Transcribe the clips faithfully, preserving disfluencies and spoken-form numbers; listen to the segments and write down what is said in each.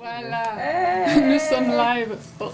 Voilà, hey! Nous sommes live. Oh.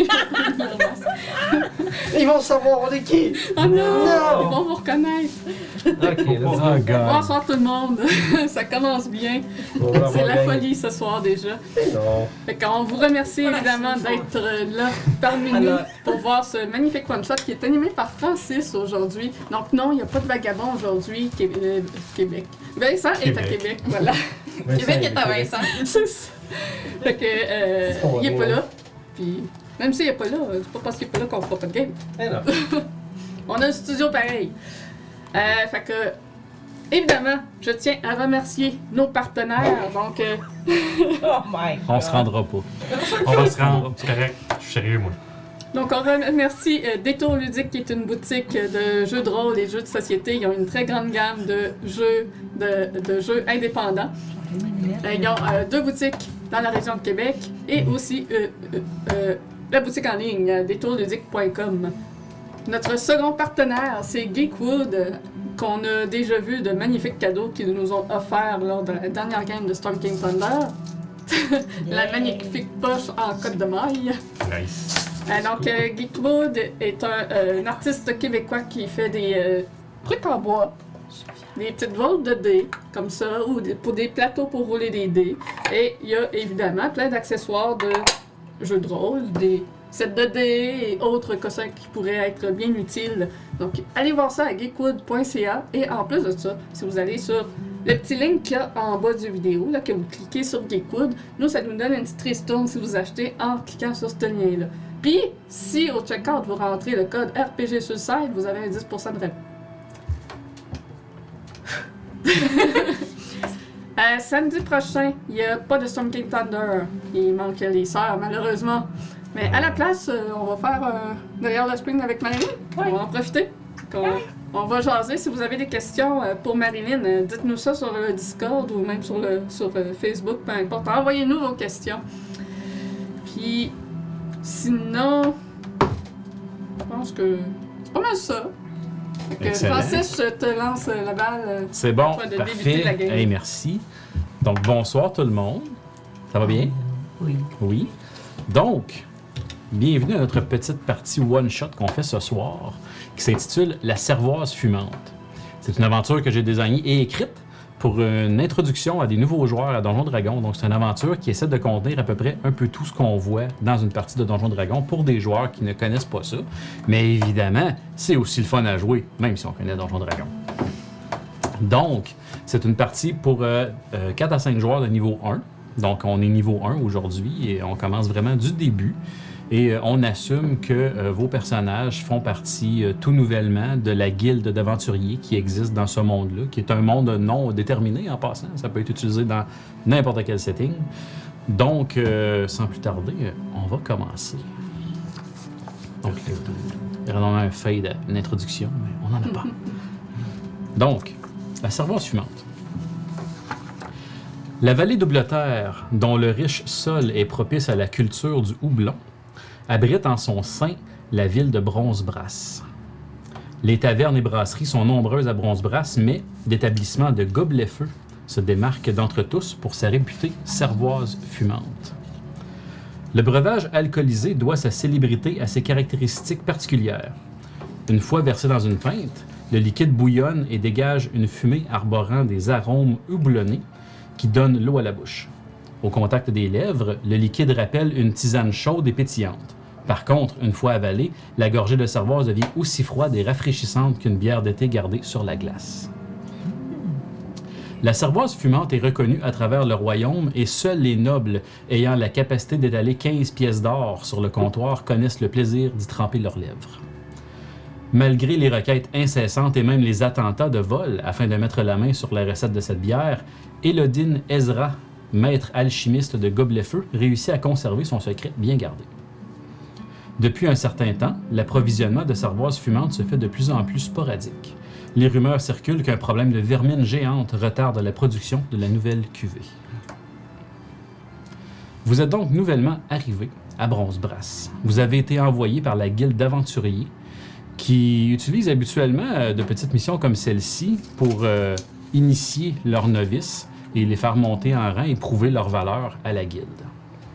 Ils vont savoir on est qui. Oh non, non! Ils vont vous reconnaître. Ok, oh, bonsoir tout le monde. Ça commence bien. C'est la folie ce soir déjà. Non. Fait qu'on vous remercie évidemment d'être là parmi nous pour voir ce magnifique one-shot qui est animé par Francis aujourd'hui. Donc non, il n'y a pas de vagabond aujourd'hui. Québec. Québec. Vincent est à Québec, voilà. Québec est à Vincent. C'est ça. Fait que, euh, il est pas là. Puis, même s'il est pas là, c'est pas parce qu'il est pas là qu'on fera pas de game. Eh non. On a un studio pareil. Euh, fait que, évidemment, je tiens à remercier nos partenaires. Donc, euh... oh my God. On se rendra pas. On va se rendre. C'est correct. Je suis sérieux, moi. Donc, on remercie euh, Détour Ludique, qui est une boutique de jeux de rôle et jeux de société. Ils ont une très grande gamme de jeux, de, de jeux indépendants. Euh, ils ont euh, deux boutiques dans la région de Québec et aussi euh, euh, euh, la boutique en ligne, euh, détour ludique point com. Notre second partenaire, c'est Geekwood, euh, qu'on a déjà vu de magnifiques cadeaux qu'ils nous ont offerts lors de la dernière game de Storm King Thunder. La magnifique poche en cotte de maille. Nice. Euh, donc, euh, Geekwood est un, euh, un artiste québécois qui fait des euh, trucs en bois. Des petites volts de dés, comme ça, ou des, pour des plateaux pour rouler des dés. Et il y a évidemment plein d'accessoires de jeux de rôle, des sets de dés et autres cossins qui pourraient être bien utiles. Donc, allez voir ça à geekwood point c a. Et en plus de ça, si vous allez sur le petit link qu'il y a en bas du vidéo, là, que vous cliquez sur Geekwood, nous, ça nous donne une petite ristourne si vous achetez en cliquant sur ce lien-là. Puis, si au checkout, vous rentrez le code R P G sur le site, vous avez un dix pour cent de rabais. euh, samedi prochain, il n'y a pas de Storm King Thunder. Il manque les sœurs, malheureusement. Mais à la place, euh, on va faire euh, derrière le spring avec Marilyn. Ouais. On va en profiter. On, ouais. on va jaser. Si vous avez des questions euh, pour Marilyn, euh, dites-nous ça sur le Discord ou même sur, le, sur euh, Facebook, peu importe. Envoyez-nous vos questions. Puis, sinon, je pense que c'est pas mal ça. Que Francis, je te lance la balle. C'est bon, de parfait. Hey, merci. Donc, bonsoir tout le monde. Ça va bien? Oui. Oui. Donc, bienvenue à notre petite partie one-shot qu'on fait ce soir, qui s'intitule La Cervoise Fumante. C'est une aventure que j'ai désignée et écrite pour une introduction à des nouveaux joueurs à Donjons Dragons. Donc, c'est une aventure qui essaie de contenir à peu près un peu tout ce qu'on voit dans une partie de Donjons Dragons pour des joueurs qui ne connaissent pas ça. Mais évidemment, c'est aussi le fun à jouer, même si on connaît Donjons Dragons. Donc, c'est une partie pour euh, euh, quatre à cinq joueurs de niveau un. Donc, on est niveau un aujourd'hui et on commence vraiment du début. Et euh, on assume que euh, vos personnages font partie euh, tout nouvellement de la guilde d'aventuriers qui existe dans ce monde-là, qui est un monde non déterminé en passant. Ça peut être utilisé dans n'importe quel setting. Donc, euh, sans plus tarder, euh, on va commencer. Donc, euh, il y aura un fade, une introduction, mais on n'en a pas. Donc, la cervoise fumante. La vallée Double-Terre, dont le riche sol est propice à la culture du houblon, abrite en son sein la ville de Bronzebrasse. Les tavernes et brasseries sont nombreuses à Bronzebrasse, mais l'établissement de Gobelet-Feu se démarque d'entre tous pour sa réputée cervoise fumante. Le breuvage alcoolisé doit sa célébrité à ses caractéristiques particulières. Une fois versé dans une pinte, le liquide bouillonne et dégage une fumée arborant des arômes houblonnés qui donnent l'eau à la bouche. Au contact des lèvres, le liquide rappelle une tisane chaude et pétillante. Par contre, une fois avalée, la gorgée de cervoise devient aussi froide et rafraîchissante qu'une bière d'été gardée sur la glace. La cervoise fumante est reconnue à travers le royaume et seuls les nobles ayant la capacité d'étaler quinze pièces d'or sur le comptoir connaissent le plaisir d'y tremper leurs lèvres. Malgré les requêtes incessantes et même les attentats de vol afin de mettre la main sur la recette de cette bière, Elodine Ezra, maître alchimiste de Gobelet-Feu, réussit à conserver son secret bien gardé. Depuis un certain temps, l'approvisionnement de cervoise fumante se fait de plus en plus sporadique. Les rumeurs circulent qu'un problème de vermine géante retarde la production de la nouvelle cuvée. Vous êtes donc nouvellement arrivé à Bronzebrasse. Vous avez été envoyé par la guilde d'aventuriers qui utilise habituellement de petites missions comme celle-ci pour euh, initier leurs novices et les faire monter en rang et prouver leur valeur à la guilde.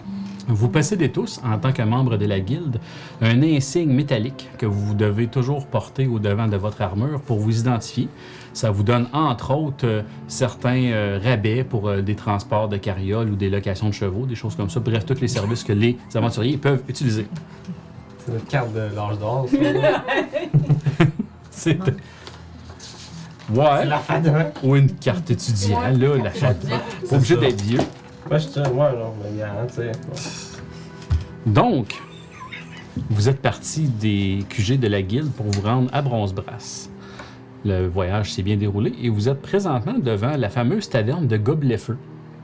Vous possédez tous, en tant que membre de la guilde, un insigne métallique que vous devez toujours porter au devant de votre armure pour vous identifier. Ça vous donne, entre autres, euh, certains euh, rabais pour euh, des transports de carrioles ou des locations de chevaux, des choses comme ça. Bref, tous les services que les aventuriers peuvent utiliser. C'est notre carte de l'âge d'or, ça. C'est... Ouais. C'est la fada. Ou une carte étudiant, Ouais, là, la carte fête. étudiant. Pas obligé ça. d'être vieux. Moi, je te. Moi, non, mais gars, tu sais. Donc, vous êtes parti des Q G de la guilde pour vous rendre à Bronzebrass. Le voyage s'est bien déroulé et vous êtes présentement devant la fameuse taverne de Gobelet-Feu.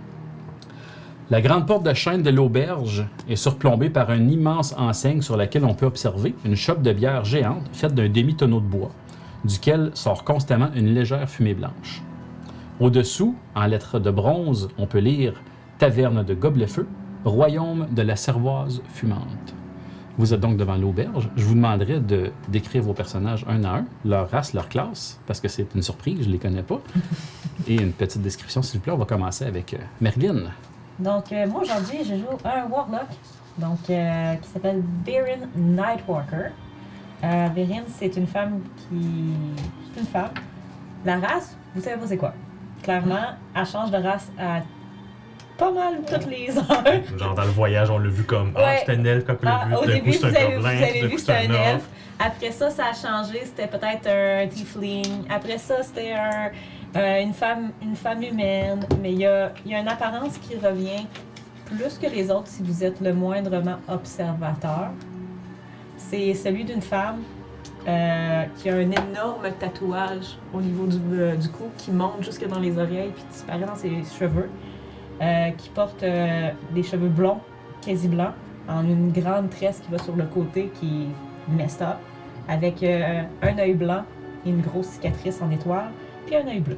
La grande porte de chêne de l'auberge est surplombée par une immense enseigne sur laquelle on peut observer une chope de bière géante faite d'un demi-tonneau de bois, duquel sort constamment une légère fumée blanche. Au-dessous, en lettres de bronze, on peut lire « Taverne de Gobelet-Feu, royaume de la cervoise fumante ». Vous êtes donc devant l'auberge. Je vous demanderai de décrire vos personnages un à un, leur race, leur classe, parce que c'est une surprise, je ne les connais pas. Et une petite description, s'il vous plaît. On va commencer avec euh, Merlin. Donc, euh, moi aujourd'hui, je joue un Warlock donc, euh, qui s'appelle Berin Nightwalker. Euh, Berin, c'est une femme qui. C'est une femme. La race, vous savez pas c'est quoi. Clairement, elle change de race à pas mal toutes les heures. Genre dans le voyage, on l'a vu comme Ah, Ouais. c'était un elfe, quand on l'a Ah, vu, au tout d'un début, coup vous c'est un avez, vous gobelin, avez tout d'un vu coup que c'était un orc. elfe. Après ça, ça a changé. C'était peut-être un tiefling. Après ça, c'était un, euh, une, femme, une femme humaine. Mais il y a, il y a une apparence qui revient plus que les autres si vous êtes le moindrement observateur. C'est celui d'une femme euh, qui a un énorme tatouage au niveau du, euh, du cou qui monte jusque dans les oreilles puis disparaît dans ses cheveux. Euh, qui porte euh, des cheveux blonds, quasi blancs, en une grande tresse qui va sur le côté qui est messed up, avec euh, un œil blanc et une grosse cicatrice en étoile, puis un œil bleu.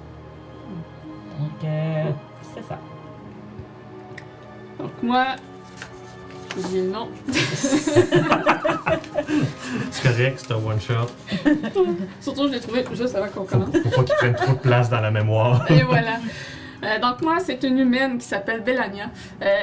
Donc, euh, c'est ça. Donc moi, j'ai oublié le nom. C'est correct, c'est un one-shot. Surtout, je l'ai trouvé juste avant qu'on commence. Faut pas qu'il prenne trop de place dans la mémoire. Et voilà. Euh, donc moi, c'est une humaine qui s'appelle Bellania. Euh,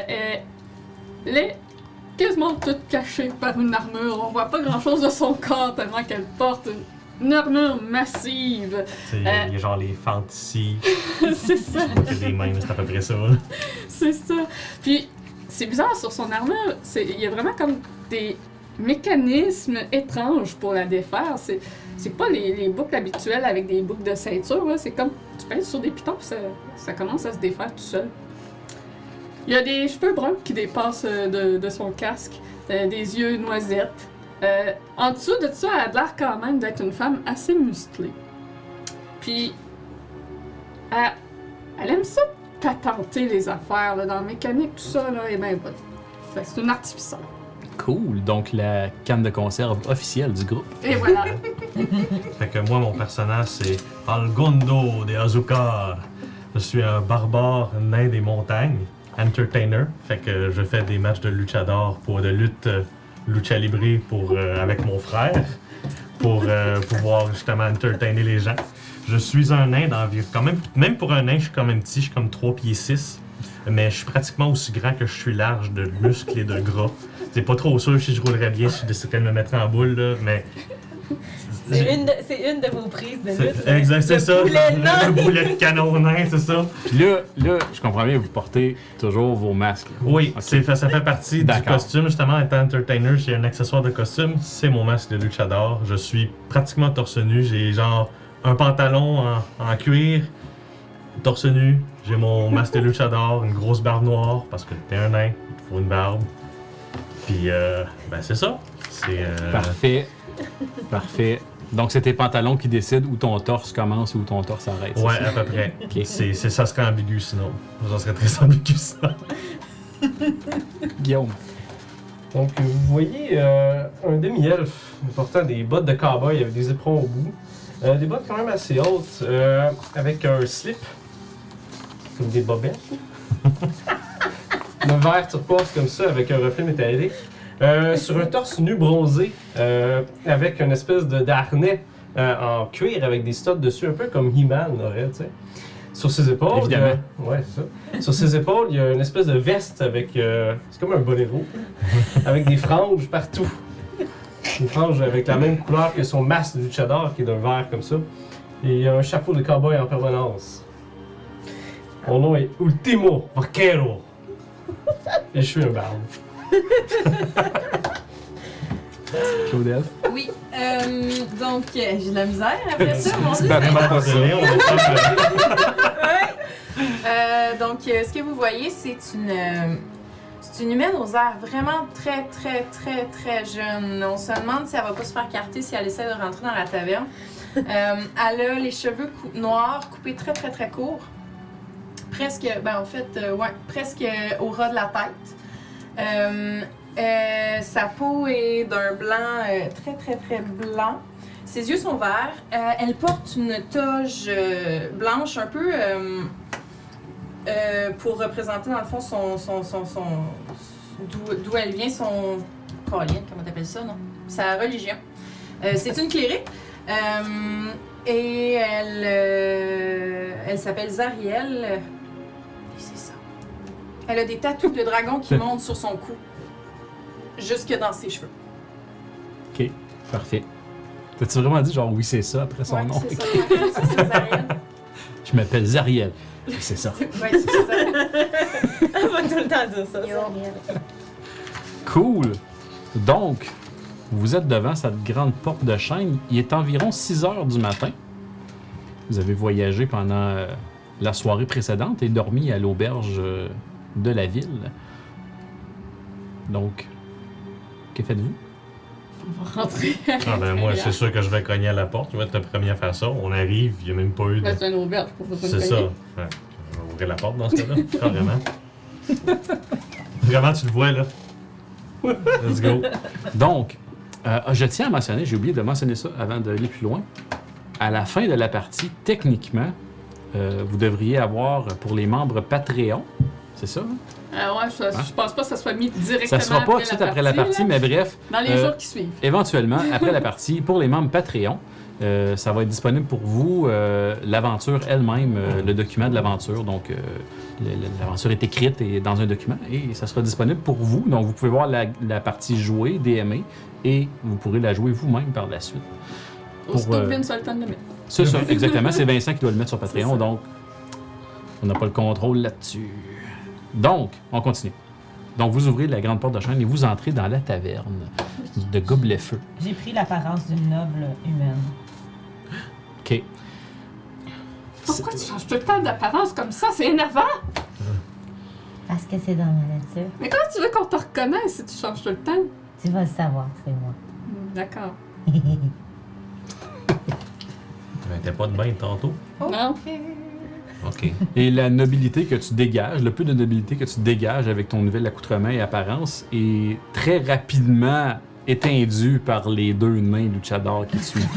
elle est quasiment toute cachée par une armure. On voit pas grand-chose de son corps tellement qu'elle porte une, une armure massive. Il y, a- il y a genre les fantasy, C'est ça, c'est des mêmes, c'est à peu près ça. là. c'est ça. Puis c'est bizarre sur son armure. c'est- Il y a vraiment comme des mécanismes étranges pour la défaire. C'est c'est pas les, les boucles habituelles avec des boucles de ceinture. là. C'est comme tu pèses sur des pitons puis ça, ça commence à se défaire tout seul. Il y a des cheveux bruns qui dépassent euh, de, de son casque, euh, des yeux noisettes. Euh, en dessous de ça, elle a l'air quand même d'être une femme assez musclée. Puis, elle, elle aime ça patenter les affaires, là, dans la mécanique, tout ça, là, et ben bonne. Fait que c'est une artificière. Cool. Donc, la canne de conserve officielle du groupe. Et voilà. Fait que moi, mon personnage, c'est Algondo de Azuka. Je suis un barbare nain des montagnes, entertainer. Fait que je fais des matchs de luchador pour de lutte euh, lucha libre pour, euh, avec mon frère pour euh, pouvoir justement entertainer les gens. Je suis un nain d'environ. Quand même, même pour un nain, je suis quand même petit, je suis comme trois pieds six. Mais je suis pratiquement aussi grand que je suis large de muscles et de gras. C'est pas trop sûr si je roulerais bien, si je déciderais de me mettre en boule, là, mais. C'est une, de, c'est une de vos prises de lutte. C'est- Exact, c'est Le ça. poulet Le, nain. le boulet de canon nain, c'est ça. Puis là, là, je comprends bien, vous portez toujours vos masques. Oui, Ok. c'est, ça fait partie du D'accord. costume. Justement, étant entertainer, j'ai un accessoire de costume. C'est mon masque de luchador. Je suis pratiquement torse nu. J'ai genre un pantalon en, en cuir, torse nu. J'ai mon masque de luchador, une grosse barbe noire, parce que t'es un nain, il te faut une barbe. Puis, euh, ben c'est ça. C'est. Euh, Parfait. Parfait. Donc, c'est tes pantalons qui décident où ton torse commence ou où ton torse arrête. c'est Ouais, ça? à peu près. Ok. C'est, c'est, ça serait ambigu sinon. Ça serait très ambigu sinon. Guillaume. Donc, vous voyez euh, un demi-elfe portant des bottes de cowboy avec des éperons au bout. Euh, des bottes quand même assez hautes, euh, avec un slip, comme des bobettes. Le vert turquoise comme ça, avec un reflet métallique. Euh, sur un torse nu bronzé, euh, avec une espèce de d'harnais euh, en cuir avec des studs dessus, un peu comme He-Man aurait, tu sais. Sur ses épaules, Évidemment. il y a- ouais, c'est ça. Sur ses épaules, il y a une espèce de veste avec. euh, c'est comme un boléro, avec des franges partout. Une frange avec la même couleur que son masque de luchador, qui est d'un vert comme ça. Et il y a un chapeau de cowboy en permanence. Mon nom est Ultimo Vaquero. Et je suis un barbe. Claudel. Oui, euh, donc euh, j'ai de la misère après ça, mon Dieu. Pas Vraiment pas pas ça. télé, on va pas Euh, donc, euh, ce que vous voyez, c'est une, euh, c'est une humaine aux airs vraiment très, très, très, très jeune. On se demande si elle va pas se faire carter si elle essaie de rentrer dans la taverne. Euh, elle a les cheveux cou- noirs, coupés très, très, très courts. Presque, ben en fait, euh, ouais, presque euh, au ras de la tête. Euh, euh, sa peau est d'un blanc euh, très, très, très blanc. Ses yeux sont verts. Euh, elle porte une toge euh, blanche un peu euh, euh, pour représenter, dans le fond, son. son, son, son d'où, d'où elle vient, son. Colline, comment t'appelles ça, non? Sa religion. Euh, c'est une clérique. Euh, et elle. euh, elle s'appelle Zariel. Et c'est ça. Elle a des tatous de dragon qui montent sur son cou. Jusque dans ses cheveux. Ok, parfait. T'as-tu vraiment dit genre oui, c'est ça après son Ouais, nom? c'est ça. Ouais, c'est ça, c'est Zariel. Je m'appelle Zariel. Oui, c'est ça. Ouais, c'est ça. Elle va tout le temps dire ça. Yo. Cool. Donc, vous êtes devant cette grande porte de chêne. Il est environ six heures du matin. Vous avez voyagé pendant euh, la soirée précédente et dormi à l'auberge euh, de la ville. Donc, que faites-vous? On va rentrer. Ah ben moi, c'est sûr que je vais cogner à la porte. Je vais être le premier à faire ça. On arrive, il n'y a même pas eu de... Ben, c'est une auberge, pas besoin de C'est ça. cogner. Ouais. Je vais ouvrir la porte dans ce cas-là, carrément. Vraiment, tu le vois, là. Let's go. Donc, euh, je tiens à mentionner, j'ai oublié de mentionner ça avant d'aller plus loin. À la fin de la partie, techniquement, euh, vous devriez avoir pour les membres Patreon, c'est ça? Hein? Euh, ouais, je, je pense pas que ça soit mis directement Ça sera pas tout après de suite la après la partie, là. mais bref, Dans les euh, jours qui suivent. éventuellement, après la partie, pour les membres Patreon, euh, ça va être disponible pour vous, euh, l'aventure elle-même, euh, le document de l'aventure. Donc, euh, le- le- l'aventure est écrite et dans un document et ça sera disponible pour vous. Donc, vous pouvez voir la, la partie jouée, D M A, et vous pourrez la jouer vous-même par la suite. Aussitôt euh, que Vince a le temps de le mettre. C'est ça, exactement. C'est Vincent qui doit le mettre sur C'est Patreon, ça. donc on n'a pas le contrôle là-dessus. Donc, on continue. Donc, vous ouvrez la grande porte de chaîne et vous entrez dans la taverne de Gobelet Feu. J'ai pris l'apparence d'une noble humaine. OK. Pourquoi tu changes tout le temps d'apparence comme ça? C'est énervant! Parce que c'est dans ma nature. Mais comment tu veux qu'on te reconnaisse si tu changes tout le temps? Tu vas le savoir, c'est moi. Hmm, D'accord. Ben, t'es pas de bain tantôt? Non? OK. Et la nobilité que tu dégages, le peu de nobilité que tu dégages avec ton nouvel accoutrement et apparence est très rapidement éteindue par les deux nains luchadors qui te suivent.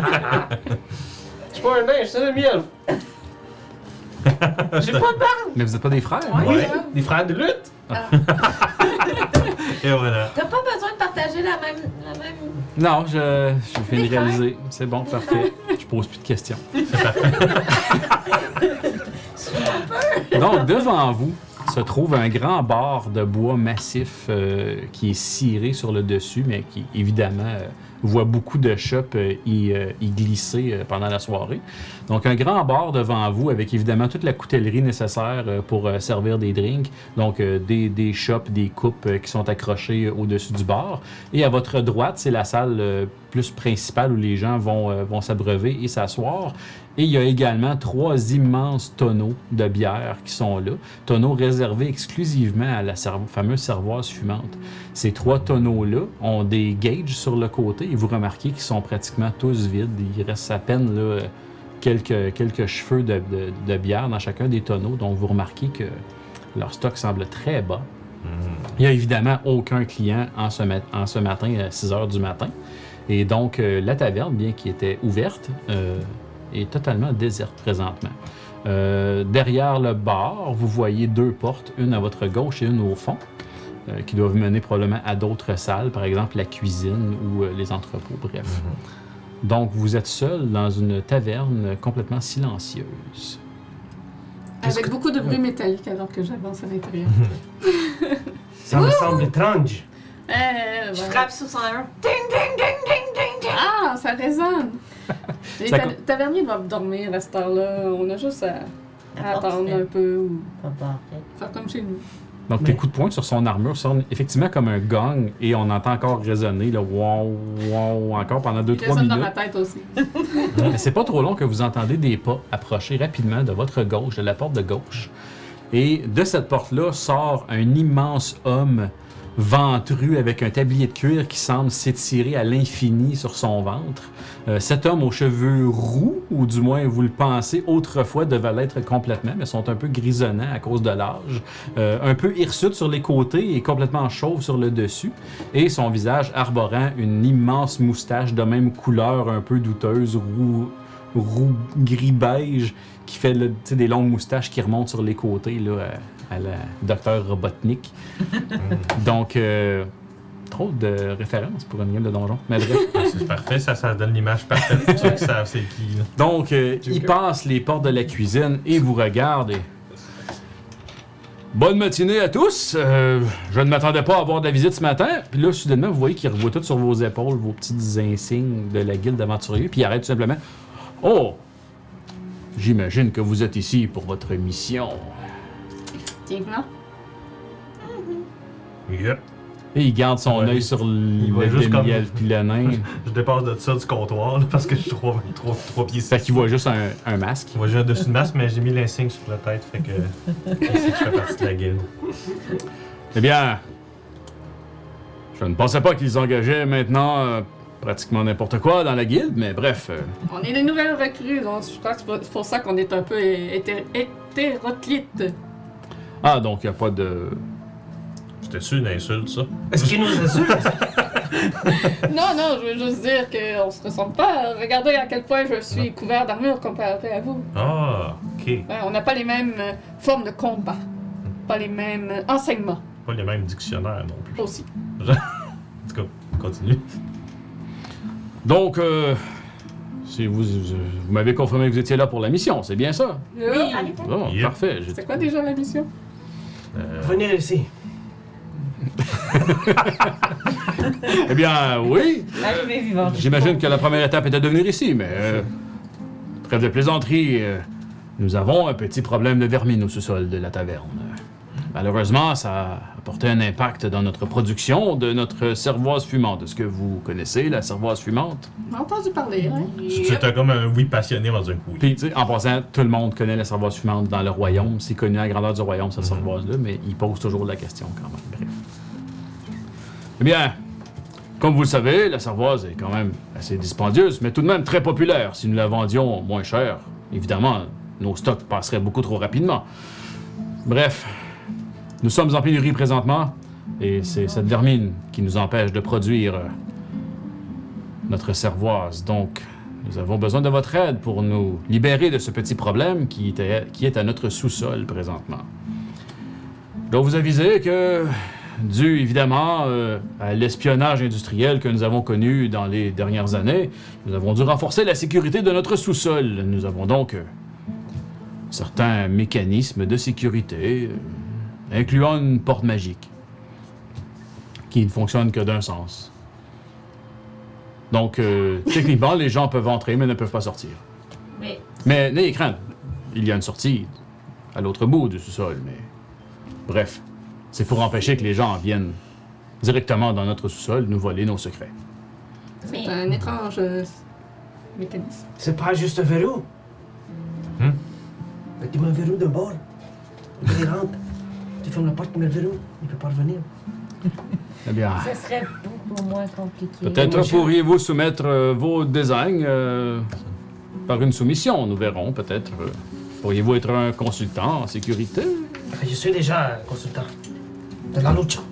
Je suis pas un nain, je suis un miel. J'ai pas de barbe. Mais vous n'êtes pas des frères? Ouais. Oui, des frères de lutte. Et voilà. T'as pas besoin de partager la même. La même... Non, je, je viens de Des frères? réaliser. C'est bon, parfait. Je pose plus de questions. Donc, devant vous se trouve un grand bar de bois massif euh, qui est ciré sur le dessus, mais qui, évidemment, euh, voit beaucoup de shops euh, y, euh, y glisser euh, pendant la soirée. Donc, un grand bar devant vous avec, évidemment, toute la coutellerie nécessaire euh, pour euh, servir des drinks. Donc, euh, des, des chops, des coupes euh, qui sont accrochées euh, au-dessus du bar. Et à votre droite, c'est la salle euh, plus principale où les gens vont, euh, vont s'abreuver et s'asseoir. Et il y a également trois immenses tonneaux de bière qui sont là. Tonneaux réservés exclusivement à la servo- fameuse cervoise fumante. Ces trois tonneaux-là ont des gauges sur le côté et vous remarquez qu'ils sont pratiquement tous vides. Il reste à peine là, quelques, quelques cheveux de, de- de bière dans chacun des tonneaux. Donc vous remarquez que leur stock semble très bas. Il n'y a évidemment aucun client en ce, mat- en ce matin à six heures du matin. Et donc, euh, la taverne, bien qu'elle était ouverte, euh, est totalement déserte présentement. Euh, derrière le bar, vous voyez deux portes, une à votre gauche et une au fond, euh, qui doivent mener probablement à d'autres salles, par exemple la cuisine ou euh, les entrepôts, bref. Donc, vous êtes seul dans une taverne complètement silencieuse. Qu'est-ce Avec que- beaucoup de bruit métallique alors que j'avance à l'intérieur. Ça me semble étrange. Euh, Je voilà. frappe sur son armure. Ding, ding, ding, ding, ding, ding. Ah, ça résonne! Les Ça ta- co- taverniers doivent dormir à cette heure-là. On a juste à, à La porte attendre serait un peu ou pas barrée. faire comme chez nous. Donc, Mais- tes coups de poing sur son armure sonnent effectivement comme un gong et on entend encore résonner, là, wow, wow, encore pendant deux Il trois résonne dans minutes. ma tête aussi. Mais c'est pas trop long que vous entendez des pas approcher rapidement de votre gauche, de la porte de gauche. Et de cette porte-là sort un immense homme ventru avec un tablier de cuir qui semble s'étirer à l'infini sur son ventre. Euh, cet homme aux cheveux roux, ou du moins vous le pensez, autrefois devait l'être complètement, mais sont un peu grisonnants à cause de l'âge. Euh, un peu hirsute sur les côtés et complètement chauve sur le dessus. Et son visage arborant une immense moustache de même couleur un peu douteuse, roux, roux gris-beige, qui fait le- tu sais, des longues moustaches qui remontent sur les côtés là, à, à la docteur Robotnik. Donc, euh, trop de références pour une game de donjon. Mais bref. C'est parfait, ça, ça donne l'image parfaite pour ceux qui savent c'est qui. là. Donc, euh, il passe les portes de la cuisine et vous regarde. et- Bonne matinée à tous. Euh, je ne m'attendais pas à avoir de la visite ce matin. Puis là, soudainement, vous voyez qu'il revoit tout sur vos épaules, vos petits insignes de la guilde d'aventuriers. Puis il arrête tout simplement. Oh! J'imagine que vous êtes ici pour votre mission. Effectivement. Yep. Et il garde son Ouais, œil sur le voit juste comme- demi-elfe puis le nain. Je dépasse de ça du comptoir là, parce que je suis trois, trois, trois pieds Fait six. qu'il voit juste un, un masque. Moi j'ai un dessus de masque, mais j'ai mis l'insigne sur la tête, fait que je sais que je fais partie de la guilde. Eh bien, je ne pensais pas qu'ils engageaient maintenant euh, pratiquement n'importe quoi dans la guilde, mais bref. euh, On est des nouvelles recrues, donc je crois que c'est pour- c'est pour ça qu'on est un peu hété- hétéroclite. Ah, donc il n'y a pas de... C'était sûr une insulte, ça. Est-ce qu'il nous insulte? Non, non, je veux juste dire qu'on se ressemble pas. Regardez à quel point je suis couvert d'armure comparé à vous. Ah, ok. Ouais, on n'a pas les mêmes euh, formes de combat. Pas les mêmes euh, enseignements Pas les mêmes dictionnaires non plus. aussi. En tout cas, continue. Donc, euh, si vous, vous, vous m'avez confirmé que vous étiez là pour la mission, c'est bien ça? Oui. Bon, Yep. parfait. j'ai- C'est quoi déjà la mission? Euh, Venez ici. Eh bien, oui. Arrivée vivante. J'imagine que la première étape était de venir ici, mais... Euh, trêve de plaisanterie, euh, nous avons un petit problème de vermine au sous-sol de la taverne. Malheureusement, ça a apporté un impact dans notre production de notre cervoise fumante. Est-ce que vous connaissez la cervoise fumante? On a entendu parler, hein? C'était comme un oui passionné dans un coup. Puis, tu sais, en passant, tout le monde connaît la cervoise fumante dans le royaume. C'est connu à la grandeur du royaume, cette Mhm. cervoise-là, mais il pose toujours la question quand même. Bref. Eh bien, comme vous le savez, la cervoise est quand même assez dispendieuse, mais tout de même très populaire. Si nous la vendions moins cher, évidemment, nos stocks passeraient beaucoup trop rapidement. Bref, nous sommes en pénurie présentement, et c'est cette vermine qui nous empêche de produire euh, notre cervoise. Donc, nous avons besoin de votre aide pour nous libérer de ce petit problème qui, était, qui est à notre sous-sol présentement. Je dois vous aviser que, dû évidemment euh, à l'espionnage industriel que nous avons connu dans les dernières années, nous avons dû renforcer la sécurité de notre sous-sol. Nous avons donc euh, certains mécanismes de sécurité, euh, incluant une porte magique, qui ne fonctionne que d'un sens. Donc, euh, techniquement, les gens peuvent entrer, mais ne peuvent pas sortir. Mais Mais n'ayez crainte, il y a une sortie à l'autre bout du sous-sol, mais... Bref, c'est pour empêcher que les gens viennent directement dans notre sous-sol nous voler nos secrets. C'est un étrange euh, mécanisme. C'est pas juste un verrou. Hmm? Tu mets un verrou d'un bord. Il rentre. Tu fermes la porte, tu mets le verrou. Il peut pas revenir. Eh bien, Ce serait beaucoup moins compliqué. peut-être moi, je- pourriez-vous soumettre euh, vos designs euh, par une soumission, nous verrons, peut-être. euh, pourriez-vous être un consultant en sécurité? Je suis déjà un consultant. De la lucha.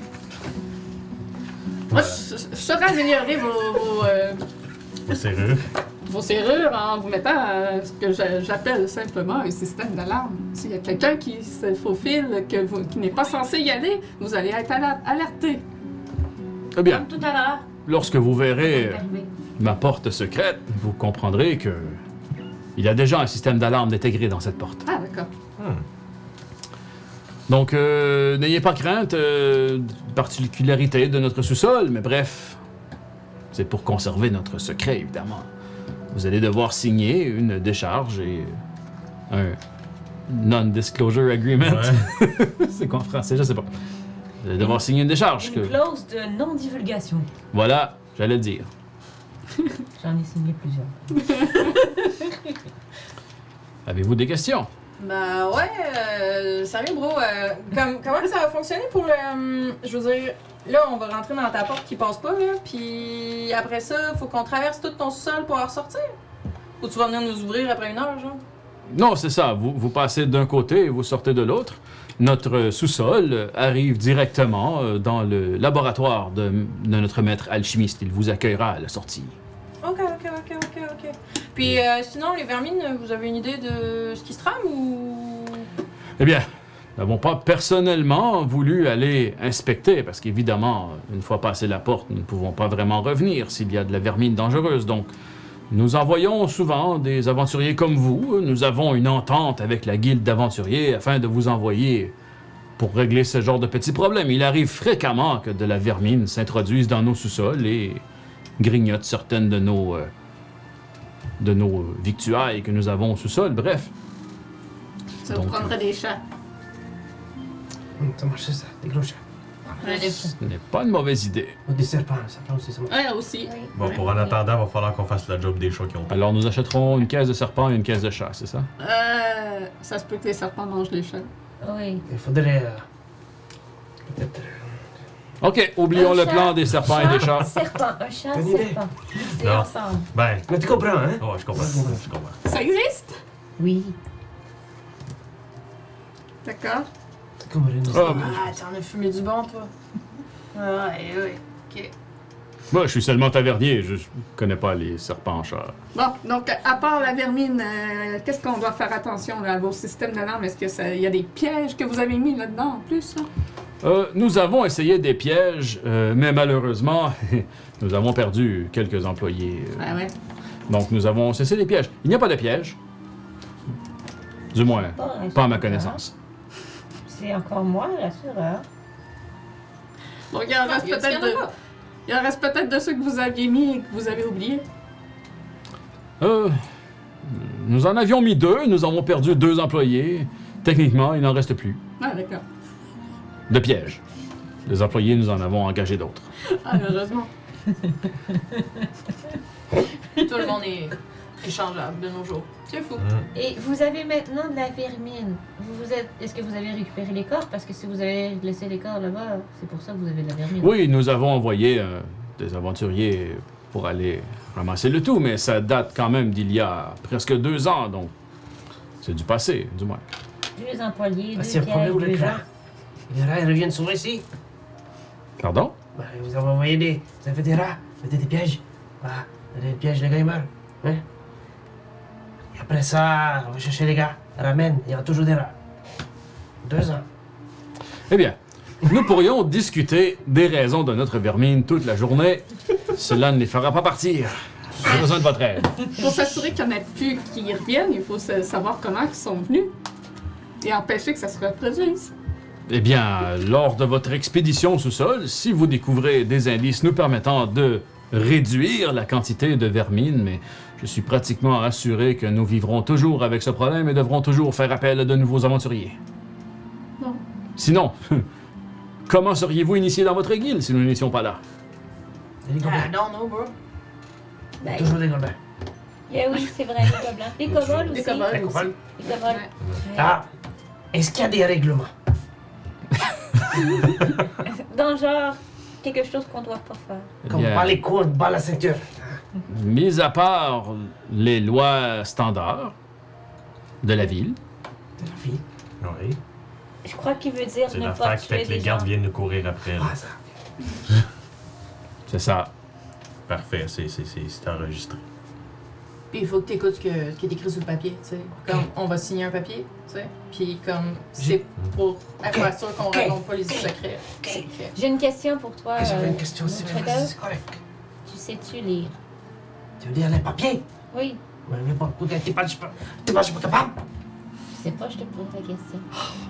Moi, je, je- je saurais améliorer vos, vos, euh, Vos serrures. vos serrures en vous mettant euh, ce que j'a- j'appelle simplement un système d'alarme. S'il y a quelqu'un qui se faufile, que vous- qui n'est pas censé y aller, vous allez être ala- alerté. Eh bien, comme tout à l'heure, lorsque vous verrez c'est euh, arrivé. ma porte secrète, vous comprendrez que il y a déjà un système d'alarme intégré dans cette porte. Ah, d'accord. Hmm. Donc, euh, n'ayez pas crainte, euh, particularité de notre sous-sol, mais bref, c'est pour conserver notre secret, évidemment. Vous allez devoir signer une décharge et un non-disclosure agreement. Ouais. C'est quoi en français? Je sais pas. Vous allez devoir signer une décharge. Une Que... clause de non-divulgation. Voilà, j'allais le dire. J'en ai signé plusieurs. Avez-vous des questions? Bah ouais, euh, sérieux bro, euh, comme, comment que ça va fonctionner pour le... hum, je veux dire, là on va rentrer dans ta porte qui passe pas là, puis après ça, faut qu'on traverse tout ton sol pour en ressortir? Ou tu vas venir nous ouvrir après une heure genre? Non, c'est ça. Vous, vous passez d'un côté et vous sortez de l'autre. Notre sous-sol arrive directement euh, dans le laboratoire de, de notre maître alchimiste. Il vous accueillera à la sortie. Ok, ok, ok, ok, ok. Puis euh, sinon, les vermines, vous avez une idée de ce qui se trame ou... Eh bien, nous n'avons pas personnellement voulu aller inspecter, parce qu'évidemment, une fois passé la porte, nous ne pouvons pas vraiment revenir s'il y a de la vermine dangereuse. Donc, nous envoyons souvent des aventuriers comme vous. Nous avons une entente avec la guilde d'aventuriers afin de vous envoyer pour régler ce genre de petits problèmes. Il arrive fréquemment que de la vermine s'introduise dans nos sous-sols et grignote certaines de nos, euh, de nos victuailles que nous avons au sous-sol. Bref. Ça vous Donc, prendrait des chats. Hum, ça marche ça, des gros chats. Ce n'est pas une mauvaise idée. Ou des serpents, ça prend aussi, ça marche. Ouais, aussi. Bon, pour en attendant, il va falloir qu'on fasse le job des chats qui ont pas. Alors, nous achèterons une caisse de serpents et une caisse de chats, c'est ça? Euh, ça se peut que les serpents mangent les chats. Oui. Il faudrait. Euh, Peut-être. euh, OK, oublions Un le chat. plan des serpents et des chats. Serpent, un chat, Bonne idée. serpent. Mixés Non. ensemble. Ben, Mais tu comprends, hein? oh, je comprends. Je comprends. Ça existe? Oui. D'accord. C'est comme une Ah, Ah, t'en as fumé du bon, toi. Ah, ouais, ouais, ok. Moi, je suis seulement tavernier, je connais pas les serpents en chats. Bon, donc, à part la vermine, euh, qu'est-ce qu'on doit faire attention là, à vos systèmes d'alarme? Est-ce qu'il y a des pièges que vous avez mis là-dedans en plus? Là? Euh, nous avons essayé des pièges, euh, mais malheureusement, nous avons perdu quelques employés. euh, Ouais, ouais. Donc, nous avons cessé les pièges. Il n'y a pas de pièges. Du moins, Pas, un pas à ma serpent. connaissance. C'est encore moi, l'assureur. Donc, il en reste y a-tu peut-être qu'il y en a de... pas? Il en reste peut-être de ceux que vous aviez mis et que vous avez oubliés. Euh, nous en avions mis deux, nous avons perdu deux employés. Techniquement, il n'en reste plus. Ah, d'accord. De pièges. Les employés, nous en avons engagé d'autres. Ah, heureusement. Tout le monde est échangeable de nos jours. C'est fou. Hum. Et vous avez maintenant de la vermine. Vous, vous êtes... Est-ce que vous avez récupéré les corps? Parce que si vous avez laissé les corps là-bas, c'est pour ça que vous avez de la vermine. Oui, nous avons envoyé euh, des aventuriers pour aller ramasser le tout, mais ça date quand même d'il y a presque deux ans, donc c'est du passé, du moins. Deux employés, Ah, deux c'est un pièges, problème ou le deux cran? gens. Les rats, ils reviennent souvent ici. Pardon? Ben, vous avez envoyé des. Vous avez fait des rats, vous avez des pièges. Ah, des pièges, les gars, ils meurent. Hein? Et après ça, on va chercher les gars. Ramène, il y a toujours des rats. Deux ans. Eh bien, nous pourrions discuter des raisons de notre vermine toute la journée. Cela ne les fera pas partir. J'ai besoin de votre aide. Pour s'assurer qu'il n'y en a plus qui reviennent, il faut sa- savoir comment ils sont venus. Et empêcher que ça se reproduise. Eh bien, lors de votre expédition au sous-sol, si vous découvrez des indices nous permettant de réduire la quantité de vermine, mais je suis pratiquement assuré que nous vivrons toujours avec ce problème et devrons toujours faire appel à de nouveaux aventuriers. Bon. Sinon, comment seriez-vous initié dans votre guilde si nous n'étions pas là? Il y a des Ah, gobelins. non, non, bro. Il y a Ben, toujours des gobelins. eh oui, c'est vrai, les gobelins. Les kobolds Des aussi. kobolds Les aussi. kobolds. Les kobolds. Ouais. Ah, est-ce qu'il y a des règlements? Dans le genre, quelque chose qu'on doit pas faire. Eh Comme bien, pas les coudes, pas la ceinture. mis à part les lois standards de la ville, De la fille. Oui. Je crois qu'il veut dire C'est ne l'affaire pas qui fait tuer que les des gardes gens. viennent nous courir après. là. Ah, ça. c'est ça. Parfait, c'est c'est- c'est- c'est enregistré. Puis il faut que tu écoutes ce, que- ce qui est écrit sur le papier, tu sais. Comme on va signer un papier, tu sais. Puis comme c'est pour être Ok. sûr qu'on Ok. raconte pas les secrets. C'est que- J'ai une question pour toi. Ah, J'avais euh, une question aussi, mais Trader. vas-y, c'est correct. Tu sais-tu lire? Tu veux dire les papiers? Oui. Mais mais pas, t'es pas, t'es pas, t'es pas, je suis pas capable. sais pas, je te pose la question.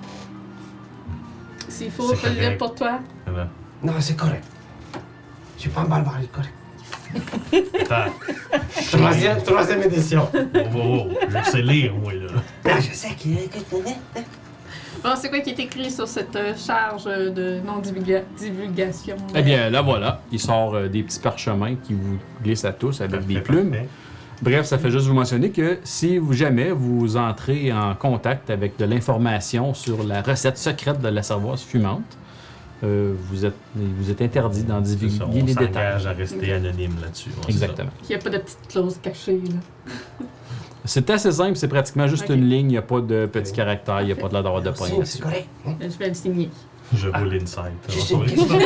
S'il faut, C'est je peux le lire correct. pour toi. Voilà. Non, c'est correct. Je suis pas un barbare, c'est correct. Attends. Troisième, troisième édition. Oh, oh, oh. Je sais lire, moi, là. Ah, je sais qu'il est. Bon, c'est quoi qui est écrit sur cette euh, charge euh, de non-divulgation? Eh bien, là voilà, il sort euh, des petits parchemins qui vous glissent à tous avec des Parfait, plumes. parfait. Bref, ça fait juste vous mentionner que si vous jamais vous entrez en contact avec de l'information sur la recette secrète de la cervoise fumante, euh, vous, êtes, vous êtes interdit d'en C'est ça, divulguer on les détails. s'engage à rester anonyme là-dessus. ouais, c'est Exactement. Il n'y a pas de petite clause cachée, là. C'est assez simple, c'est pratiquement juste Ok. une ligne, il n'y a pas de petits caractères, il n'y a pas de la droite de poignée C'est dessus. correct. hein? Je vais le signer. ça. Je roule inside. Je Ah, sais.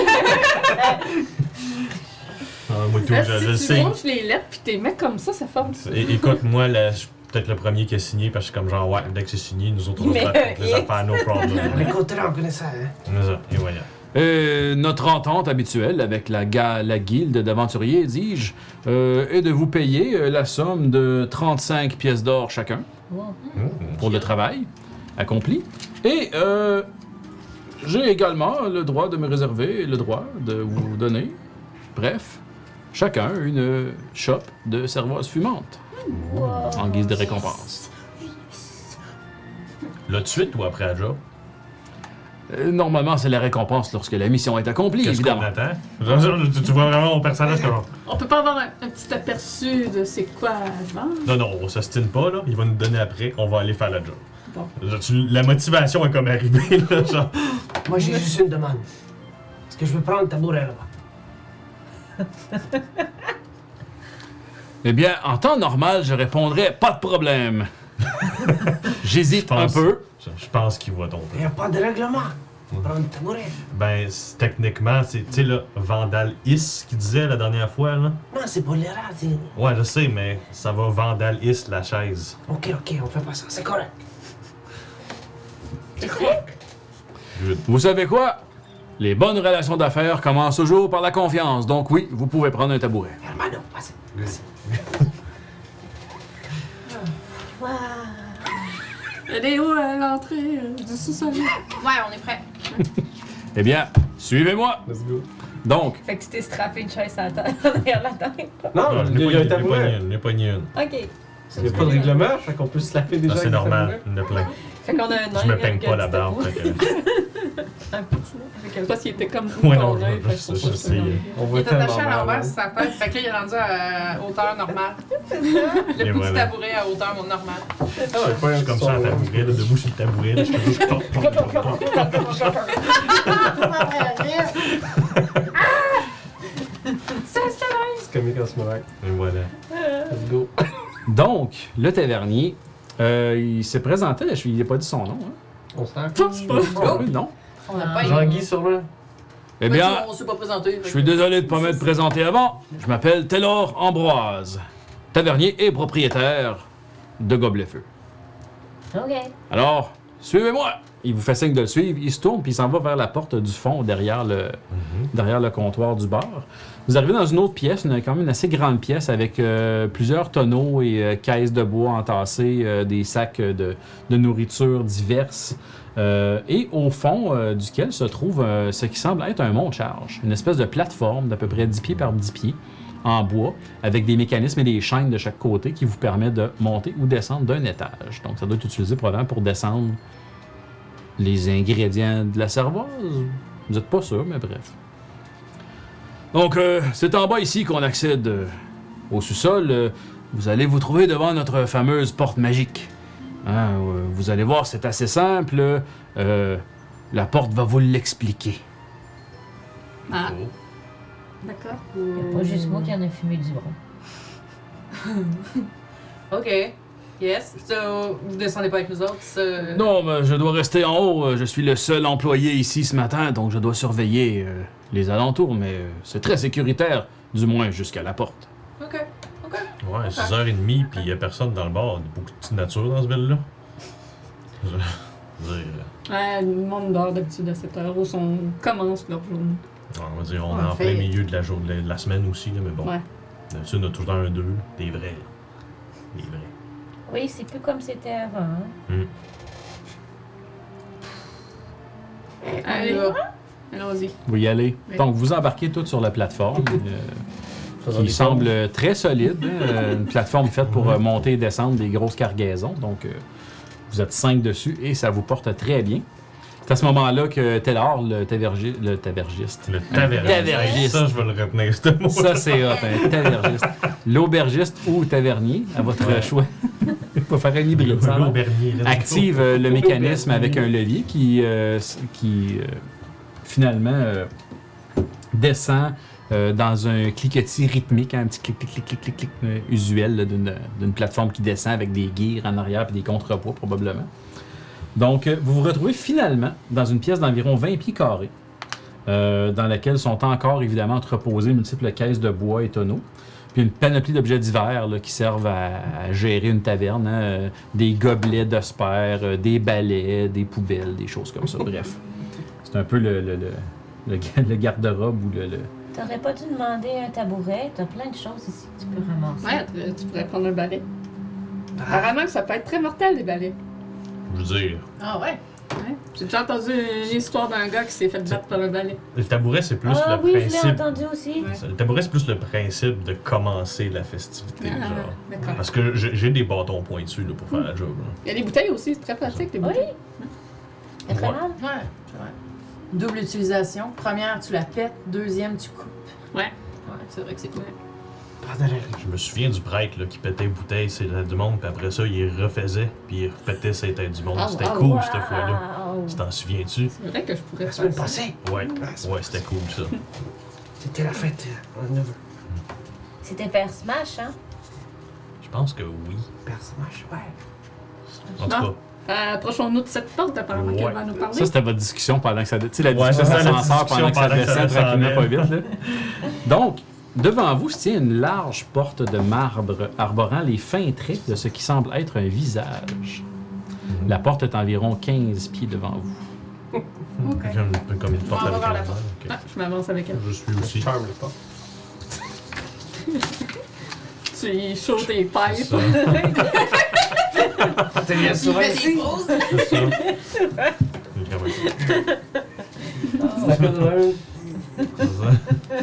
Ah, moi, tout, Là, je, je si tu sais. ronges les lettres puis t'es mets comme ça, ça forme ça. É- Écoute, moi, là, je suis peut-être le premier qui a signé parce que je suis comme genre, ouais, dès que c'est signé, nous autres, on va Mais, se battre contre les euh, affaires, no problem. Les contrats, on connaît ça, hein? C'est ça, et voilà. Euh, notre entente habituelle avec la, ga- la guilde d'aventuriers, dis-je, euh, est de vous payer euh, la somme de trente-cinq pièces d'or chacun Wow. Mmh. pour le travail accompli. Et euh, j'ai également le droit de me réserver le droit de vous donner, bref, chacun une chope de cervoise fumante en guise de récompense. Là, de suite ou après la job? Euh, normalement, c'est la récompense lorsque la mission est accomplie, Qu'est-ce qu'on évidemment. attend? Genre, genre, tu, tu vois vraiment mon personnage comme genre, On peut pas avoir un, un petit aperçu de c'est quoi avant? non, non, on s'ostine pas, là. Il va nous donner après, on va aller faire la job. Bon. Genre, tu- la motivation est comme arrivée, là, genre. Moi, j'ai juste une demande. Est-ce que je peux prendre le tabouret là-bas? Eh bien, en temps normal, je répondrais pas de problème. J'hésite Je un pense- peu. Je, je pense qu'il va Il tomber. n'y a pas de règlement. Prendre le tabouret. Ben, c'est- techniquement, c'est, tu sais, là, Vandal Is qui disait la dernière fois, là. Non, c'est pour les rats. c'est- Ouais, je sais, mais ça va Vandal Is la chaise. Ok, ok, on fait pas ça. C'est correct. Good. Vous savez quoi? Les bonnes relations d'affaires commencent toujours par la confiance. Donc oui, vous pouvez prendre un tabouret. Hermano, vas-y. Vas-y. Wow. Elle est où à l'entrée euh, du sous-sol? Ouais, on est prêt. Eh bien, suivez-moi. Let's go. Donc, Fait que tu t'es strappé une chaise à la tête, derrière la tête. Non, Non, je il n'ai y pas a un une, je n'ai pas tabouret. une, je n'ai pas une. Ok. Il n'y a pas de règlement, fait qu'on peut se laver déjà. Ça, c'est avec le normal, tabouret. il y en a plein. Fait qu'on a un Je me œil peigne avec pas un la petit barbe, tabou. fait que. Un petit œil avec un Parce qu'il était comme Ouais, non, ton œil, je- fait que je- c'est je pour ça sais. que- On Il voit est tellement attaché à mal, l'envers hein. sur sa poche, fait que là, il est rendu à hauteur normale. Le Et bout voilà. du tabouret à hauteur normale. Ah, ouais, pas Je un suis comme ça à petit tabouret, là, debout sur le tabouret, là, je fais juste toc, toc, toc, toc. C'est comique en ce moment. Et voilà. Let's go. donc, le tavernier, euh, il s'est présenté, je il n'a pas dit son nom. Hein? On se rend. Pense pas. Ah oui, non. On n'a pas Jean-Guy sur le. Eh bien, on s'est pas présenté. je suis désolé de ne pas m'être présenté avant. Je m'appelle Taylor Ambroise, tavernier et propriétaire de Gobelet Feu. Ok. Alors, suivez-moi. Il vous fait signe de le suivre, il se tourne puis il s'en va vers la porte du fond derrière le, derrière le comptoir du bar. Vous arrivez dans une autre pièce, une, quand même une assez grande pièce avec euh, plusieurs tonneaux et euh, caisses de bois entassées, euh, des sacs de, de nourriture diverses. Euh, et au fond euh, duquel se trouve euh, ce qui semble être un monte-charge, une espèce de plateforme d'à peu près dix pieds par dix pieds en bois, avec des mécanismes et des chaînes de chaque côté qui vous permettent de monter ou descendre d'un étage. Donc ça doit être utilisé probablement pour descendre les ingrédients de la cervoise. Vous n'êtes pas sûr, mais bref. Donc, euh, c'est en bas ici qu'on accède euh, au sous-sol. Euh, vous allez vous trouver devant notre fameuse porte magique. Hein, euh, vous allez voir, c'est assez simple. Euh, la porte va vous l'expliquer. Ah, Oh. d'accord. Il n'y a pas juste moi qui en ai fumé du bon. Ok. Yes. So, vous descendez pas avec nous autres. ça- Non, mais je dois rester en haut. Euh, Je suis le seul employé ici ce matin, donc je dois surveiller euh, les alentours, mais euh, c'est très sécuritaire, du moins jusqu'à la porte. Ok. Ok. Ouais, six heures trente, puis il y a personne dans le bar. Il y a beaucoup de petite nature dans ce ville-là. Je veux dire, Ouais, le monde dort d'habitude à cette heure où on commence leur journée. euh, on va dire, on Ouais, est en fait- plein milieu de la, jour- de la semaine aussi, là, mais bon. Ouais. D'habitude, on a tout le temps un deux, des vrais. Des vrais. Oui, c'est plus comme c'était avant. hein. Allez, va. allons-y. Vous y allez. Oui. Donc, vous embarquez tous sur la plateforme, euh, Faisons qui des semble pauses. très solide. hein, euh, une plateforme faite pour euh, monter et descendre des grosses cargaisons. Donc, euh, vous êtes cinq dessus et ça vous porte très bien. C'est à ce moment-là que Taylor, le, tavergi- le tavergiste, Le tavergiste. tavergiste. Ça, je vais le retenir, ce mot. ça c'est hot, un tavergiste, l'aubergiste ou tavernier, à votre Ouais. choix. Il faut faire un hybride. ça, L'eau non? Bernier. let's go. Active euh, le mécanisme avec un levier qui, euh, s- qui euh, finalement euh, descend euh, dans un cliquetis rythmique, hein, un petit clic, clic, clic, clic, clic, clic euh, usuel là, d'une d'une plateforme qui descend avec des gears en arrière et des contrepoids probablement. Donc, euh, vous vous retrouvez finalement dans une pièce d'environ vingt pieds carrés, euh, dans laquelle sont encore évidemment entreposées multiples caisses de bois et tonneaux, puis une panoplie d'objets divers là, qui servent à, à gérer une taverne, hein, euh, des gobelets d'osper, euh, des balais, des poubelles, des choses comme ça. Bref, c'est un peu le, le, le, le, le garde-robe ou le... le- T'aurais pas dû demander un tabouret. T'as plein de choses ici que tu peux ramasser. Ouais, tu, tu pourrais prendre un balai. Ah, Apparemment que ça peut être très mortel, les balais. Je veux dire, Ah ouais. Ouais. J'ai déjà entendu une histoire d'un gars qui s'est fait battre par un balai. le tabouret, c'est plus Ah le oui, je l'ai principe. entendu aussi. Ouais. Le tabouret, c'est plus le principe de commencer la festivité, Ah, genre. d'accord. Parce que j'ai j'ai des bâtons pointus là, pour faire la job. là. Il y a des bouteilles aussi, c'est très pratique, les Oui. bouteilles. C'est très Ouais. mal. Ouais, c'est vrai. Double utilisation. Première, tu la pètes. Deuxième, tu coupes. Ouais. Ouais, c'est vrai que c'est cool. pas de règle. Je me souviens du prêtre là, qui pétait bouteille c'est la tête du monde, puis après ça, il refaisait, puis il repétait ses têtes du monde. Ah, C'était wow. cool, cette fois-là. Wow. Tu t'en souviens-tu? C'est vrai que je pourrais La faire semaine ça. passée, Ouais, Ah, c'est ouais, pas c'était cool ça. c'était la fête euh, en neveu. C'était Père Smash, hein? Je pense que oui. Personnage, ouais. En tout Ah. cas, Euh, Approchons-nous de cette porte, apparemment, Ouais. qu'elle va nous parler. Ça, c'était votre discussion pendant que ça... Tu sais, la Ouais, discussion c'est ça, la d'ascenseur pendant discussion que ça pendant que ça descend tranquillement pas descendait. vite. Là. Donc, devant vous se tient une large porte de marbre arborant les fins traits de ce qui semble être un visage. La porte est environ quinze pieds devant vous. Ok. comme, comme une porte On va avec voir un la verre, porte. ok. Ah, je m'avance avec elle. Je suis aussi. Charme le pas. Tu y chaudes tes C'est pipes. ça. Ah, t'es bien Il souvent fait des ici. pauses. C'est ça. C'est quand même- C'est la cause de c'est ça.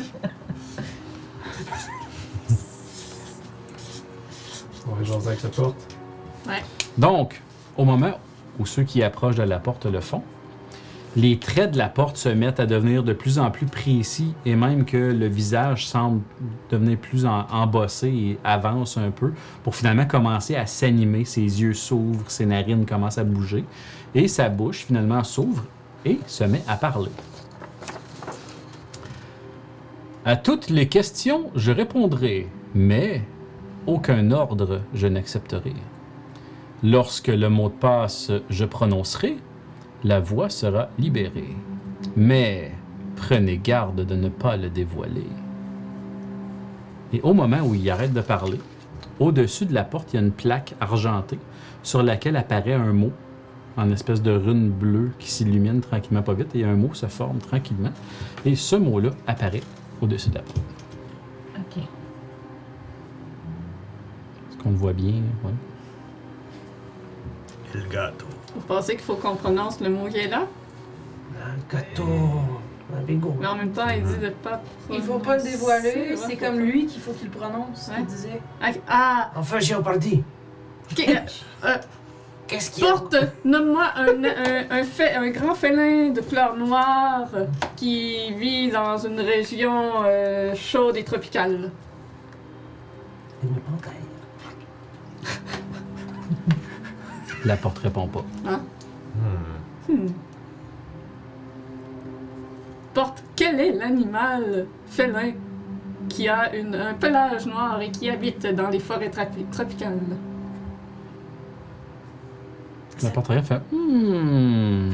On va jaser avec la porte. Donc, au moment où ceux qui approchent de la porte le font, les traits de la porte se mettent à devenir de plus en plus précis et même que le visage semble devenir plus en- embossé et avance un peu pour finalement commencer à s'animer. Ses yeux s'ouvrent, ses narines commencent à bouger et sa bouche finalement s'ouvre et se met à parler. À toutes les questions, je répondrai, mais aucun ordre je n'accepterai. Lorsque le mot de passe je prononcerai, la voix sera libérée. Mais prenez garde de ne pas le dévoiler. Et au moment où il arrête de parler, au-dessus de la porte, il y a une plaque argentée sur laquelle apparaît un mot en espèce de rune bleue qui s'illumine tranquillement pas vite et un mot se forme tranquillement. Et ce mot-là apparaît au-dessus de la porte. OK. Est-ce qu'on le voit bien? Ouais. El gato. Vous pensez qu'il faut qu'on prononce le mot qui est là? Un gâteau, un bigot. Mais en même temps, il dit de pas. Il faut pas le dévoiler. Ouais, C'est faut comme pas. lui qu'il faut qu'il le prononce, ce Ouais. qu'il disait. Ah, Ah! Enfin, Géopardy. Ok, euh, euh, Qu'est-ce qu'il y a? porte, nomme-moi un, un, un, fait- un grand félin de couleur noire qui vit dans une région euh, chaude et tropicale. Une panthère. La porte répond pas. Hmm. Hmm. Porte, quel est l'animal félin qui a une, un pelage noir et qui habite dans les forêts trapi- tropicales? La porte-parole fait Hmm.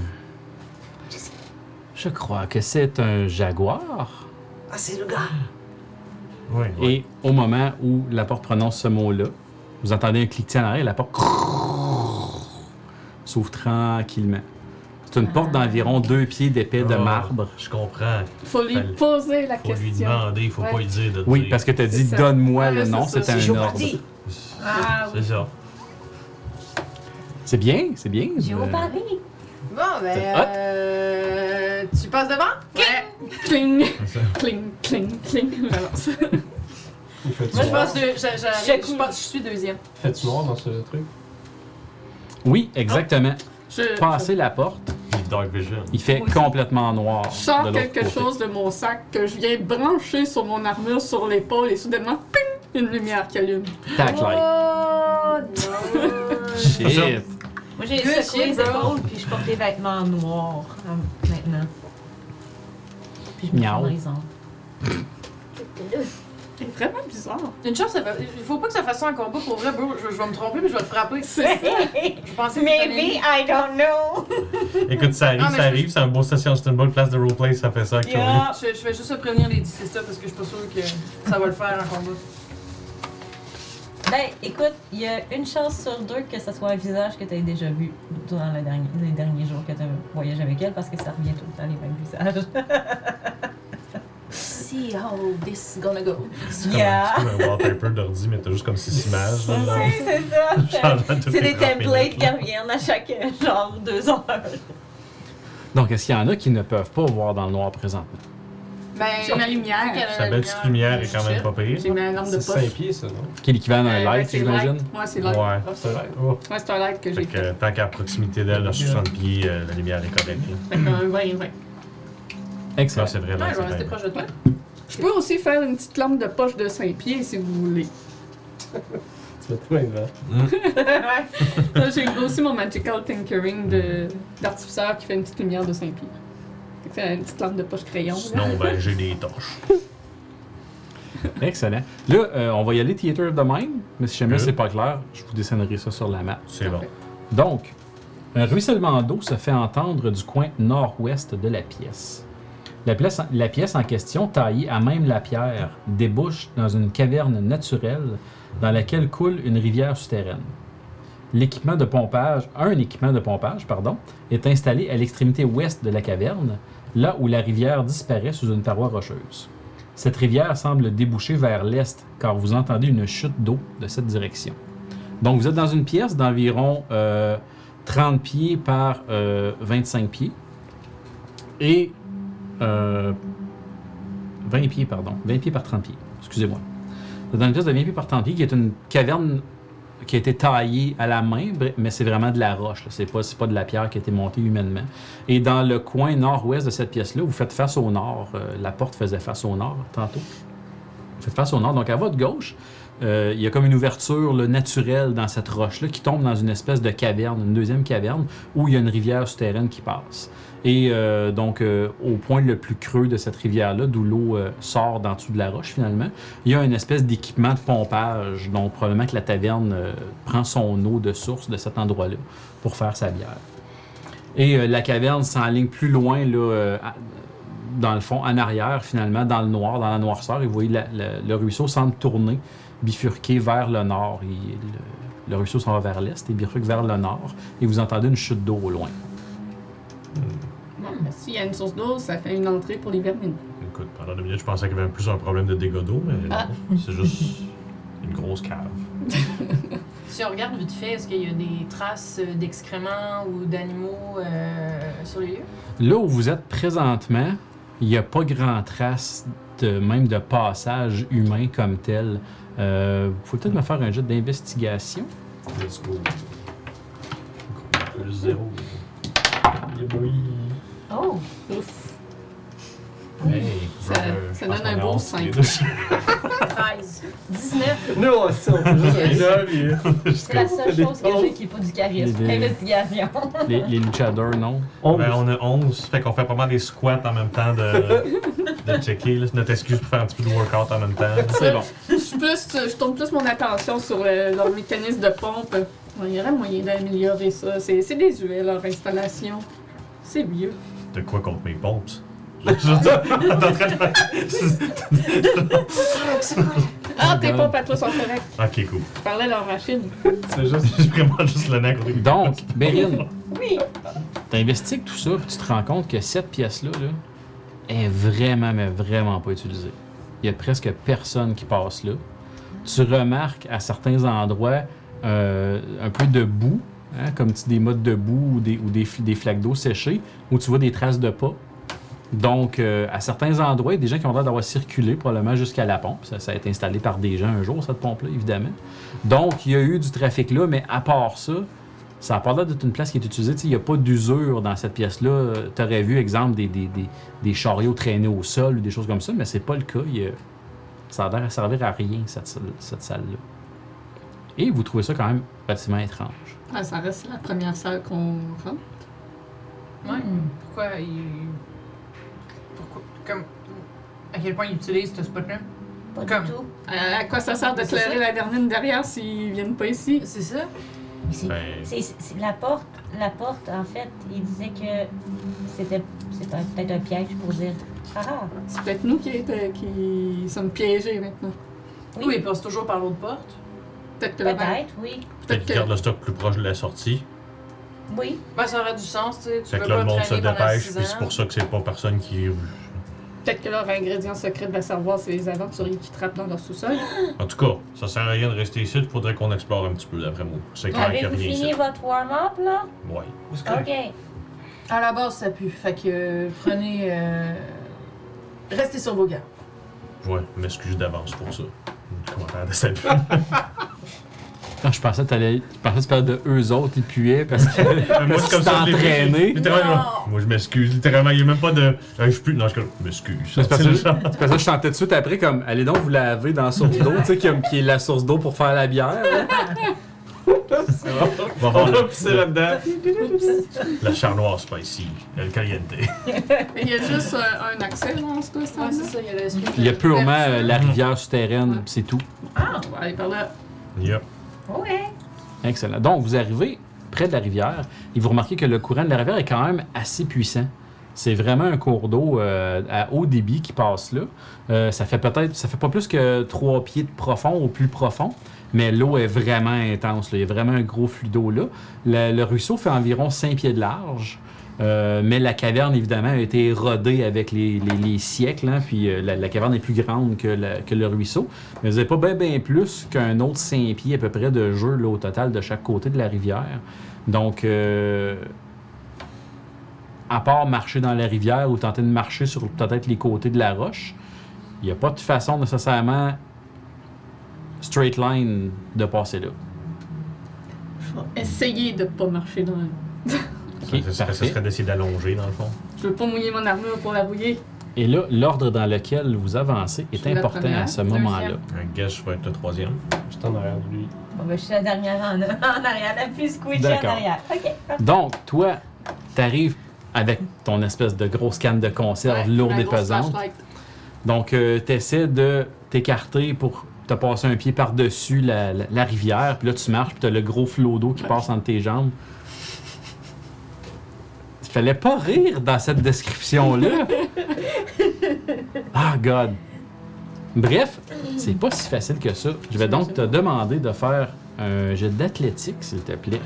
Je crois que c'est un jaguar. Ah, c'est le gars. Oui, oui. Et au moment où la porte prononce ce mot-là, vous entendez un cliquetis en arrière et la porte s'ouvre tranquillement. C'est une porte d'environ deux pieds d'épais de Oh, marbre. Je comprends. Il faut lui Fallait- poser la Faut lui question. demander, il faut Ouais. pas lui dire de Oui, dire. parce que tu as dit C'est ça. donne-moi Ouais, le c'est nom, ça, c'est c'est un ordre. Géopardy. Ah, C'est ça. C'est bien, c'est bien. Géopardy. Bon, ben. C'est hot. Euh... Tu passes devant? Ouais. Cling, C'est ça. cling, cling, cling. J'avance. Il fait Moi, je pense noir. que je- j'arrive. Je pense que je suis deuxième. Fait-tu noir dans ce truc? Oui, exactement. Je, Passez la porte, Il Dark Vision. il fait Moi aussi. complètement noir. je sors de l'autre quelque côté. chose de mon sac que je viens brancher sur mon armure sur l'épaule et soudainement, ping, une lumière qui allume. Tac light. Oh non! Shit. Moi, j'ai Good secoué shit, les bro. épaules, puis je porte des vêtements noirs euh, maintenant. Puis je me Miaou. fais dans les ongles. C'est vraiment bizarre. Une chose, ça va- il faut pas que ça fasse ça en combat pour vrai, bro. Je, je vais me tromper puis je vais le frapper. C'est ça. Je pensais que Maybe, I don't know. Écoute, ça arrive, Ah, mais ça je- arrive, c'est un beau session, c'est une bonne place de roleplay, ça fait ça actually. Yeah. Je, je vais juste te prévenir les c'est ça parce que je suis pas sûre que ça va le faire en combat. Ben, écoute, il y a une chance sur deux que ce soit un visage que tu aies déjà vu durant le dernier- les derniers jours que tu voyagé avec elle, parce que ça revient tout le temps les mêmes visages. See how this gonna go. C'est comme, Yeah. c'est comme un wallpaper d'ordi, mais t'as juste comme six images. là, genre. Oui, c'est ça. Changeant toutes C'est les des trente templates minutes, qui là. reviennent à chaque euh, genre deux heures. Donc, est-ce qu'il y en a qui ne peuvent pas voir dans le noir présentement? Ben, J'ai ma lumière. Sa belle petite lumière est quand même pas pire. J'ai ma lampe de C'est poche. cinq pieds, ça, non? Qui est l'équivalent d'un Euh, light, ouais, c'est j'imagine? light. Ouais, c'est light. Ouais. Ah, c'est vrai. Oh. Ouais, c'est un light que Fait j'ai que fait. euh, tant qu'à à proximité d'elle, à soixante pieds, euh, la lumière est correcte. là. Fait qu'un vingt, vingt. Excellent. Non, c'est vrai, Ouais, là, je vais rester c'est proche de toi. Je peux aussi faire une petite lampe de poche de cinq pieds si vous voulez. Tu vas trop devant. Là, j'ai aussi mon Magical Tinkering de- d'artificeur qui fait une petite lumière de cinq pieds. Fait que c'est une petite lampe de poche crayon. là. Sinon, ben, j'ai des torches. Excellent. Là, euh, on va y aller Theater of the Mind, mais si jamais Good. c'est pas clair, je vous dessinerai ça sur la map. C'est bon. Donc, un ruissellement d'eau se fait entendre du coin nord-ouest de la pièce. La pièce, la pièce en question, taillée à même la pierre, débouche dans une caverne naturelle dans laquelle coule une rivière souterraine. L'équipement de pompage, un équipement de pompage, pardon, est installé à l'extrémité ouest de la caverne, là où la rivière disparaît sous une paroi rocheuse. Cette rivière semble déboucher vers l'est, car vous entendez une chute d'eau de cette direction. Donc, vous êtes dans une pièce d'environ euh, trente pieds par euh, vingt-cinq pieds. Et euh, vingt pieds, pardon. vingt pieds par trente pieds. Excusez-moi. Vous êtes dans une pièce de vingt pieds par trente pieds qui est une caverne qui a été taillée à la main, mais c'est vraiment de la roche. là. C'est pas, c'est pas de la pierre qui a été montée humainement. Et dans le coin nord-ouest de cette pièce-là, vous faites face au nord. Euh, la porte faisait face au nord tantôt. Vous faites face au nord. Donc à votre gauche, euh, il y a comme une ouverture là, naturelle dans cette roche-là qui tombe dans une espèce de caverne, une deuxième caverne, où il y a une rivière souterraine qui passe. Et euh, donc, euh, au point le plus creux de cette rivière-là, d'où l'eau euh, sort d'en dessous de la roche finalement, il y a une espèce d'équipement de pompage, donc probablement que la taverne euh, prend son eau de source de cet endroit-là pour faire sa bière. Et euh, la caverne s'enligne plus loin, là, euh, à- dans le fond, en arrière finalement, dans le noir, dans la noirceur, et vous voyez la- la- le ruisseau semble tourner, bifurquer vers le nord. Et le, le ruisseau s'en va vers l'est et bifurque vers le nord, et vous entendez une chute d'eau au loin. Bon, ben, s'il y a une source d'eau, ça fait une entrée pour les vermines. Écoute, pendant deux minutes, je pensais qu'il y avait plus un problème de dégâts d'eau, mais Ah. non, c'est juste une grosse cave. Si on regarde vite fait, est-ce qu'il y a des traces euh, d'excréments ou d'animaux euh, sur les lieux? Là où vous êtes présentement, il n'y a pas grand trace de, même de passage humain comme tel. Euh, vous pouvez peut-être me faire un jet d'investigation. Let's go. Plus zéro. Oh! Ouf. Hey, Ça- brother, ça je pense donne un qu'on est beau onze, cinq. les deux. treize. dix-neuf! Non, ça, on peut juste aller là, puis... C'est la seule Des chose que j'ai pauses. qui n'est pas du charisme. Les- Investigation. Les, les luchadors, non? On Ben, on a onze, fait qu'on fait pas mal des squats en même temps de, de checker. là. C'est notre excuse pour faire un petit peu de workout en même temps. C'est bon. Je, suis plus, je tourne plus mon attention sur le- leur mécanisme de pompe. Ouais, il y aurait moyen d'améliorer ça. C'est c'est désuet, leur installation. C'est vieux. De quoi contre mes pompes? Je je veux dire, t'es en train de faire. Ah, tes pompes à toi sont correctes. Ok, cool. Je parlais de leur machine. C'est juste... J'ai vraiment juste le nez à côté. Donc, Bérine, Oui! t'investigues tout ça, puis tu te rends compte que cette pièce-là là, est vraiment, mais vraiment pas utilisée. Il y a presque personne qui passe là. Tu remarques à certains endroits euh, un peu de boue, hein, comme tu- des mottes de boue ou des, ou des, fl- des flaques d'eau séchées, où tu vois des traces de pas. Donc, euh, à certains endroits, il y a des gens qui ont l'air d'avoir circulé probablement jusqu'à la pompe. Ça, ça a été installé par des gens un jour, cette pompe-là, évidemment. Donc, il y a eu du trafic là, mais à part ça, ça n'a pas l'air d'être une place qui est utilisée. Tu sais, il n'y a pas d'usure dans cette pièce-là. Tu aurais vu, exemple, des, des, des, des chariots traînés au sol ou des choses comme ça, mais c'est pas le cas. Il y a... Ça a l'air à servir à rien, cette, salle- cette salle-là. Et vous trouvez ça quand même relativement étrange. Ah, ça reste la première salle qu'on rentre. Ouais. Pourquoi il. Pourquoi. Comme. À quel point il utilise ce spot-là? Pas Comme- du tout. Euh, à quoi ça sert C'est d'éclairer ça. la vermine derrière s'ils viennent pas ici? C'est ça? Mais c'est, Ben- c'est, c'est- c'est la porte. La porte, en fait, il disait que c'était, c'était un- peut-être un piège pour dire ah ah. C'est peut-être nous qui, était- qui sommes piégés maintenant. Oui. Oui, il passe toujours par l'autre porte. Peut-être que la Peut-être, oui. Peut-être qu'ils gardent le stock plus proche de la sortie. Oui. Ben, ça aurait du sens, tu sais. Tu Fait peux que là, pas le monde se traîner pendant dépêche, six puis c'est ans. pour ça que c'est pas personne qui. Peut-être que leur ingrédient secret de la savoir, c'est les aventuriers qui trappent dans leur sous-sol. En tout cas, ça sert à rien de rester ici, il faudrait qu'on explore un petit peu d'après moi. C'est clair qu'il y a Avez-vous rien fini ici. votre warm-up, là? Ouais. OK. À la base, ça pue. Fait que euh, prenez. Euh... Restez sur vos gardes. Ouais, je m'excuse d'avance pour ça. Le commentaire de cette Quand je pensais que t'allais. Je pensais que tu parlais de eux autres, ils puaient parce que. Moi, parce c'est qu'ils comme ça. je l'ai pris. t'entraînaient. Littéralement. Non. Moi, je m'excuse. Littéralement, il n'y a même pas de. Euh, je pue. Non, je m'excuse. C'est parce, C'est que, le genre. c'est parce que je sentais tout de suite après comme allez donc vous laver dans la source d'eau, tu sais, qui, qui est la source d'eau pour faire la bière. là. On va voir le- C'est là-dedans. la char noire spicy. El caliente. Il y a juste euh, un accès dans ce Ouais, stand c'est ça, il y a l'esprit. Il y a purement euh, la Mhm. rivière souterraine, Ouais. pis c'est tout. Ah, on va aller par là. Yep. OK. Excellent. Donc vous arrivez près de la rivière et vous remarquez que le courant de la rivière est quand même assez puissant. C'est vraiment un cours d'eau euh, à haut débit qui passe là. Euh, ça fait peut-être, ça fait pas plus que trois pieds de profond au plus profond, mais l'eau est vraiment intense, là. Il y a vraiment un gros flux d'eau là. Le, le ruisseau fait environ cinq pieds de large, euh, mais la caverne évidemment a été érodée avec les, les- les siècles, hein, puis euh, la, la caverne est plus grande que, la- que le ruisseau. Mais vous n'avez pas bien bien plus qu'un autre cinq pieds à peu près de jeu là, au total de chaque côté de la rivière. Donc, euh, à part marcher dans la rivière ou tenter de marcher sur peut-être les côtés de la roche, il n'y a pas de façon nécessairement straight line de passer là. Je vais essayer de pas marcher dans la... Ok, ça, serait, ça parfait. serait d'essayer d'allonger, dans le fond. Je veux pas mouiller mon armure pour la rouiller. Et là, l'ordre dans lequel vous avancez Je est suis la important première, à ce moment-là. deuxième. Un guess, je vais être le troisième. Je suis en arrière de lui. Bon, ben, je suis la dernière en, en arrière, la plus squishy en D'accord. arrière. OK. parfait. Donc, toi, t'arrives avec ton espèce de grosse canne de conserve Ouais, lourde ma et grosse pesante. flashlight. Donc, euh, tu essaies de t'écarter pour te passer un pied par-dessus la, la- la rivière. Puis là, tu marches, puis tu as le gros flot d'eau qui Ouais. passe entre tes jambes. Il fallait pas rire dans cette description-là. Ah, God. Bref, c'est pas si facile que ça. Je vais donc te demander de faire un jet d'athlétique, s'il te plaît.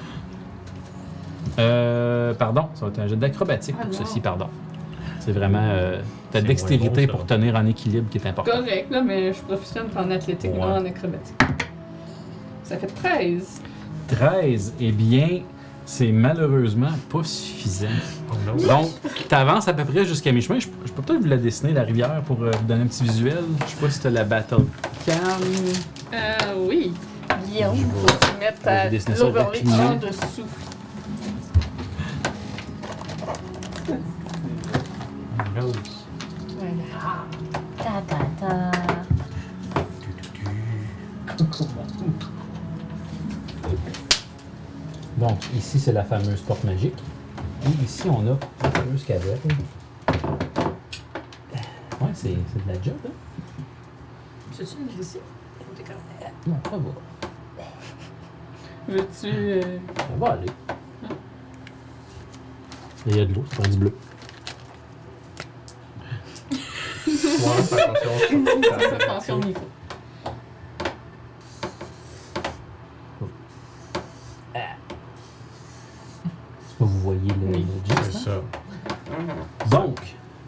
Euh, pardon, ça va être un jet d'acrobatique Ah pour non. ceci, pardon. C'est vraiment euh, ta C'est dextérité moins bon, ça. pour tenir en équilibre qui est important. Correct, là, mais je suis professionnelle en athlétique, Ouais. non en acrobatique. Ça fait treize. treize, eh bien, c'est malheureusement pas suffisant. Oh no. Donc, tu avances à peu près jusqu'à mi-chemin. Je, je peux peut-être vous la dessiner, la rivière, pour euh, vous donner un petit visuel. Je sais pas si tu as la battle cam. Euh, oui. Guillaume, Je vais- faut que tu mettes je vais ta- dessiner ça l'overlay rapidement. en dessous. Voilà. Ta, ta, ta. Donc, ici, c'est la fameuse porte magique. Et ici, on a la fameuse caverne. Ouais, c'est c'est de la job, hein? C'est-tu une grille ici? Ou t'es comme- Non, ça va. Veux-tu. euh, Ça va aller. Il y a de l'eau, c'est du bleu. Ouais, fais attention. Fais attention au micro. Est-ce que vous voyez le, Oui. le C'est geste, hein? ça. Donc,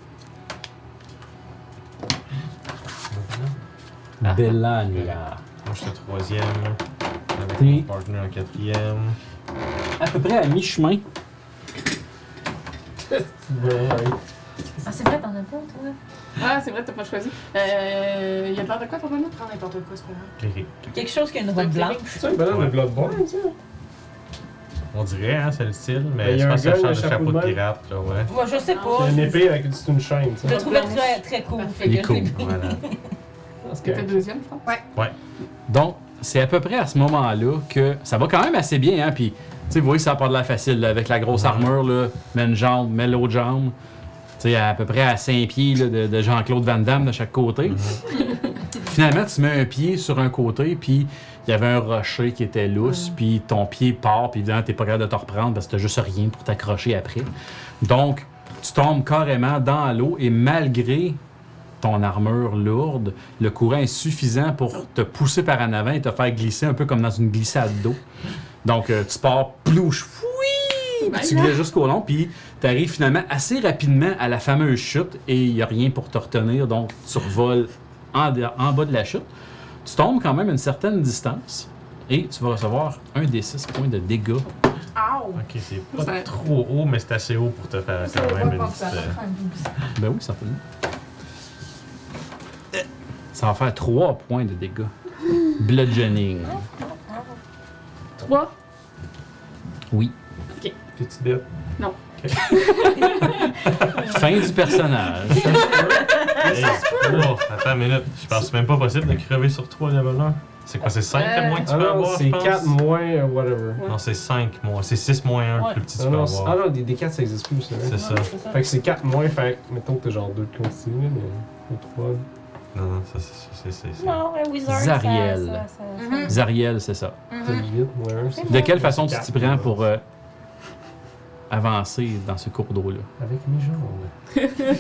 Bellania. Moi, je suis troisième. Avec T'es- mon partner en quatrième. À peu près à mi-chemin, Ouais. Ah, c'est vrai, t'en as pas, toi? Ah, c'est vrai, t'as pas choisi. Euh. Il y a de l'air de quoi, ton bonhomme? Prends n'importe quoi, c'est pas grave. Cléric. Quelque chose qui a une robe blanche. C'est un bonhomme de Bloodborne, ça? On dirait, hein, c'est le style, Ben, mais y je a pense un que ça gars, change un de chapeau chapeau de de même. pirate, là, ouais. Moi, je sais pas. C'est une épée avec une, c'est une chaîne, Je ça. le trouvais très, très cool. Fait Il est que cool. je l'ai pris. Voilà. C'était le deuxième, je pense. Donc, c'est à peu près à ce moment-là que ça va quand même assez bien, hein. Puis, tu sais, vous voyez, ça n'a pas de l'air facile, là, avec la grosse armure, là. Mets une jambe, mets l'autre jambe. Tu sais, à peu près à cinq pieds là, de, de Jean-Claude Van Damme de chaque côté. Finalement, tu mets un pied sur un côté, puis il y avait un rocher qui était lousse, puis ton pied part, puis évidemment, t'es pas capable de te reprendre parce que t'as juste rien pour t'accrocher après. Donc, tu tombes carrément dans l'eau et malgré ton armure lourde, le courant est suffisant pour te pousser par en avant et te faire glisser un peu comme dans une glissade d'eau. Donc, euh, tu pars plouche, oui, puis tu glisses jusqu'au long, puis tu arrives finalement assez rapidement à la fameuse chute et il n'y a rien pour te retenir, donc tu revoles en, de- en bas de la chute. Tu tombes quand même à une certaine distance et tu vas recevoir un des six points de dégâts. Ow! Ok, c'est pas Ça- trop haut, mais c'est assez haut pour te faire quand même une petite. euh, Ben oui, certainement. Ça va faire trois points de dégâts. Bludgeoning. Trois. Oui. Petite bête. Fin du personnage. Hey, oh, attends une minute, je pense que c'est même pas possible de crever sur trois level un. C'est quoi, c'est cinq Euh, le moins que tu Ah peux non, avoir, c'est je pense? quatre moins euh, whatever. Non, c'est cinq moins, c'est six moins un, Ouais. le plus petit que Ah tu peux non, c'est- avoir. ah non, des D quatre ça existe plus, c'est vrai. C'est ça. C'est ça. Fait que c'est quatre moins, fait que mettons que t'as genre deux de continu, mais ou trois. Non, non, ça, c'est- c'est- c'est... c'est- Non, un wizard, Zariel. ça- ça- ça- Mhm. Zariel, c'est ça. C'est Mhm. huit moins un. c'est- De quelle façon c'est tu t'y quatre. prends pour euh, avancer dans ce cours d'eau-là? Avec mes jambes.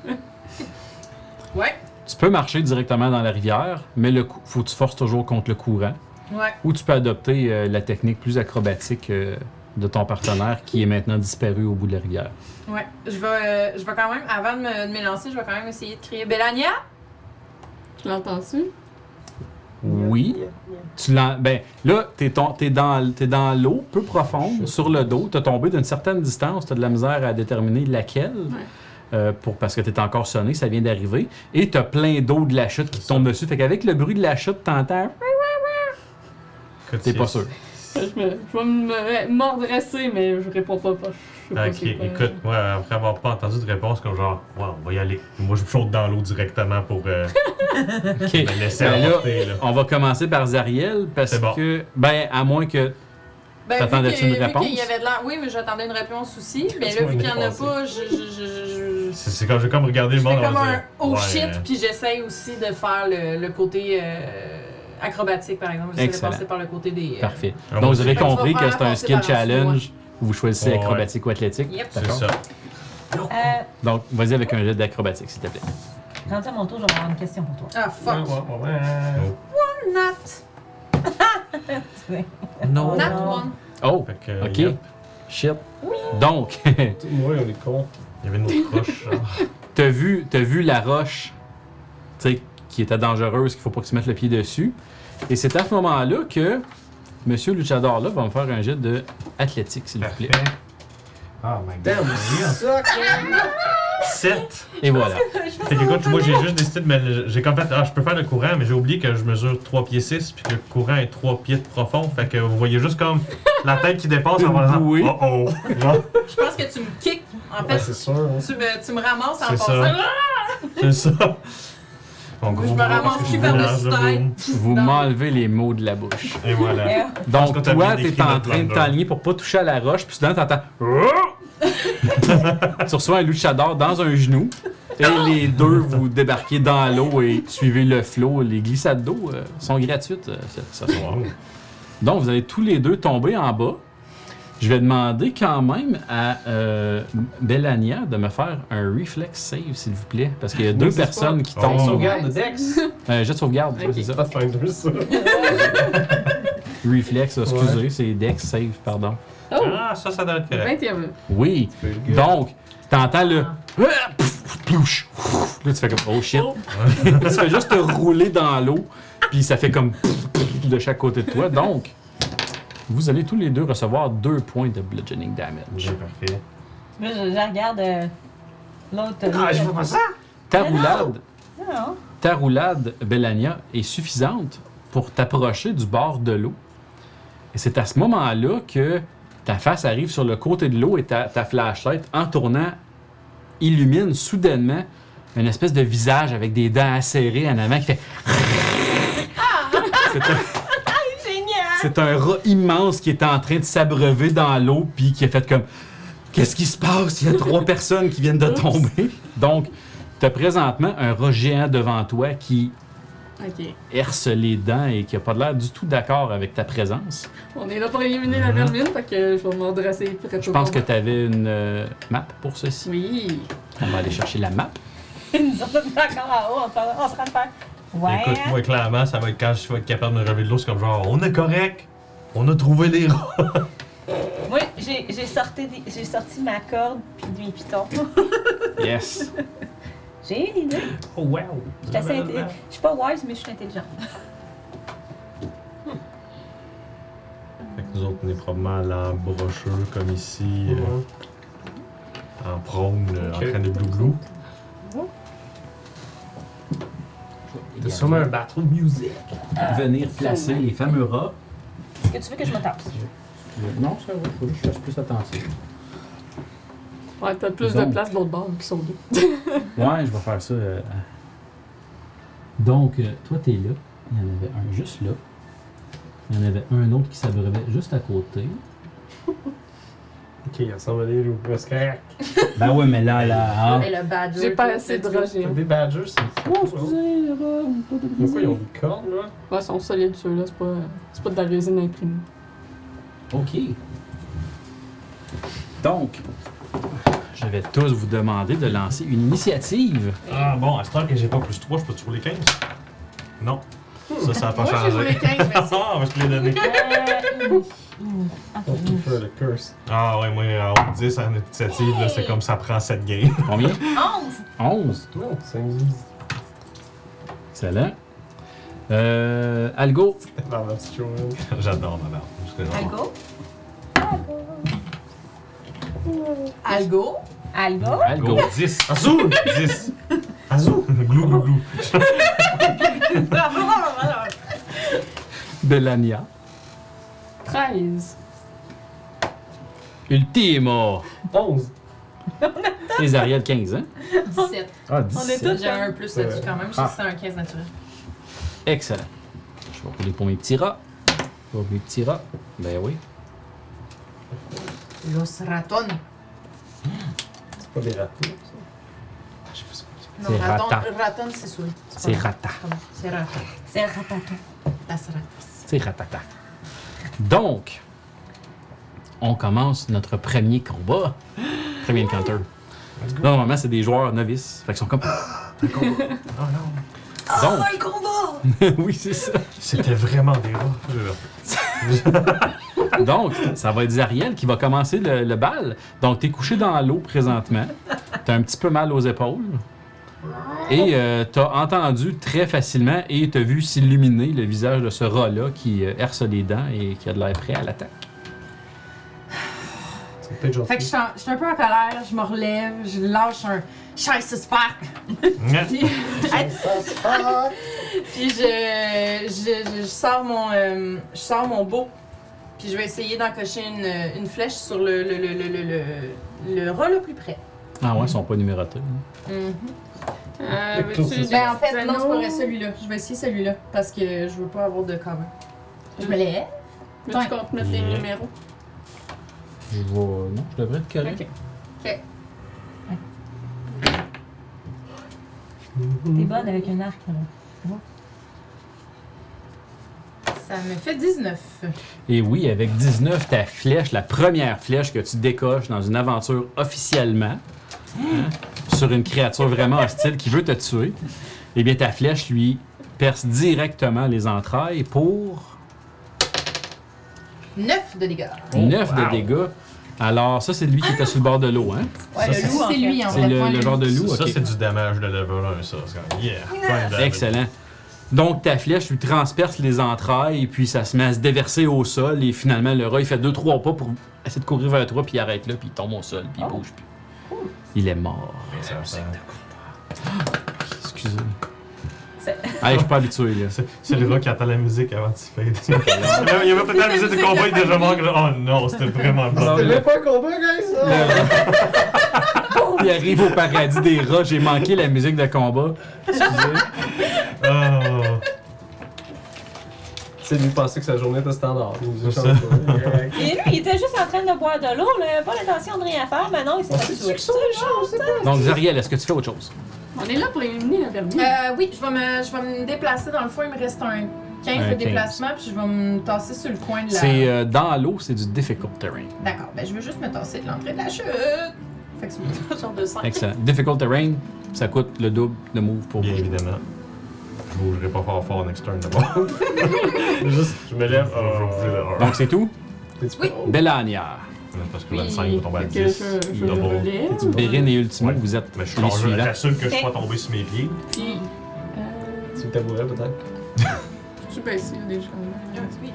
Ouais. Tu peux marcher directement dans la rivière, mais le cou- faut que tu forces toujours contre le courant. Ouais. Ou tu peux adopter euh, la technique plus acrobatique euh, de ton partenaire qui est maintenant disparu au bout de la rivière. Ouais. Je vais, euh, je vais quand même, avant de me, de m'élancer, je vais quand même essayer de crier Bellania. Tu l'entends-tu? Oui. Tu l'en... Ben, là, t'es, ton... t'es dans, t'es dans l'eau, peu profonde, sur le dos. T'as tombé d'une certaine distance. T'as de la misère à déterminer laquelle. Ouais. Euh, pour... Parce que t'es encore sonné, ça vient d'arriver. Et t'as plein d'eau de la chute qui te tombe dessus. Fait qu'avec le bruit de la chute, t'entends... Écoute, T'es c'est- pas sûr. Je, me, je vais me m'ordresser, mais je réponds pas. pas. Je sais pas Ok, c'est quoi. écoute, moi, après avoir pas entendu de réponse, comme genre, ouais, on va y aller. Moi, je me saute dans l'eau directement pour euh, OK. me laisser Ben là, emporter, là. on va commencer par Zariel parce C'est bon. que... Ben, à moins que... Ben, T'attendais-tu vu une que- réponse? Vu qu'il y avait de l'air... Oui, mais j'attendais une réponse aussi. Mais Tu là, vas vu qu'il y en a dépasser. pas, je... je, je, je, je... C'est c'est comme, j'ai comme regardé Je le fais monde, on comme va un dire, oh ouais, shit, euh, puis j'essaye aussi de faire le, le côté euh, acrobatique, par exemple. J'essaie de Excellent. passer par le côté des... euh, Parfait. Ah, Donc, moi vous avez aussi. compris On va que faire c'est un passer skill par en dessous, challenge où vous choisissez Ouais, ouais. acrobatique ou athlétique. Yep. C'est D'accord. ça. Euh, Donc, vas-y avec un jet d'acrobatique, s'il te plaît. rendu à mon tour, je vais avoir une question pour toi. Ah, Ouais, fuck. ouais, ouais. Nat. Non. Nat non. one. Oh, Fait que, OK. yep, Shit. Donc, Tout moi, on est cons. il y avait une autre roche, genre. t'as vu, t'as vu la roche, tu sais, qui était dangereuse, qu'il faut pas que tu mettes le pied dessus. Et c'est à ce moment-là que Monsieur Luchador là va me faire un jet de athlétique, s'il vous plaît. Parfait. Oh my god. Damn, ça, sept. Et voilà. Fait que, écoute, moi, j'ai juste décidé de me. J'ai comme fait, ah, je peux faire le courant, mais j'ai oublié que je mesure trois pieds six, puis que le courant est trois pieds de profond. Fait que vous voyez juste comme la tête qui dépasse en Une faisant. bouée. Oh oh. Genre, Je pense que tu me kicks. En Ouais, fait, c'est sûr. hein. tu, me, tu me ramasses en C'est passant. ça. c'est ça. Mon Je gros me bras, ramasse parce que plus je par-dessus mélange le tête. boom. Vous Non. m'enlevez les mots de la bouche. Et voilà. Yeah. Donc, qu'on t'a toi, bien t'es décrit en notre train de blunder. t'aligner pour pas toucher à la roche, puis soudain, t'entends... Tu reçois un luchador dans un genou, et les deux, vous débarquez dans l'eau et suivez le flot. Les glissades d'eau euh, sont gratuites euh, ce, ce soir. Donc, vous allez tous les deux tomber en bas. Je vais demander quand même à euh, Bellania de me faire un reflex save, s'il vous plaît, parce qu'il y a deux N'existe personnes pas. qui Oh. tombent. Sauvegarde de Dex. Euh, jet de sauvegarde, Ok. c'est ça. Pathfinder, ça. Reflex, excusez, c'est Dex save, pardon. Oh! Ah, ça, ça doit être correct. vingt et un. Oui. Donc, t'entends le. Plouche. Là, tu fais comme oh shit. Tu fais juste te rouler dans l'eau, puis ça fait comme de chaque côté de toi. Donc, vous allez tous les deux recevoir deux points de bludgeoning damage. Bien parfait. Là, je, je la regarde. euh, L'autre. Ah, je veux pas ça! Ta roulade, Non. ta roulade, Bellania, est suffisante pour t'approcher du bord de l'eau. Et c'est à ce moment-là que ta face arrive sur le côté de l'eau et ta, ta flashlight, en tournant, illumine soudainement une espèce de visage avec des dents acérées en avant qui fait... C'est un... C'est un rat immense qui est en train de s'abreuver dans l'eau puis qui a fait comme... Qu'est-ce qui se passe? Il y a trois personnes qui viennent de tomber. Donc, tu as présentement un rat géant devant toi qui Ok. herse les dents et qui a pas l'air du tout d'accord avec ta présence. On est là pour éliminer la vermine, fait que je vais me redresser près Je pense que tu avais une euh, map pour ceci. Oui. On va aller chercher la map. Nous sommes encore en haut, on se on se rend de faire. Ouais. Écoute, moi, clairement, ça va être quand je vais être capable de me relever de l'eau, c'est comme genre, on est correct, on a trouvé les rats. Moi, j'ai j'ai sorti, des- j'ai sorti ma corde puis mes pitons. Yes. J'ai une idée. Oh, wow! Je suis assez intelli- je suis pas wise, mais je suis intelligente. Fait que nous autres, on est probablement là en brocheux, comme ici, euh, en prône, euh, Ok. en train de blou-blou. T'as sûrement un bateau de musique. Venir placer les fameux rats. Est-ce que tu veux que je me tape? Non, ça va, faut que je fasse plus attention. Ouais, t'as plus Donc. de place de l'autre bord qui sont deux. Ouais, je vais faire ça. euh, Donc, euh, toi, t'es là. Il y en avait un juste là. Il y en avait un autre qui s'abreuvait juste à côté. Ok, il ressemble à des loups. C'est correct. Ben ouais, mais là, là. hein. Et le badger. J'ai pas assez de rats géants. Des badgers, c'est. Oh, excusez, les rats, pas de Pourquoi ils ont plaisir. des cornes, là? Ouais, ils sont solides ceux-là, c'est pas, c'est pas de la résine imprimée. OK. Donc, je vais tous vous demander de lancer une initiative. Ah bon, à ce temps que j'ai pas plus trois, je peux te rouler quinze? Non. Ça, ça a pas Moi, j'ai changé. roulé quinze, merci. Ah, je te l'ai donné. Euh, On peut faire le curse. Ah ouais, moi, en haut de dix en initiative, là, c'est comme ça prend sept games. Combien? onze! onze. Non, cinq dix. Excellent. Euh, Algo. Dans la petite chose. J'adore ma barbe. Parce que genre- Algo? Algo? Algo? Algo. Go, dix. Azul! dix. Azul! Glou, glou, glou. Belania. treize. Ultimo. onze. Les Ariel quinze, hein? dix-sept. Ah, On est dix-sept. J'ai un plus là-dessus quand même. J'ai Ah. c'est un quinze naturel. Excellent. Je vais rouler pour mes petits rats. Pour mes petits rats. Ben oui. Los raton. C'est pas des ratés, Non, C'est raton, rata. raton, c'est sûr. C'est pas- rata. Comment? C'est raton. C'est rataton. Das ratas. C'est ratata. Donc, on commence notre premier combat. Premier encounter. Là, normalement, c'est des joueurs novices. Fait qu'ils sont comme. Oh non. Donc, un combat! oui, c'est ça. C'était vraiment des rats. Donc, ça va être Zariel qui va commencer le, le bal. Donc, t'es couché dans l'eau présentement. T'as un petit peu mal aux épaules. Et euh, t'as entendu très facilement et t'as vu s'illuminer le visage de ce rat-là qui euh, herse les dents et qui a de l'air prêt à l'attaque. C'est peut-être gentil. Fait que je suis en- je suis un peu en colère, je me relève, je lâche un Scheiße Spark. Puis, puis je, je, je, je sors mon, euh, je sors mon beau. Puis je vais essayer d'encocher une, une flèche sur le, le, le, le, le, le, le rat le plus près. Ah ouais, ils sont pas numérotés. hein. Mhm. Euh, Le veux-tu close, des Ben en fait, petits non, c'est pas anneaux? vrai, celui-là. Je vais essayer celui-là parce que je veux pas avoir de cover. Je me lève. Veux-tu qu'on te mette les Yeah. numéros? Je vais... Non, je devrais être correct. Ok. Ok. T'es bonne avec un arc, là. Ça me fait dix-neuf. Et oui, avec dix-neuf, ta flèche, la première flèche que tu décoches dans une aventure officiellement, hein, sur une créature vraiment hostile qui veut te tuer, eh bien ta flèche lui perce directement les entrailles pour neuf de dégâts. neuf wow. de dégâts. Alors ça, c'est lui qui était sur le bord de l'eau, hein? Ouais, Ça, le loup, c'est- c'est lui en fait. C'est le, Ouais, le genre de loup, Ça, ok. c'est du damage de level un, ça. C'est comme, yeah. Prime damage. Excellent. Donc ta flèche lui transperce les entrailles et puis ça se met à se déverser au sol et finalement le rat il fait deux trois pas pour essayer de courir vers toi puis il arrête là puis il tombe au sol puis il Oh. bouge plus. Il est mort. Ça, ça- Excusez. C'est- Hey, je suis pas habitué, là. C'est c'est le gars qui attend la musique avant de s'y faire. Il y avait peut-être la musique de combat, il était déjà mort. que- Oh non, c'était vraiment pas. C'était même pas un combat, guys, ça! Il arrive au paradis des rats, j'ai manqué la musique de combat. Excusez. Oh. C'est lui penser que sa journée était standard. Il nous a C'est changé. Et lui, il était juste en train de boire de l'eau, là, il avait pas l'intention de rien faire, mais non, il s'est fait tuer. Donc, Zariel, est-ce que tu fais autre chose? On est là pour éliminer la vermine. Euh, oui, je vais, me, je vais me déplacer. Dans le fond, il me reste un quinze Un de quinze. déplacement, puis je vais me tasser sur le coin de la... C'est euh, dans l'eau, c'est du difficult terrain. D'accord, ben je veux juste me tasser de l'entrée de la chute. Fait que c'est genre de cinq. Excellent. Difficult terrain, ça coûte le double de move pour Bien bouger. évidemment. Je bougerai pas fort fort next turn d'abord. Juste, je me lève. Je vais bouger de un. Donc, c'est tout? T'es-tu Oui. pas- Belania. Parce que vingt-cinq va tomber à Fait que dix. je, je Double. me relève. Bérine et Ultimo, Ouais. vous êtes Mais je les suis suivants. j'assume que je suis pas tombé sur mes pieds. Puis, euh, Tu me tabourais peut-être? peux-tu baisser les gens? Oui.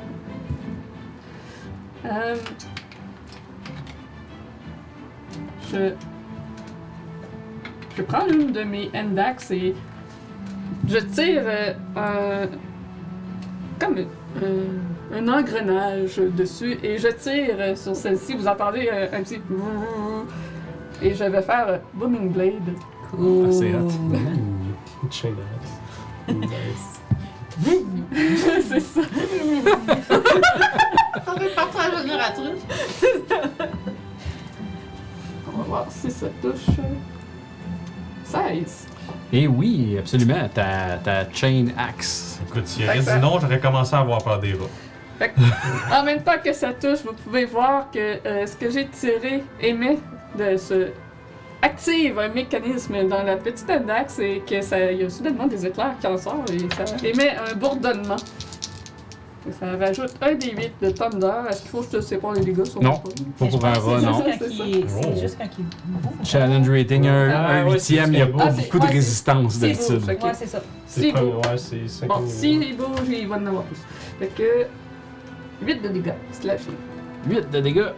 Euh, je, je prends l'une de mes Endax et je tire euh, un, comme un, un engrenage dessus et je tire euh, sur celle-ci. Vous entendez euh, un petit et je vais faire euh, Booming Blade. Ah, c'est hot. Une chaîne d'axe. Nice. C'est ça. On va partir à la génératrice. On va voir si ça touche. seize. Et oui, absolument, ta, ta chain axe. Écoute, s'il Fait aurait que ça- dit non, j'aurais commencé à avoir peur des rats. En même temps que ça touche, vous pouvez voir que euh, ce que j'ai tiré émet de ce active un mécanisme dans la petite index et que ça il y a soudainement des éclairs qui en sortent et ça émet un bourdonnement. Et ça rajoute un des huit de Thunder. Est-ce qu'il faut que je te sépare les dégâts sur Non. le pas? Pas Mais je pour un pense que rat, c'est non. juste quand il- Oh. C'est juste quand il bouge. Challenge rating, un, Ah, un ouais, huitième, il c'est n'y a beau. pas Ah, c'est- beaucoup de ouais, c'est- résistance c'est d'habitude. beau, fait Ouais, c'est ça. C'est Si pas. vous- Ouais, c'est cinq Bon, niveaux. s'il bouge, il va en avoir plus. Fait que huit de dégâts, slash. huit de dégâts.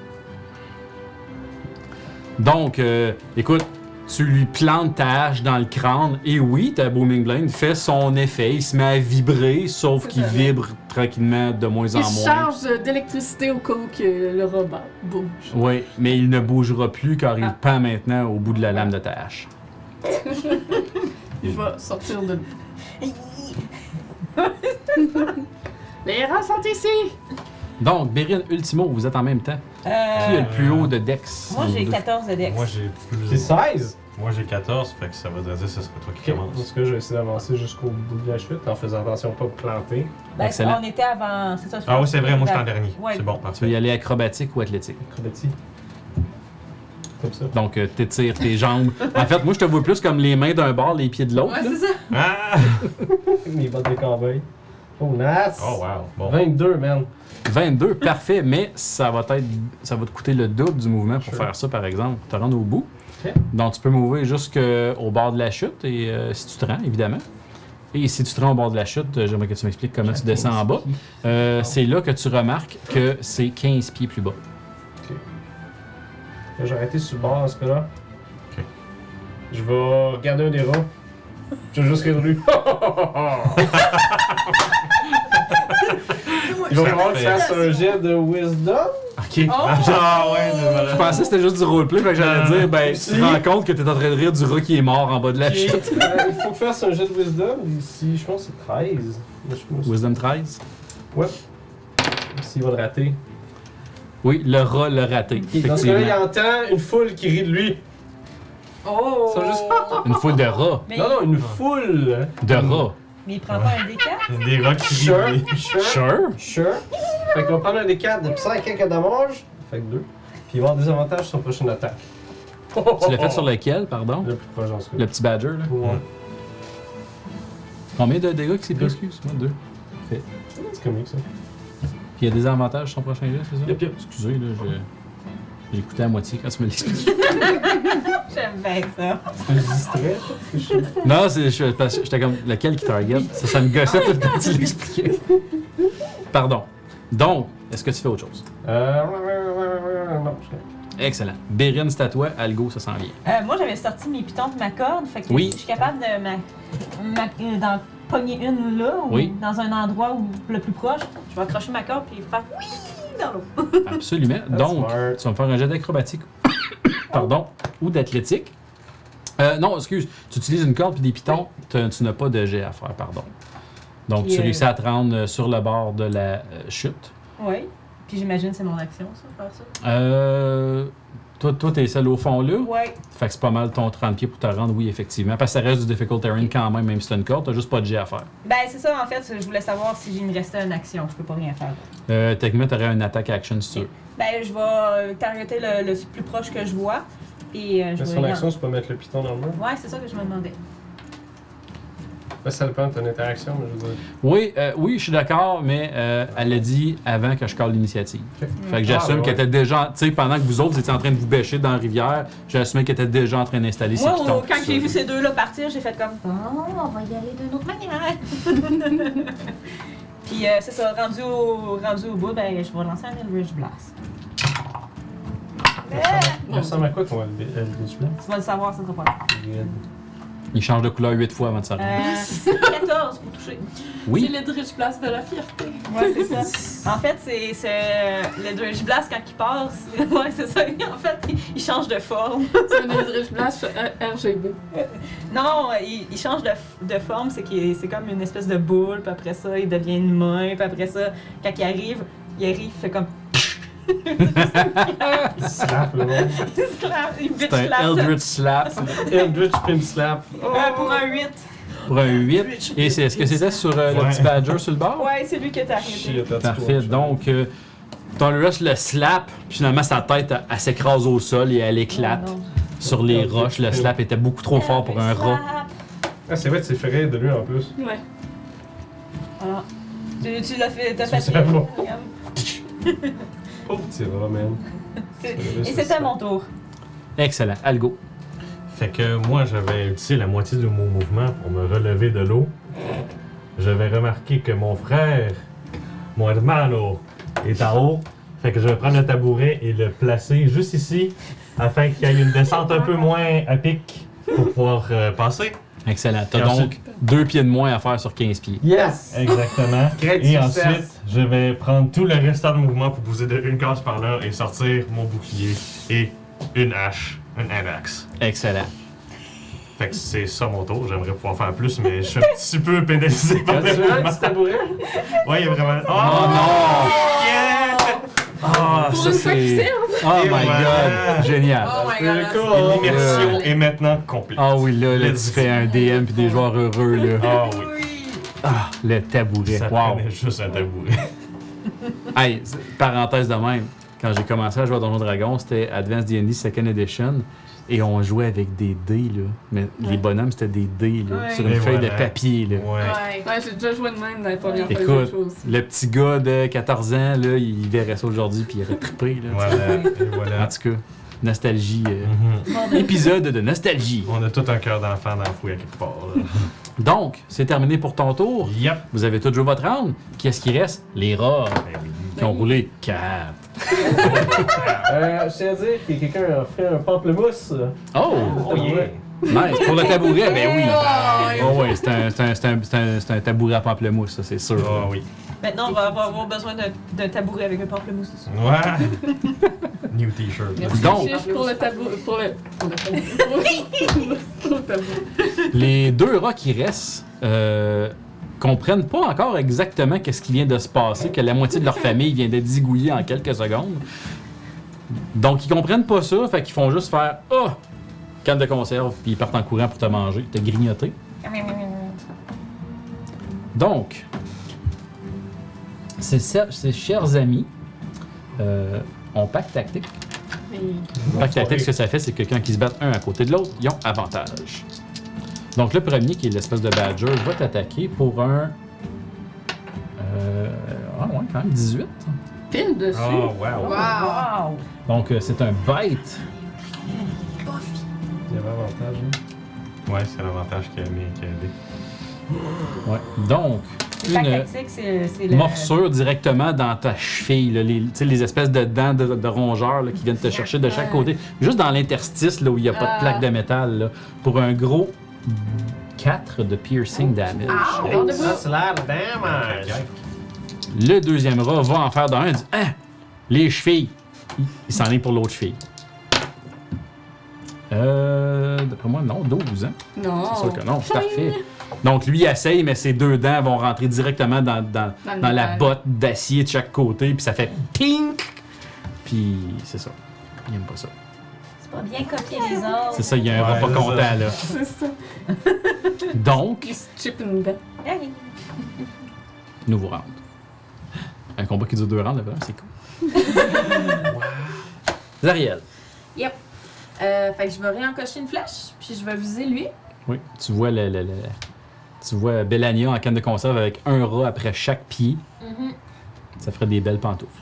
Donc, euh, écoute, tu lui plantes ta hache dans le crâne et oui, ta Booming Blade fait son effet. Il se met à vibrer, sauf C'est qu'il ça. vibre tranquillement de moins en Il se moins. charge d'électricité au cas où que le robot bouge. Oui, mais il ne bougera plus car il Ah. pend maintenant au bout de la lame de ta hache. Il va sortir de Les rats sont ici! Donc, Bérine, Ultimo, vous êtes en même temps. Qui a Euh, le plus haut de Dex? Moi, j'ai Vous deux. quatorze de dex. Moi j'ai C'est plus. seize? Moi j'ai quatorze, fait que ça voudrait dire que ce serait toi qui Ok, commence. parce que je vais essayer d'avancer jusqu'au bout de la chute en faisant attention à pas me planter. Ben, Excellent. on était avant. C'est ça, je Ah oui, pense c'est vrai, que moi je suis en la- dernier. Ouais. C'est bon, Tu veux parfait. y aller acrobatique ou athlétique? Acrobatie. Comme ça. Donc, euh, t'étires tes jambes. En fait, moi, je te vois plus comme les mains d'un bord, les pieds de l'autre. Ouais, là. c'est ça. Ah! Mes bottes de cowboy. Oh, nice! Oh wow, bon. vingt-deux, man. vingt-deux, parfait, mais ça va être, ça va te coûter le double du mouvement pour Sure. faire ça, par exemple, pour te rendre au bout. Ok. Donc, tu peux mouver jusqu'au bord de la chute, et euh, si tu te rends, évidemment. Et si tu te rends au bord de la chute, euh, j'aimerais que tu m'expliques comment tu descends en bas. Euh, c'est là que tu remarques que c'est quinze pieds plus bas. Là, j'ai arrêté sur le bord dans ce cas-là. Ok. Je vais regarder un des rats. Je vais juste rire de lui. Il va falloir que je fasse un jet de wisdom. Ok. Ah ouais, désolé. Je pensais que c'était juste du roleplay, fait que j'allais Ah. dire, ben, tu Si. te rends compte que t'es en train de rire du rat qui est mort en bas de la Ok. chute. Euh, il faut que je fasse un jet de wisdom. Ici, je pense que c'est treize. Là, je pense- Wisdom treize. Ouais. S'il va le rater. Oui, le rat l'a raté, Dans ce cas-là, il effectivement. entend une foule qui rit de lui. Oh! Ça juste- Une foule de rats. Mais, Non, non, une foule. De rats. mais il prend pas un D quatre? Des rats qui Sure, rient. sure, Sure. sure. Fait qu'on va prendre un des quatre de cinq quelques dommages. Fait que deux. Puis il va avoir des avantages sur son prochaine attaque. Tu l'as fait sur lequel, pardon? Le plus proche, en ce cas. Le petit badger, là. Ouais. Combien de dégâts que c'est Deux. plus? Excuse-moi, deux. C'est comique, ça. Puis il y a des avantages sur son prochain jet, c'est ça? Yep, yep. Excusez, là, je- j'ai écouté à moitié quand tu me l'expliquais. J'aime bien ça. Je suis distrait. parce que je suis- Non, c'est, je, parce que j'étais comme, lequel qui target? Ça, ça me gossait tout le temps que tu l'expliquais. Pardon. Donc, est-ce que tu fais autre chose? Euh. Non, je Excellent. Bérine, c'est à toi. Algo, ça s'en vient. Euh, moi, j'avais sorti mes pitons de ma corde, fait que Oui. je suis capable de ma, ma- euh, d'en pogner une là, ou Oui. dans un endroit où, le plus proche. Je vais accrocher ma corde puis faire oui dans l'eau. Absolument. That's Donc, smart. tu vas me faire un jet d'acrobatique. Pardon. Ou d'athlétique. Euh, non, excuse. Tu utilises une corde puis des pitons. Tu, tu n'as pas de jet à faire, pardon. Donc, Puis, tu euh, réussis à te rendre euh, sur le bord de la euh, chute. Oui. Puis j'imagine que c'est mon action, ça, faire ça. Euh, toi, toi, t'es celle au fond là. Ouais. Fait que c'est pas mal ton trente pieds pour te rendre, oui, effectivement. Parce que ça reste du difficult terrain quand même, même si t'as une corde, t'as juste pas de jet à faire. Ben, c'est ça, en fait, je voulais savoir si il me restait une action. Je peux pas rien faire. Euh, techniquement, t'aurais une attaque action si tu veux. Ben, je vais euh, targeter le, le plus proche que je vois. Et euh, je Mais vais. son action, c'est pas mettre le piton dans le mur. Ouais, c'est ça que je me demandais. Ben, ça dépend de ton interaction, mais je veux dire. Oui, euh, oui, je suis d'accord, mais euh, elle a dit avant que je colle l'initiative. Ok. Fait que j'assume Ah, ouais, qu'elle était déjà, tu sais, pendant que vous autres étiez en train de vous bêcher dans la rivière, j'ai assumé qu'elle était déjà en train d'installer ses Moi, pitons. au- quand tout j'ai ça. vu ces deux-là partir, j'ai fait comme. Oh, on va y aller d'une autre manière. Puis euh, c'est ça, rendu au, rendu au bout, ben, je vais lancer un Eldritch Blast. Ça ressemble à quoi ton Eldritch Blast? Tu vas le savoir, ça sera pas là. Il change de couleur huit fois avant de s'arrêter. Euh, quatorze pour toucher. C'est Oui, l'Edrich Place de la fierté. Ouais, c'est ça. En fait, c'est, c'est l'Eldritch Blast quand il part. c'est- Ouais, c'est ça. En fait, il, il change de forme. C'est un Eldritch Blast R G B. Non, il, il change de, f- de forme, c'est qu'il est- c'est comme une espèce de boule, puis après ça, il devient une main, puis après ça, quand il arrive, il arrive, il fait comme. Slap, le monde. il slap, il bitch c'est un slap. Eldritch Slap Eldritch Pimp Slap. Euh, pour un huit. pour un huit. Et c'est, est-ce que c'était sur euh, le Ouais. petit badger sur le bord? Ouais, c'est lui qui est arrêté. Shit, that's Parfait. cool. Donc, euh, ton rush le slap, puis finalement sa tête elle, elle s'écrase au sol et elle éclate Oh, non. sur les roches. Le slap était beaucoup trop fort pour un rat. Ah, c'est vrai, tu t'es fait rire de lui en plus. Ouais. Voilà. Tu, tu l'as fait, t'as Tu fait. sais pas. Regarde. Pauvre petit rat, man. C'est- Et c'était mon tour. Excellent. Algo. Fait que moi, je vais utiliser la moitié de mon mouvement pour me relever de l'eau. Je vais remarquer que mon frère, mon hermano, est en haut. Fait que je vais prendre le tabouret et le placer juste ici, afin qu'il y ait une descente un peu moins à pic pour pouvoir euh, passer. Excellent. T'as Et donc ensuite- deux pieds de moins à faire sur quinze pieds. Yes! Exactement. Great Et success. ensuite, je vais prendre tout le restant de mouvement pour poser de une case par là et sortir mon bouclier et une hache, une hand axe. Excellent. Fait que c'est ça mon tour. J'aimerais pouvoir faire plus, mais je suis un petit peu pénalisé par le As-tu un mouvement. petit tabouret? Ouais, il y a vraiment. Oh non! Yeah! Ah, Pour ça une fois qu'il c'est. serve. Oh Et my voilà. god! Génial. Oh my That's god. pretty that's- cool. L'immersion est maintenant complète. Ah oui, là, là, Let's tu fais un D M puis des joueurs heureux, là. Ah oui. Ah, le tabouret. Ça Wow. prenait juste un tabouret. Hey, c'est- parenthèse de même, quand j'ai commencé à jouer à Donjons Dragons, c'était Advanced D and D Second Edition. Et on jouait avec des dés, là. Mais les bonhommes, c'était des dés, là. Ouais. Sur une Et feuille voilà. de papier, là. Ouais. Ouais. Ouais, j'ai déjà joué de même dans les premières fois que Écoute, j'ai joué aussi. le petit gars de quatorze ans, là, il verrait ça aujourd'hui puis il aurait trippé, là. Voilà. Et En voilà. tout cas, nostalgie. euh, Mhm. Épisode de nostalgie. On a tout un cœur d'enfant dans la fouille à quelque part. là. Donc, c'est terminé pour ton tour. Yep. Vous avez tous joué votre round. Qu'est-ce qui reste? Les rats Ben oui. qui ont roulé quatre. Euh, je tiens à dire que quelqu'un a fait un pamplemousse. Oh! Oh yeah. Nice! Pour le tabouret, ben oui! Oh, Oh oui, c'est un, c'est un, c'est un, c'est un, c'est un tabouret à pamplemousse, ça, c'est sûr. Ah oui. Maintenant, on va avoir avoir besoin d'un, d'un tabouret avec un pamplemousse dessus. Ouais. New t-shirt. Merci Donc- Chiche, pour le tabou. Pour le. Pour le tabou. Pour le tabou. Les deux rats qui restent euh, comprennent pas encore exactement qu'est-ce qui vient de se passer, que la moitié de leur famille vient d'être zigouillée en quelques secondes. Donc, ils comprennent pas ça, fait qu'ils font juste faire « Ah! » Canne de conserve, puis ils partent en courant pour te manger, te grignoter. Donc, ces, cer- ces chers amis euh, ont pacte tactique. Pacte tactique, ce que ça fait, c'est que quand ils se battent un à côté de l'autre, ils ont avantage. Donc, le premier, qui est l'espèce de badger, va t'attaquer pour un... Euh, ah ouais, quand même, dix-huit. Pile dessus. Oh wow. Wow. Wow! Donc, euh, c'est un bite. Il y avait avantage. Hein? Ouais, c'est l'avantage qu'il y a mis qui a aidé. Ouais. Donc, Les packs Une- tactiques, c'est c'est le. Morsure directement dans ta cheville, là, les, tu sais, les espèces de dents de, de rongeurs là, qui viennent te chercher de chaque côté. Juste dans l'interstice là, où il n'y a pas de Ah. plaque de métal. Là, pour un gros quatre de piercing damage. Ah, Hey, on ça, c'est l'air damage. Le deuxième rat va en faire dans un et dit hein, les chevilles. Il, il s'enligne pour l'autre cheville. Euh. D'après moi, non, douze, hein? Non. C'est sûr que non, c'est parfait. Donc lui il essaye, mais ses deux dents vont rentrer directement dans, dans, Dans le dans la métal. botte d'acier de chaque côté, puis ça fait tink! Puis c'est ça. Il aime pas ça. C'est pas bien copier les autres. C'est ça, il y a un Ouais, rat pas c'est content ça. là. C'est ça. Donc, Il se chip une dent. Hey. nouveau round. Un combat qui dure deux rounds, là, c'est cool. Zariel. Yep. Euh, fait que je vais réencocher une flèche, puis je vais viser lui. Oui, tu vois le, le- le- tu vois Bellania en canne de conserve avec un rat après chaque pied. Mhm. Ça ferait des belles pantoufles.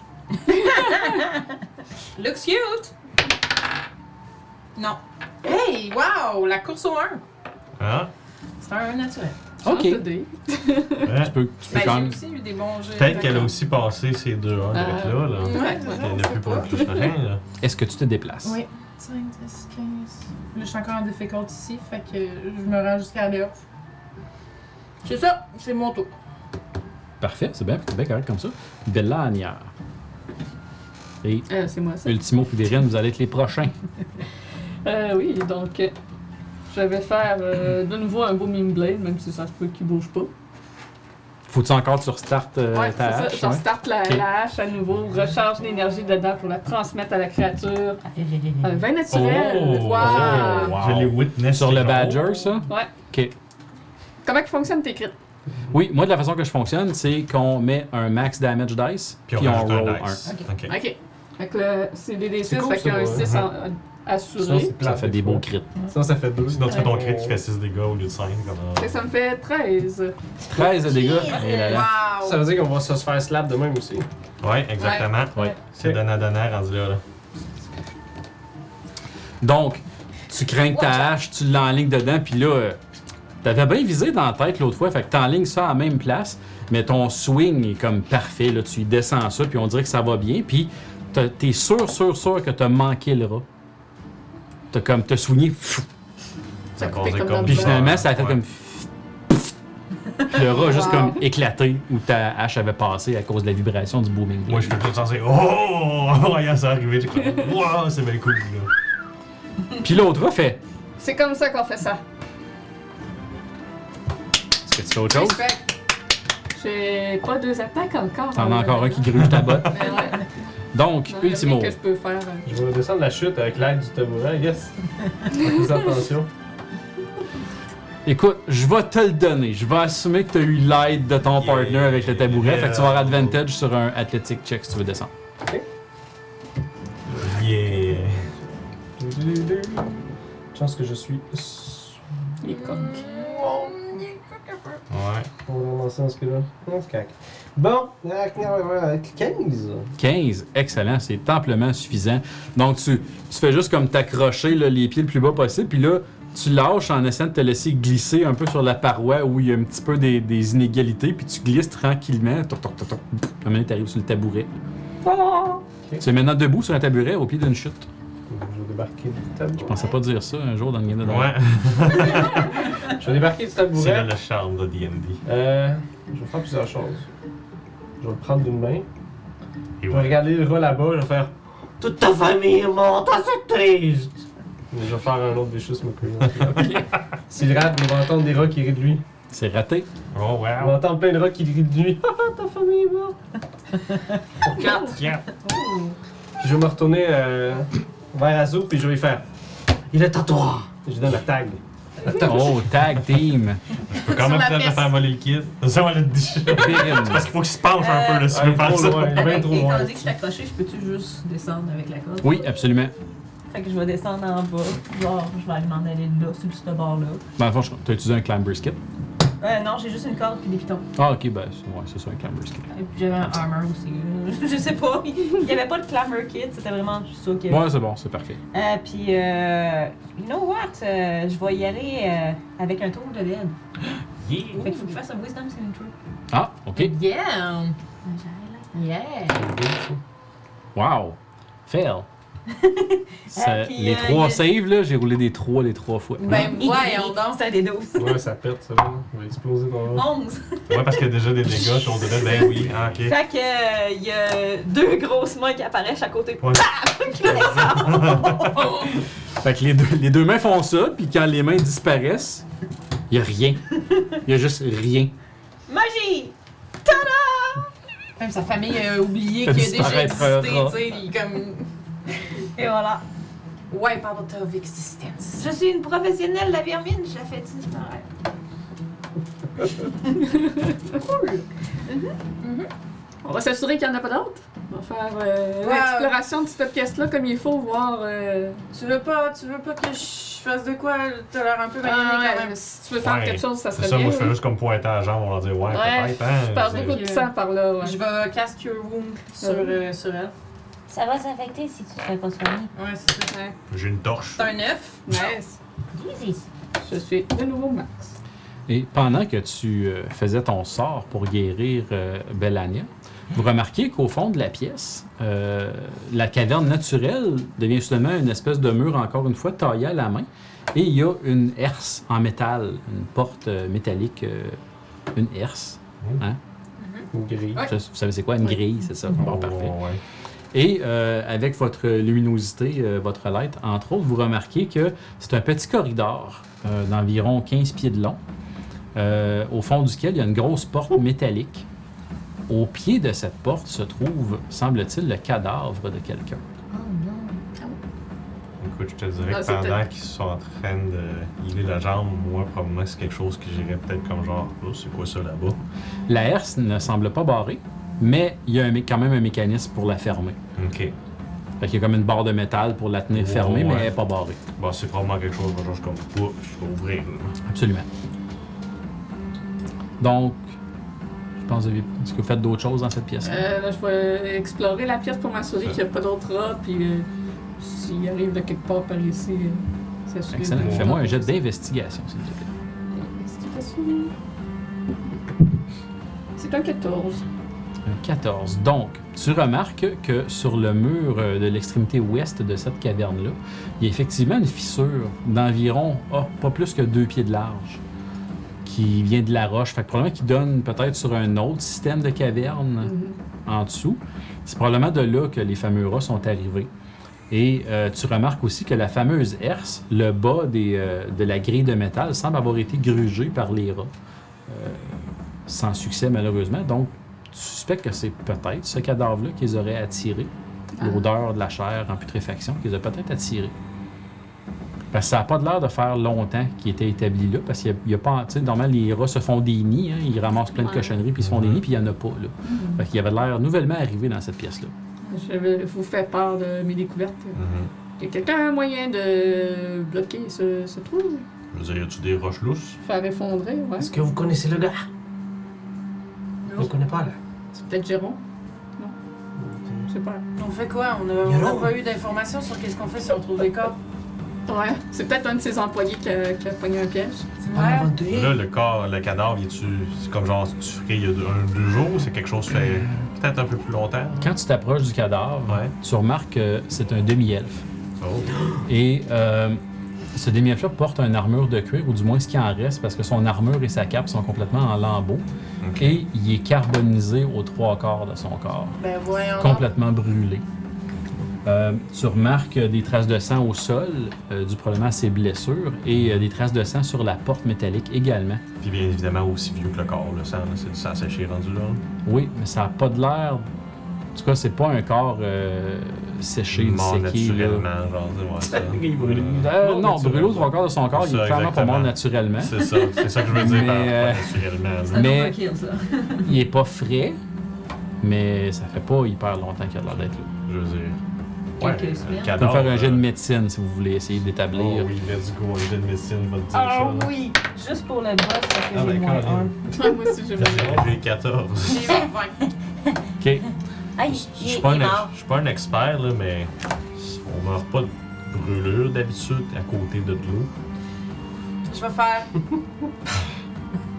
Looks cute! Non. Hey, wow! La course au un. Ah, C'est un naturel. Ok. Change de dé. Tu ouais. peux, tu peux Ben, quand j'ai même. aussi eu des bons jeux. Peut-être qu'elle a aussi passé ces deux un avec Euh, là. là. Ouais, Elle n'a plus pour le plus rien. Là. Est-ce que tu te déplaces? Oui. cinq, dix, quinze. Là, je suis encore en difficult ici, fait que je me rends jusqu'à l'heure. C'est ça, c'est mon tour. Parfait, c'est bien, c'est bien correct comme ça. Bellania. Et Euh, c'est moi ça. Ultimo Poudérine, vous allez être les prochains. Euh, oui, donc euh, je vais faire euh, de nouveau un Booming Blade, même si ça se peut qu'il bouge pas. Faut-tu encore que tu restartes euh, Ouais, c'est ta ça. hache? Je ouais? starte la, Ok. la hache à nouveau, recharge l'énergie dedans pour la transmettre à la créature. Euh, Un vin naturel. Oh! Wow. Wow. Je l'ai witness. Sur le genre. Badger, ça? Ouais. Ok. Comment il fonctionne tes crits? Oui, moi, de la façon que je fonctionne, c'est qu'on met un max damage dice, Puis puis on, on, rajoute roll un un. dice. Ok. Ok. Fait que le- c'est des D six, C'est cool, fait qu'il y a un ça, six ouais. en- Sinon, assuré. c'est Ça plate, fait des des beaux fois. crits. Sinon, ça fait deux. Sinon, tu fais ton crit qui fait six dégâts au lieu de cinq. Comme Fait que ça me fait treize. treize de dégâts. Et là, là. Wow! Ça veut dire qu'on va se faire slap de même aussi. Ouais, exactement. Ouais. C'est donnant-donnant rendu là. là. Donc, tu crains ta hache, tu l'enlignes dedans, puis là, euh, t'avais bien visé dans la tête l'autre fois, fait que t'enlignes ça à la même place, mais ton swing est comme parfait, là, tu y descends ça, puis on dirait que ça va bien, puis t'as- t'es sûr, sûr, sûr que t'as manqué le rat. T'as comme, t'as swingé, pfff, Ça a coupé causé comme comme dans puis le finalement, ça a fait Ouais. comme pfff, pfff. Puis le rat a juste Wow. comme éclaté où ta hache avait passé à cause de la vibration du booming blade. Moi, je fais tout le temps, c'est oh! Voyant ça arriver, j'ai comme wow, c'est bien cool. Là. Puis l'autre rat fait, C'est comme ça qu'on fait ça. est-ce que tu fais autre chose? Respect. J'ai pas deux attaques encore. T'en as euh, encore un qui gruge ta botte. Mais ouais. Donc, Non, y a Ultimo. rien que je peux faire. euh. Je vais descendre la chute avec l'aide du tabouret, yes. Fais attention. Écoute, je vais te le donner. Je vais assumer que tu as eu l'aide de ton Yeah. partner avec le tabouret. Fait que tu vas avoir Yeah. advantage sur un athletic check si tu veux descendre. Yeah! Chance que je suis. Il est coq. Ouais. On va lancer dans ce cas-là. Non, c'est cac. Bon, euh, quinze. quinze, excellent, c'est amplement suffisant. Donc tu, tu fais juste comme t'accrocher là, les pieds le plus bas possible, puis là, tu lâches en essayant de te laisser glisser un peu sur la paroi où il y a un petit peu des, des inégalités, puis tu glisses tranquillement. Toc, toc, toc, toc. À un moment donné, t'arrives sur le tabouret. Tu es maintenant debout sur un tabouret au pied d'une chute. Je vais débarquer du tabouret. Je pensais pas dire ça un jour dans le game de Donjon. Ouais. Je vais débarquer du C'est là tabouret. le charme de D and D. Euh, je vais faire plusieurs choses. Je vais le prendre d'une main. Et Je vais ouais. regarder le rat là-bas, je vais faire toute ta famille est morte, ah, c'est triste. Mais je vais faire un autre des choses, me couille. S'il rate, il va entendre des rats qui rient de lui. C'est raté. Oh Il va wow! entendre plein de rats qui rient de lui. Ah, ta famille est morte. Pour quatre. Puis je vais me retourner euh, vers Azou, puis je vais lui faire il est à toi. Et je lui donne la tag. Oh, tag team. Je peux quand Sur même la peut-être me piste. faire voler le kit. Ça va le dire. Périne. Parce qu'il faut qu'il se penche un peu là, si Ah, tu il veux est faire trop ça. loin, il est bien trop Étant loin. donné que je suis accroché, je peux-tu juste descendre avec la corde? Oui, absolument. Fait que je vais descendre en bas. Genre, je vais aller m'en aller là, sur ce bord-là. Dans le fond, tu as utilisé un climber's kit. Euh, non, j'ai juste une corde puis des pitons. Ah, ok, ben, c'est- ouais, c'est ça, un climber's kit. Et puis j'avais un armor aussi. Je sais pas. Il y avait pas de clamor kit, c'était vraiment juste ça qu'il y avait. Ouais, c'est bon, c'est parfait. Euh, puis, euh, you know what? Euh, je vais y aller euh, avec un tour de l'aide. Yeah! Fait qu'il faut qu'il fasse un wisdom saving throw. Ah, ok. Yeah! Yeah! Wow. Fail. Ça- Ah, puis, les euh, trois il y a- saves, là, j'ai roulé des trois les trois fois. Ben voyons donc! C'est un des douze. Ouais, ça pète, ça, là. Il va exploser ton rang. onze. Ouais, parce qu'il y a déjà des dégâts, ton dedans, ben oui, ah, ok. Fait que, euh, il y a deux grosses mains qui apparaissent à côté. Ouais. Fait que les deux, les deux mains font ça, puis quand les mains disparaissent, il y a rien. Il y a juste rien. Magie! Même sa famille a oublié Fait qu'il a déjà disparaître un existé, rat. tu sais, il est comme... Et voilà. Wipe out of existence. Je suis une professionnelle de la vermine, je la fais disparaître. On va s'assurer qu'il n'y en a pas d'autres. On va faire euh, Ouais. l'exploration de cette pièce-là comme il faut, voir... Euh... Tu veux pas, tu veux pas que je fasse de quoi? T'as l'air un peu magané ah, quand ouais, même. si tu veux faire Ouais. quelque chose, ça C'est serait ça, bien. moi je fais oui. juste comme pointer à la jambe, on va dire ouais, Ouais, peut-être, hein. Je perds c'est- beaucoup de sang par là, ouais. Je vais cast Cure Wound sur, euh, sur elle. Ça va s'affecter si tu te fais pas soigner. Ouais, c'est ça. Ouais. J'ai une torche. C'est un neuf. Nice. Easy. Je suis de nouveau max. Et pendant que tu euh, faisais ton sort pour guérir euh, Bellania, vous remarquez qu'au fond de la pièce, euh, la caverne naturelle devient soudainement une espèce de mur, encore une fois, taillé à la main. Et il y a une herse en métal, une porte euh, métallique, euh, une herse. Hein? Une grille. Ouais. Je- Vous savez c'est quoi? Une Oui. grille, c'est ça. Bon, Oh, parfait. ouais. Et euh, avec votre luminosité, euh, votre light, entre autres, vous remarquez que c'est un petit corridor euh, d'environ quinze pieds de long, euh, au fond duquel il y a une grosse porte métallique. Au pied de cette porte se trouve, semble-t-il, le cadavre de quelqu'un. Oh non. Écoute, je te dirais Ah, que c'est pendant peut-être- qu'ils sont en train de healer la jambe, moi, probablement, c'est quelque chose que j'irais peut-être comme genre, oh, c'est quoi ça là-bas? La herse ne semble pas barrée, mais il y a un mé- quand même un mécanisme pour la fermer. Ok. Fait qu'il y a comme une barre de métal pour la tenir Ouais, fermée, mais ouais. elle n'est pas barrée. Bon, c'est probablement quelque chose, genre, je comme, oh, je vais ouvrir. là. Absolument. Donc, je pense que vous avez- est-ce que vous faites d'autres choses dans cette pièce? Euh, là, je vais explorer la pièce pour m'assurer qu'il n'y a pas d'autres rats, puis euh, s'il arrive de quelque part par ici, euh, s'assurer. Excellent. de- Fais-moi un jet d'investigation, s'il te plaît. Investigation. C'est un quatorze. Un quatorze. Donc, tu remarques que sur le mur euh, de l'extrémité ouest de cette caverne-là, il y a effectivement une fissure d'environ, ah, pas plus que deux pieds de large, qui vient de la roche. Fait que probablement qui donne peut-être sur un autre système de caverne Mhm. en dessous. C'est probablement de là que les fameux rats sont arrivés. Et euh, tu remarques aussi que la fameuse herse, le bas des, euh, de la grille de métal, semble avoir été grugé par les rats. Euh, sans succès, malheureusement. Donc, tu suspectes que c'est peut-être ce cadavre-là qui les aurait attirés. Ah. L'odeur de la chair en putréfaction qui les a peut-être attirés. Parce que ça n'a pas l'air de faire longtemps qu'il était établi là, parce qu'il n'y a, a pas... Tu sais, normalement, les rats se font des nids, hein, ils ramassent plein de Ouais. cochonneries, puis ils se font des nids, puis il n'y en a pas, là. Mhm. Fait qu'il avait l'air nouvellement arrivé dans cette pièce-là. Je vais vous faire part de mes découvertes. Mhm. Y a quelqu'un un moyen de bloquer ce, ce trou? Je veux dire, y a-tu des roches lousses? Faire effondrer, ouais. Est-ce que vous connaissez le gars? Je ne connais pas, là. C'est peut-être Jérôme? Non? Je sais pas. On fait quoi? On a, on Yellow. a pas eu d'informations sur qu'est-ce qu'on fait si on trouve des corps. Ouais. C'est peut-être un de ses employés qui a, qui a pogné un piège. C'est pas un Ouais. aventurier? Là, le corps, le cadavre, il est-tu. C'est comme genre, tu ferais il y a deux, un, deux jours, c'est quelque chose qui fait peut-être un peu plus longtemps? Quand tu t'approches du cadavre, Ouais. tu remarques que c'est un demi-elfe. Oh. Et euh, ce demi-elfe-là porte une armure de cuir, ou du moins ce qui en reste, parce que son armure et sa cape sont complètement en lambeaux. Ok. Et il est carbonisé aux trois quarts de son corps, Ben voyons. donc. complètement brûlé. Euh, tu remarques des traces de sang au sol, euh, dû probablement à ses blessures, et euh, des traces de sang sur la porte métallique également. Puis bien évidemment aussi vieux que le corps, le sang, là, c'est du sang séché rendu là. Oui, mais ça n'a pas de l'air. En tout cas, c'est pas un corps euh, séché, Mort disséqué. là. naturellement, genre, ouais, ça. Il brûle. Euh, Mort non, naturellement. brûlé aux trois quarts de son corps, il est Ça, clairement pas mort exactement. naturellement. C'est ça, c'est ça que je veux dire par Mais, euh, pas naturellement. là. C'est un Mais- overkill, ça. Il est pas frais, mais ça fait pas hyper longtemps qu'il a l'air d'être là. Je veux dire. Quelques Ouais, semaines. un On peut cadavre, faire un jet de euh, médecine si vous voulez essayer d'établir. Oh oui, let's go, un jet de médecine va te dire Ah ça. là. oui! Juste pour le boss, parce que Ah, j'ai ben, moins Colin. un. Moi aussi, j'ai J'ai quatorze. J'ai eu vingt. Ok. Ah, il, Je il, suis il pas, est un mort. ex- je suis pas un expert, là, mais on meurt pas de brûlure d'habitude à côté de de l'eau. Je vais faire.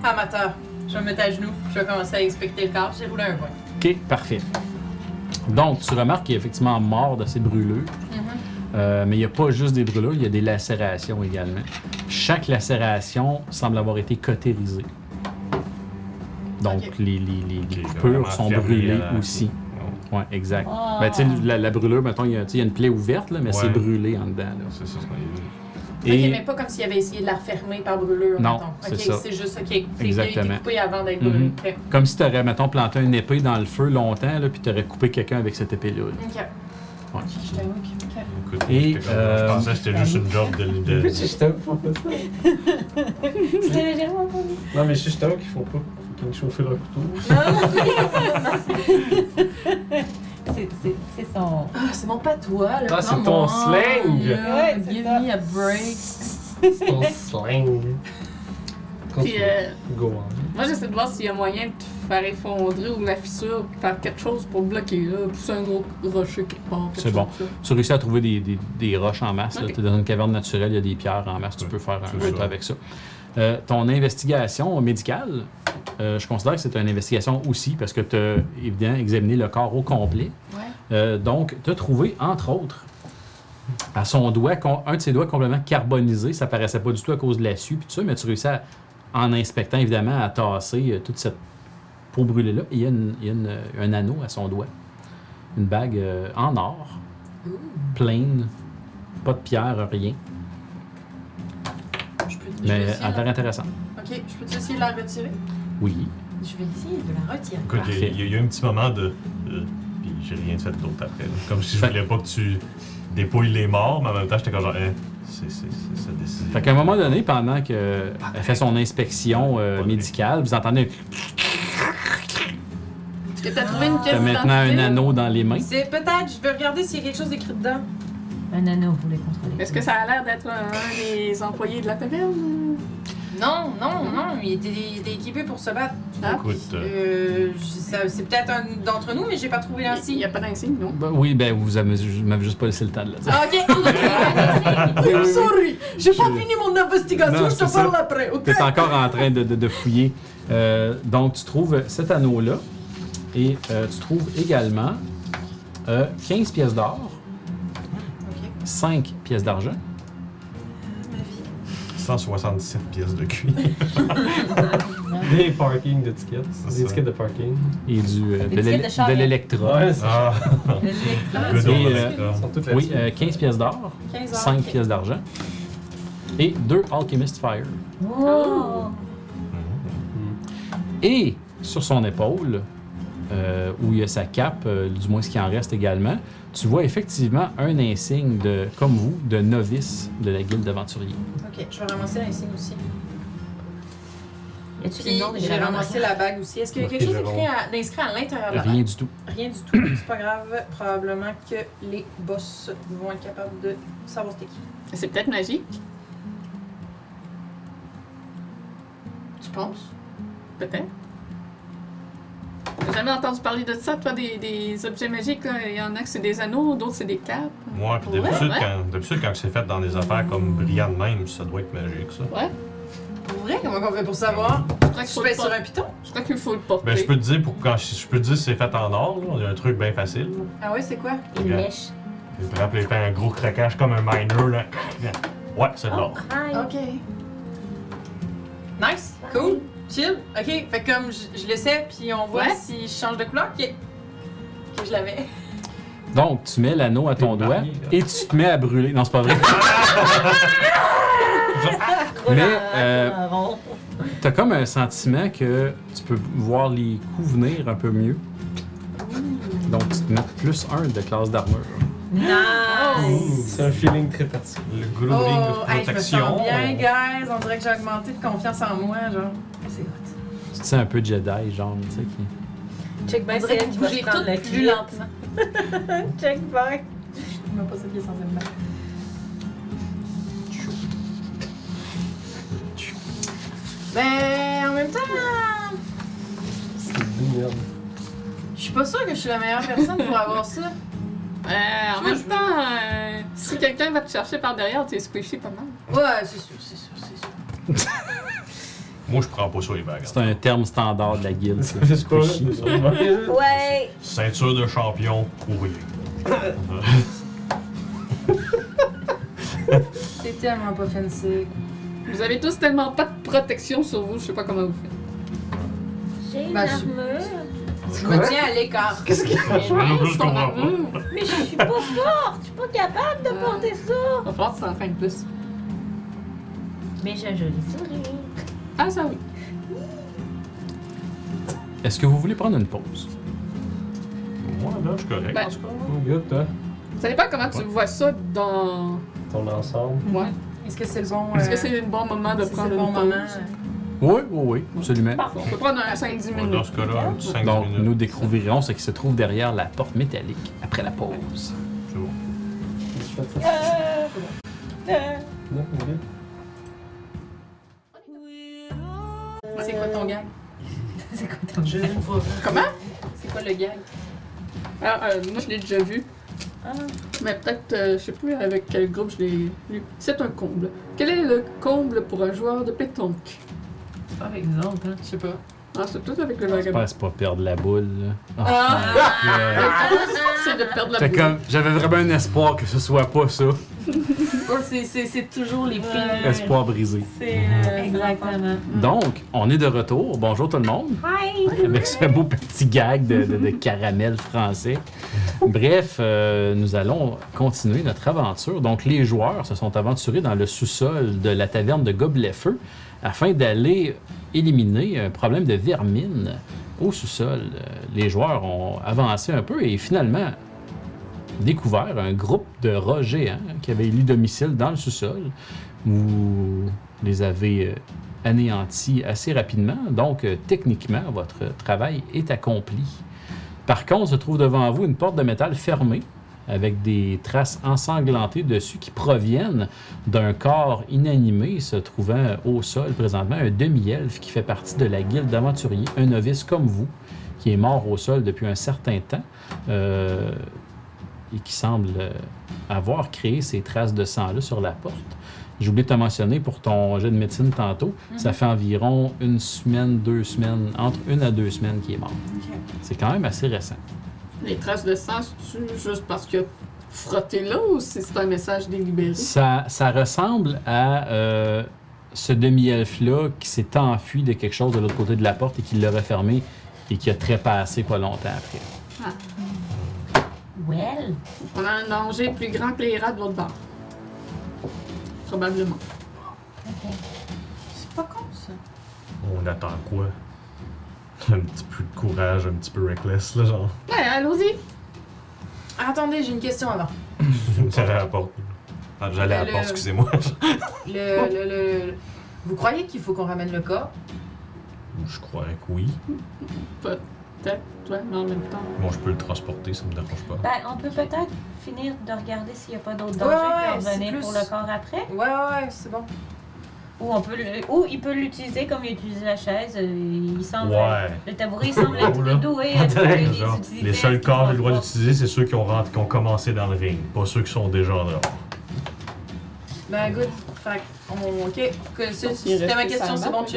Amateur. Je vais me mettre à genoux, je vais commencer à inspecter le corps. J'ai roulé un point. Ok, parfait. Donc, tu remarques qu'il est effectivement mort de ses brûlures. Mm-hmm. Euh, mais il n'y a pas juste des brûlures, il y a des lacérations également. Chaque lacération semble avoir été cautérisée. Donc, Ok. les, les, les, les Ok, coupures vraiment sont fermé brûlées à la- aussi. Non, Ouais, exact. Ah. Ben, tu sais, la, la brûlure, mettons, il y, a, tu sais, il y a une plaie ouverte, là, mais c'est Ouais. brûlé en dedans. Là. C'est ça. Ok, Et mais pas comme s'il avait essayé de la refermer par brûlure, Non, mettons. c'est Ok, ça. c'est juste, ok. C'est qu'il a Exactement. été coupé avant d'être Mhm. brûlé. Ok. comme si tu aurais, mettons, planté une épée dans le feu longtemps, là, puis tu aurais coupé quelqu'un avec cette épée-là. là. Ok. Ouais. Je t'avoue que- ok. Écoute, Et, j'étais comme- euh, je pensais que c'était juste une job de. de... Je t'aime pour ça. Tu l'avais jamais entendu. Non, mais je suis qu'ils font pas. Faut qu'ils chauffent leur couteau. C'est c'est- c'est son. Ah, c'est mon patois, là. Ah, c'est Come ton on, slang. là. Ouais, c'est Give ça. me a break. C'est ton slang. Puis, euh, Go on. moi, j'essaie de voir s'il y a moyen de te faire effondrer ou la fissure, faire quelque chose pour bloquer, là. Pousser un gros rocher quelque part. quelque C'est chose bon. comme ça. Tu réussis à trouver des, des, des roches en masse. Ok. Tu es dans une caverne naturelle, il y a des pierres en masse, tu Ouais, peux faire c'est un ça. truc avec ça. Euh, ton investigation médicale, euh, je considère que c'est une investigation aussi parce que tu as évidemment examiné le corps au complet. Ouais. Euh, donc, tu as trouvé, entre autres, à son doigt, con- un de ses doigts complètement carbonisé. Ça paraissait pas du tout à cause de la suie puis tout ça, mais tu réussis à, en inspectant évidemment à tasser euh, toute cette peau brûlée-là. Et il y a, une- il y a une- un anneau à son doigt. Une bague euh, en or, plaine, pas de pierre, rien. Je peux, je Mais vais elle essayer a de l'air la- intéressant. Ok, je peux essayer de la retirer? Oui. Je vais essayer de la retirer. Écoute, il y, a- Parfait. il y a eu un petit moment de. euh, Puis j'ai rien fait d'autre après. là. Comme si je Fait- voulais pas que tu dépouilles les morts, mais en même temps, j'étais comme genre, eh, c'est c'est- c'est sa décision. Fait qu'à un moment donné, pendant qu'elle fait son inspection euh, Pas de médicale, vous entendez Est-ce que t'as trouvé une pièce t'as maintenant un d'identité? anneau dans les mains. C'est peut-être, je vais regarder s'il y a quelque chose d'écrit dedans. Un anneau, vous les contrôlez. Est-ce que ça a l'air d'être un des employés de la taverne? Non, non, non, il était, il était équipé pour se battre. Ah. Écoute, euh, Euh, je- ça- c'est peut-être un d'entre nous, mais j'ai pas trouvé Il l'insigne. n'y a pas d'insigne, non? Ben oui, ben vous avez- je m'avais juste pas laissé le temps de le dire. Ah, ok. I'm sorry, j'ai pas Je- fini mon investigation, Non, je te c'est ça. parle après, ok? Tu es encore en train de, de- de fouiller. Euh, donc, tu trouves cet anneau-là et euh, tu trouves également euh, quinze pièces d'or, Ok. cinq pièces d'argent, cent soixante-sept pièces de cuir. Des parking d'étiquettes. C'est Des ça. étiquettes de parking. et du, euh, de Des tickets l'é- de char. de l'électra. Ouais, c'est Ah, Le électron. good Et, old euh, Electra. Ils sont toutes Oui, là-dessus. euh, quinze pièces d'or, quinze heures. cinq ok. pièces d'argent et deux Alchemist Fire. Wow. Et sur son épaule, euh, où il y a sa cape, euh, du moins ce qui en reste également, tu vois effectivement un insigne de, comme vous, de novice de la guilde d'aventuriers. Ok, je vais ramasser l'insigne aussi. Y a-tu Puis le nom des j'ai graveurs ramassé derrière? la bague aussi. Est-ce qu'il y a Ok, quelque chose je écrit à- d'inscrit à l'intérieur de la bague? Rien du tout. Rien du tout. C'est pas grave. Probablement que les boss vont être capables de savoir c'était qui. C'est peut-être magique. Tu penses? Peut-être. T'as jamais entendu parler de ça, toi, des, des objets magiques, là? Il y en a que c'est des anneaux, d'autres c'est des capes. Moi, puis Ouais, d'habitude, ouais. quand, d'habitude, quand c'est fait dans des affaires comme brillant de même, ça doit être magique, ça. Ouais. Pour vrai? Comment on fait pour savoir? Je crois Je qu'il faut, fais le sur por- un piton? je crois qu'il faut le porter. Ben, je peux te dire, pour quand je, je peux te dire si c'est fait en or, là. Il y a un truc bien facile. là. Ah ouais, c'est quoi? Une lèche. Tu te rappelles, fait un gros craquage comme un miner, là. Ouais, c'est de l'or. Aïe. Ok. Nice. Cool. Chill. Ok. Fait que comme je, je le sais, puis on voit Ouais. si je change de couleur. Ok. Ok, je l'avais. Donc, tu mets l'anneau à ton T'es doigt marié, là. et tu te mets à brûler. Non, c'est pas vrai. Mais euh, Un rond. t'as comme un sentiment que tu peux voir les coups venir un peu mieux. Donc, tu te mets plus un de classe d'armure. Nice. C'est un feeling très particulier. Le gros ring Oh, de hey, je me protection. sens bien, guys. On dirait que j'ai augmenté de confiance en moi, genre. C'est hot. Tu te sens un peu Jedi, genre, tu sais, qui... Check back, On c'est dirait elle que qui va bouger se prendre tout le plus clip. lentement. Check back. Je me pas ça qui est censé me battre. Ben, en même temps, C'est une merde. je suis pas sûre que je suis la meilleure personne pour avoir ça. Euh, en Moi, même je veux- temps, euh, si quelqu'un va te chercher par derrière, t'es squishy pas mal. Ouais, c'est sûr, c'est sûr, c'est sûr. Moi, je prends pas ça les bagues. C'est un terme standard de la guilde. ça. Ça fait ce quoi, là? Ouais. Ceinture de champion, ouvrier. C'est tellement pas fancy. Vous avez tous tellement pas de protection sur vous, je sais pas comment vous faites. J'ai une Bah, je- armure. Je me tiens à l'écart. Qu'est-ce qu'il y a? Je C'est ton comprends pas. armure. Mais je suis pas forte. Je suis pas capable de Ah. porter ça. Va falloir que tu t'entraînes plus. Mais j'ai un joli sourire. Ah, ça oui. Est-ce que vous voulez prendre une pause? Moi, là, je suis correct. Ben, en tout cas. Good, toi. Ça dépend comment tu vois ça dans. Ton ensemble. Ouais. Est-ce que c'est le bon. Est-ce euh, que c'est le bon moment de est-ce que prendre c'est le bon une moment? pause? Oui, oui, oui, absolument. On peut prendre un cinq dix Ouais, minutes. dans ce cas-là, un petit cinq Donc, minutes. nous découvrirons ce qui se trouve derrière la porte métallique après la pause. C'est bon. Je fais ça. Euh, euh, Non, good. C'est quoi ton gag? C'est quoi ton J'ai une fois. Comment? C'est quoi le gag? Ah, euh, moi, je l'ai déjà vu. ah. Mais peut-être, euh, je sais plus avec quel groupe je l'ai lu. C'est un comble. Quel est le comble pour un joueur de pétanque? Par exemple, hein? Je sais pas. Ah, c'est peut-être avec le Je vagabond. pense pas perdre la boule. Là. Ah! Euh, C'est de perdre la c'est boule. comme, j'avais vraiment un espoir que ce soit pas ça. Oh, c'est- c'est c'est toujours les pires. Espoir brisé. C'est. euh, Exactement. Donc, on est de retour. Bonjour tout le monde. Hi. Avec ce beau petit gag de, de- de caramel français. Bref, euh, nous allons continuer notre aventure. Donc, les joueurs se sont aventurés dans le sous-sol de la taverne de Gobelet-Feu afin d'aller éliminer un problème de vermine au sous-sol. Euh, Les joueurs ont avancé un peu et finalement découvert un groupe de rats géants qui avaient élu domicile dans le sous-sol. Vous les avez euh, anéantis assez rapidement, donc euh, techniquement, votre travail est accompli. Par contre, se trouve devant vous une porte de métal fermée avec des traces ensanglantées dessus qui proviennent d'un corps inanimé se trouvant au sol présentement, un demi-elfe qui fait partie de la guilde d'aventuriers, un novice comme vous, qui est mort au sol depuis un certain temps euh, et qui semble euh, avoir créé ces traces de sang-là sur la porte. J'ai oublié de te mentionner pour ton jet de médecine tantôt, ça fait environ une semaine, deux semaines, entre une à deux semaines qu'il est mort. C'est quand même assez récent. Les traces de sang, c'est-tu juste parce qu'il a frotté là ou c'est c'est un message délibéré? Ça, ça ressemble à euh, ce demi-elfe-là qui s'est enfui de quelque chose de l'autre côté de la porte et qui l'a refermé et qui a trépassé pas longtemps après. Well. On a un danger plus grand que les rats de l'autre bord. Probablement. C'est pas con, ça. On attend quoi? Un petit peu de courage, un petit peu reckless, là, genre. Ouais, allons-y. Attendez, j'ai une question avant. Je me tirais à la porte. Ah, j'allais à la Le- porte, excusez-moi. Le, le, le, le- Vous croyez qu'il faut qu'on ramène le corps? Je croirais que oui. Peut-être, ouais, mais en même temps. Bon, je peux le transporter, ça me dérange pas. Ben, on peut peut-être finir de regarder s'il n'y a pas d'autres Ouais, dangers ouais, puis c'est revenir plus- pour le corps après. Ouais, ouais, ouais, c'est bon. Ou, on peut le- ou il peut l'utiliser comme il utilise la chaise. euh, Il semble, Ouais. Le tabouret semble être Oh là. doué à trouver des Genre, utilités les seuls qui corps que vont j'ai le droit pas- d'utiliser, c'est ceux qui ont, rentré, qui ont commencé dans le ring, pas ceux qui sont déjà en dehors. Ben, good. Fait qu'on- ok. Que- c'est- Il C'était ma restait question, sa c'est bon, map, chill.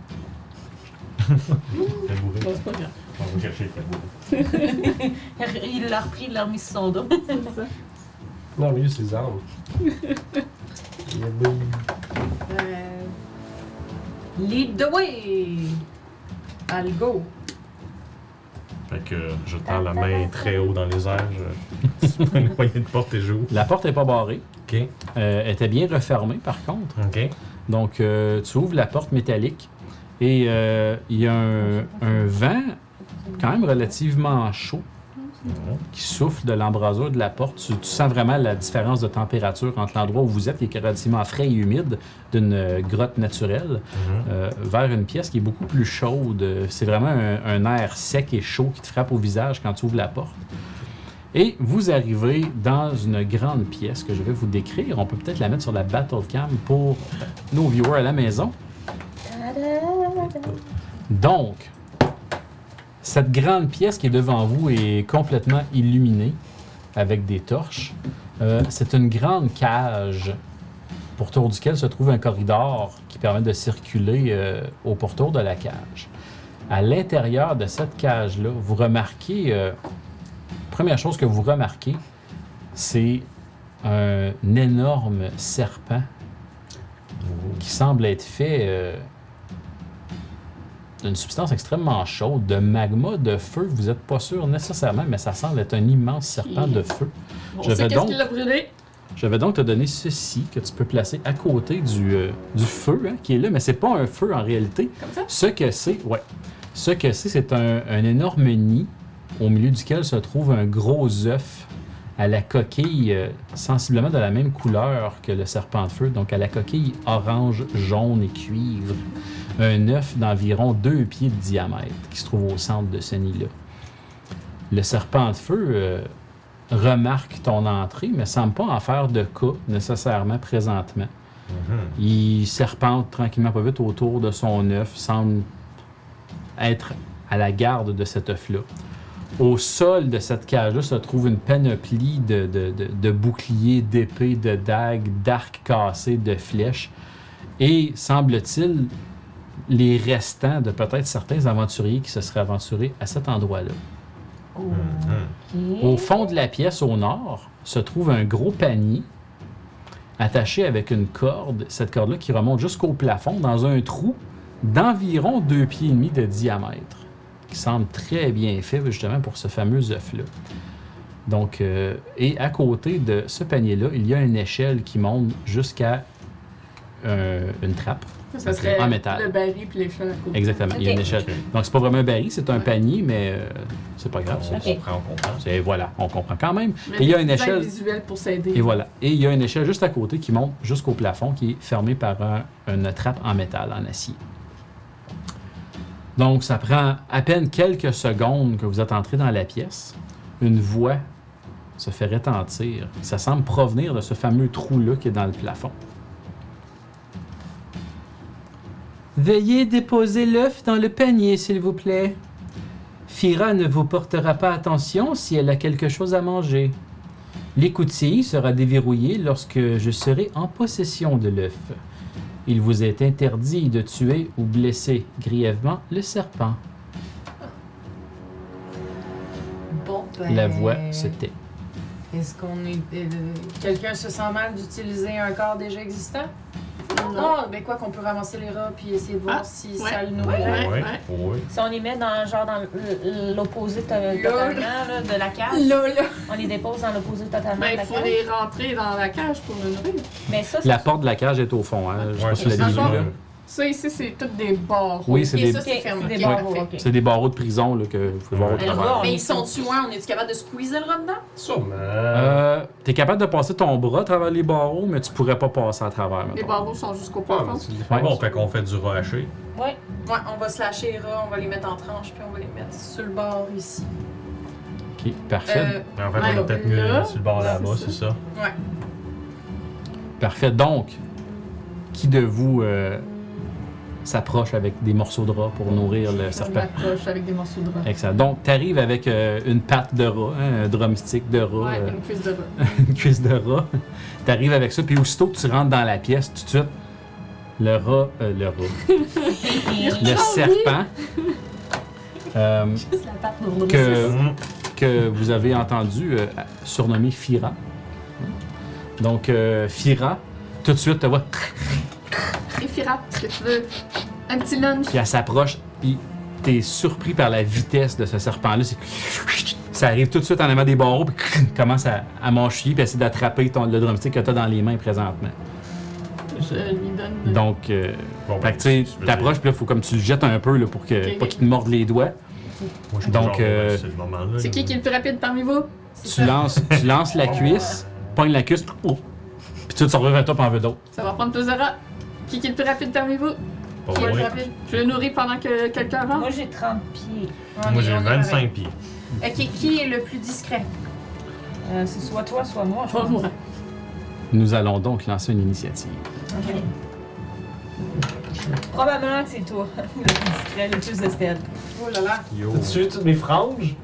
Tabouret. Non, c'est pas grave. On va chercher le tabouret. Il l'a repris, il l'a remis sur son dos. Non, lui, c'est les armes. Il y a des- Euh, Lead the way! I'll go. Fait que euh, je tends la main très haut dans les airs. Je... C'est pas une moyen de porter joue. La porte n'est pas barrée. Ok. Euh, elle était bien refermée par contre. Ok. Donc, euh, tu ouvres la porte métallique et euh, il y a un, un vent quand même relativement chaud qui souffle de l'embrasure de la porte. Tu, tu sens vraiment la différence de température entre l'endroit où vous êtes, qui est relativement frais et humide, d'une euh, grotte naturelle, euh, vers une pièce qui est beaucoup plus chaude. C'est vraiment un, un air sec et chaud qui te frappe au visage quand tu ouvres la porte. Et vous arrivez dans une grande pièce que je vais vous décrire. On peut peut-être la mettre sur la battle cam pour nos viewers à la maison. Donc, cette grande pièce qui est devant vous est complètement illuminée avec des torches. Euh, c'est une grande cage pourtour duquel se trouve un corridor qui permet de circuler euh, au pourtour de la cage. À l'intérieur de cette cage-là, vous remarquez, euh, première chose que vous remarquez, c'est un énorme serpent qui semble être fait euh, d'une substance extrêmement chaude, de magma, de feu. Vous n'êtes pas sûr nécessairement, mais ça semble être un immense serpent de feu. Bon, Je on sait vais qu'est-ce donc- qui l'a brûlé. Je vais donc te donner ceci que tu peux placer à côté du, euh, du feu hein, qui est là, mais c'est pas un feu en réalité. Comme ça? Ce que c'est, ouais. Ce que c'est, c'est un, un énorme nid au milieu duquel se trouve un gros œuf à la coquille euh, sensiblement de la même couleur que le serpent de feu, donc à la coquille orange, jaune et cuivre. Un œuf d'environ deux pieds de diamètre qui se trouve au centre de ce nid-là. Le serpent de feu euh, remarque ton entrée, mais semble pas en faire de cas nécessairement présentement. Mhm. Il serpente tranquillement pas vite autour de son œuf, semble être à la garde de cet œuf-là. Au sol de cette cage-là se trouve une panoplie de, de, de, de boucliers, d'épées, de dagues, d'arcs cassés, de flèches. Et, semble-t-il, les restants de peut-être certains aventuriers qui se seraient aventurés à cet endroit-là. Mhm. Ok. Au fond de la pièce, au nord, se trouve un gros panier attaché avec une corde, cette corde-là qui remonte jusqu'au plafond dans un trou d'environ deux pieds et demi de diamètre, qui semble très bien fait justement pour ce fameux œuf-là. Donc, euh, et à côté de ce panier-là, il y a une échelle qui monte jusqu'à euh, une trappe. Ça serait En métal. le baril puis l'échelle à côté. Exactement, il y a une Ok. échelle. Ok. Donc, c'est pas vraiment un baril, c'est un Ouais. panier, mais euh, c'est pas grave. On c'est- Ok. comprend, on comprend. c'est- voilà, on comprend quand même. Mais Et il y a des une designs échelle. visuels pour s'aider. Et voilà. Et il y a une échelle juste à côté qui monte jusqu'au plafond, qui est fermée par un- une trappe en métal, en acier. Donc, ça prend à peine quelques secondes que vous êtes entré dans la pièce. Une voix se fait retentir. Ça semble provenir de ce fameux trou-là qui est dans le plafond. Veuillez déposer l'œuf dans le panier, s'il vous plaît. Fira ne vous portera pas attention si elle a quelque chose à manger. L'écoutille sera déverrouillée lorsque je serai en possession de l'œuf. Il vous est interdit de tuer ou blesser grièvement le serpent. Bon, ben... La voix se tait. Est-ce qu'on est... euh, quelqu'un se sent mal d'utiliser un corps déjà existant? Non, ben quoi qu'on peut ramasser les rats puis essayer de voir Ah, si ouais. ça le Ouais, nourrit. ouais. oui. Si on les met dans, genre, dans l- l'opposé to- Là, totalement là, de la cage, Là, là. on les dépose dans l'opposé totalement Ben, de il la faut cage. les rentrer dans la cage pour le nourrir. Mais ça, c'est La porte de la cage est au fond, hein? Je sais Ouais, pas si vous c'est l'avez vu, ça. là. Ça, ici, c'est toutes des barreaux. Oui, c'est Et des, ça, c'est fermé. c'est des Ok, barreaux, parfait. ok. c'est des barreaux de prison là, que vous pouvez voir au Mais le travers. rat, on Mais est ils sont tous- tuants, on est-tu capable de squeezer le rat dedans? Sûrement. Euh, T'es capable de passer ton bras à travers les barreaux, mais tu pourrais pas passer à travers, Les mettons. barreaux sont jusqu'au Ah, plafond. mais c'est bon, fait qu'on fait du rat haché. Ouais. Ouais, on va slasher les rats, on va les mettre en tranches puis on va les mettre sur le bord ici. Ok, parfait. Euh, En fait, Ouais, on est peut-être mieux là, sur le bord là-bas, c'est c'est ça. ouais. Parfait. Donc, qui de vous euh, s'approche avec des morceaux de rat pour nourrir le On serpent? l'accroche avec des morceaux de rat. Excellent. Donc, tu arrives avec euh, une patte de rat, hein, un drumstick de rat, Ouais, euh, une cuisse de rat. une cuisse de rat. Tu arrives avec ça, puis aussitôt que tu rentres dans la pièce, tout de suite, le rat, euh, le rat, le serpent euh, Juste la patte pour que, Mhm. que vous avez entendu euh, surnommé Fira. Donc, euh, Fira, tout de suite, te voit, Et Fira, est-ce que tu veux un petit lunch? puis elle s'approche, puis t'es surpris par la vitesse de ce serpent-là. C'est- Ça arrive tout de suite en avant des barreaux, puis commence à, à manchouiller, puis essayer d'attraper ton, le drumstick que tu as dans les mains présentement. Je lui donne. Donc, euh, Bon, fait que tu sais, tu veux t'approches, puis là, faut comme tu le jettes un peu là, pour que, Ok. pas qu'il te morde les doigts. Moi, je Donc, Donc, euh, c'est le moment-là. C'est là. qui qui est le plus rapide parmi vous? Tu lances, tu lances la cuisse, pognes la cuisse, oh, puis tu te reviens à toi, puis en veux d'autres. Ça va prendre plus de rats. Qui qui est le plus rapide parmi vous? Pas Qui est le plus moi. rapide? Je le nourris pendant que quelqu'un rentre. Moi, j'ai trente pieds. On Moi, est- j'ai on est pareil. vingt-cinq pieds. Ok, qui est le plus discret? Euh, c'est soit toi, soit moi. je Pas pense. moi. Nous allons donc lancer une initiative. Ok. Probablement que c'est toi, le plus discret, le plus de stealth. Oh là là. Yo. T'as tué toutes mes franges?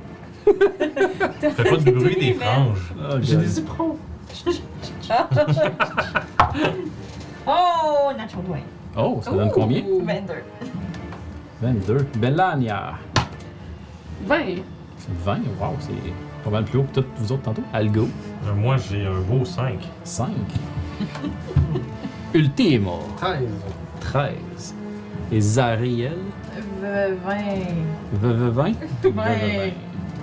Fais pas de bruit des franges. J'ai des éperons. Oh, natural vingt. Oh, ça donne combien? Ouh. vingt-deux. vingt-deux. Bellania. vingt. vingt, wow, c'est pas mal plus haut que toutes vous autres tantôt. Algo. Euh, Moi, j'ai un beau cinq. cinq. Ultimo. treize. treize. Et Zariel. V- vingt. V V vingt. vingt.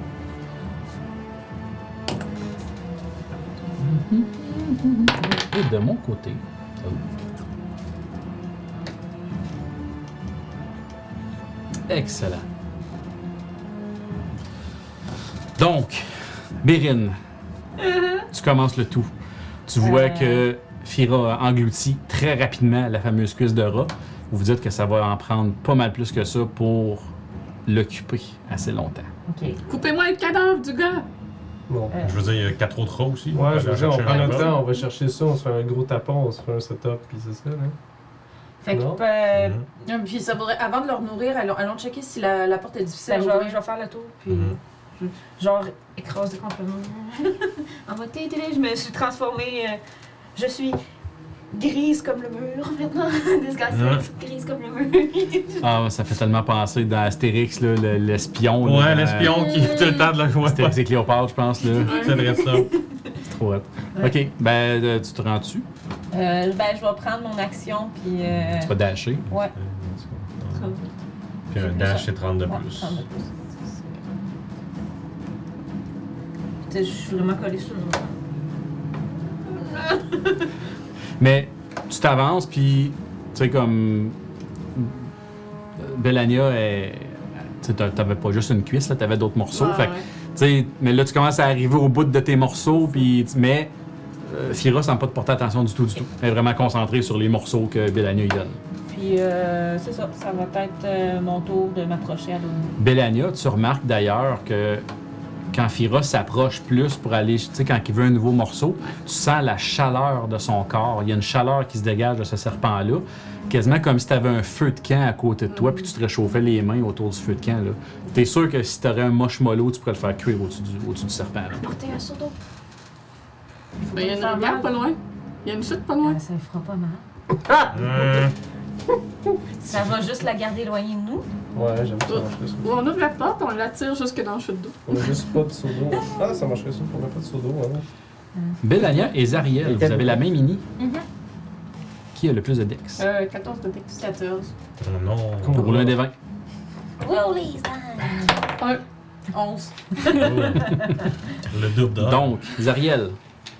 Et de mon côté. oh. Excellent. Donc, Bérine, tu commences le tout. Tu vois Euh. que Fira a englouti très rapidement la fameuse cuisse de rat. Vous vous dites que ça va en prendre pas mal plus que ça pour l'occuper assez longtemps. Ok. Coupez-moi le cadavre du gars! Bon. Euh, Je veux dire, il y a quatre autres rats aussi. Ouais, On je va veux dire, on chercher prend un notre rat. temps, on va chercher ça, on se fait un gros tapon, on se fait un setup, puis c'est ça, là. Fait que Non. euh, Mhm. Ah, Puis ça faudrait, avant de leur nourrir, allons, allons checker si la, la porte est difficile ben, à je, vais, ouvrir. je vais faire le tour, puis Mhm. genre écraser contre le mur. En mode télé, je me suis transformée. euh, je suis grise comme le mur maintenant. Disguisée, grise comme le mur. Ah, ça fait tellement penser dans Astérix, là, le- l'espion. là, Ouais, dans- l'espion qui tout le temps de la jouer. Astérix et Cléopâtre, je pense. là. C'est vrai ça. C'est trop hot. Ok, ben, euh, tu te rends dessus. Euh, ben, je vais prendre mon action, puis. Euh, Tu vas dasher. ouais. Puis un dash, c'est trente de Ouais, plus. trente de plus. Tu sais, je suis vraiment collée sur le mur. Mais tu t'avances, puis, tu sais, comme. Bellania, est- tu sais, t'a- t'avais pas juste une cuisse, là, t'avais d'autres morceaux. Ouais, fait que, ouais. tu sais, mais là, tu commences à arriver au bout de tes morceaux, puis. tu- Mais. euh, Fira semble pas te porter attention du tout, du tout. Elle est vraiment concentrée sur les morceaux que Bellania lui donne. Puis, euh, c'est ça, ça va être euh, mon tour de m'approcher à l'autre bout. Bellania, tu remarques d'ailleurs que quand Fira s'approche plus pour aller, tu sais, quand il veut un nouveau morceau, tu sens la chaleur de son corps. Il y a une chaleur qui se dégage de ce serpent-là, quasiment comme si tu avais un feu de camp à côté de toi, puis tu te réchauffais les mains autour du feu de camp. Tu es sûr que si tu aurais un marshmallow, tu pourrais le faire cuire au-dessus du, au-dessus du serpent. Là. Portez un seau d'eau. Ben, il y a une rivière pas loin. Il y a une chute pas loin. Ça me fera pas mal. Hum, Ça va juste la garder éloignée de nous. Ouais, j'aime ça, ça marcherait ça. Ou on ouvre la porte, on l'attire jusque dans le chute d'eau. On a juste pas de seau d'eau. Ah, ça marcherait ça, on a pas de seau d'eau, hein. Bellania et Zariel, vous avez la même mini. Mhm. Qui a le plus de dex? Euh, quatorze de dex. quatorze. oh non. Pour rouler un des vingt. Rollies time! onze. Oh. Le double d'or. Donc, Zariel,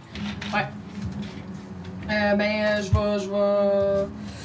Euh, ben, euh, je vais. Je vais.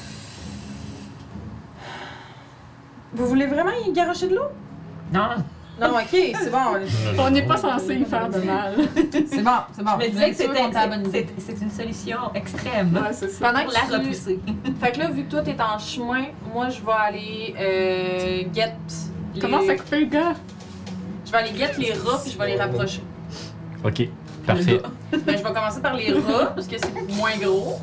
Vous voulez vraiment y garocher de l'eau? Non, Non, ok, c'est bon. On n'est pas censé y faire de mal. C'est bon, c'est bon. je me disais que Vous êtes sûr c'était qu'on était à la bonne idée. c'est- c'est une solution extrême Ouais, c'est ça. Pendant pour que la tu- repousser. Fait que là, vu que toi t'es en chemin, moi je vais aller euh, get. les- Comment ça couper le gars? Je vais aller get les rats puis je vais les rapprocher. ok, parfait. Ben, je vais commencer par les rats parce que c'est moins gros.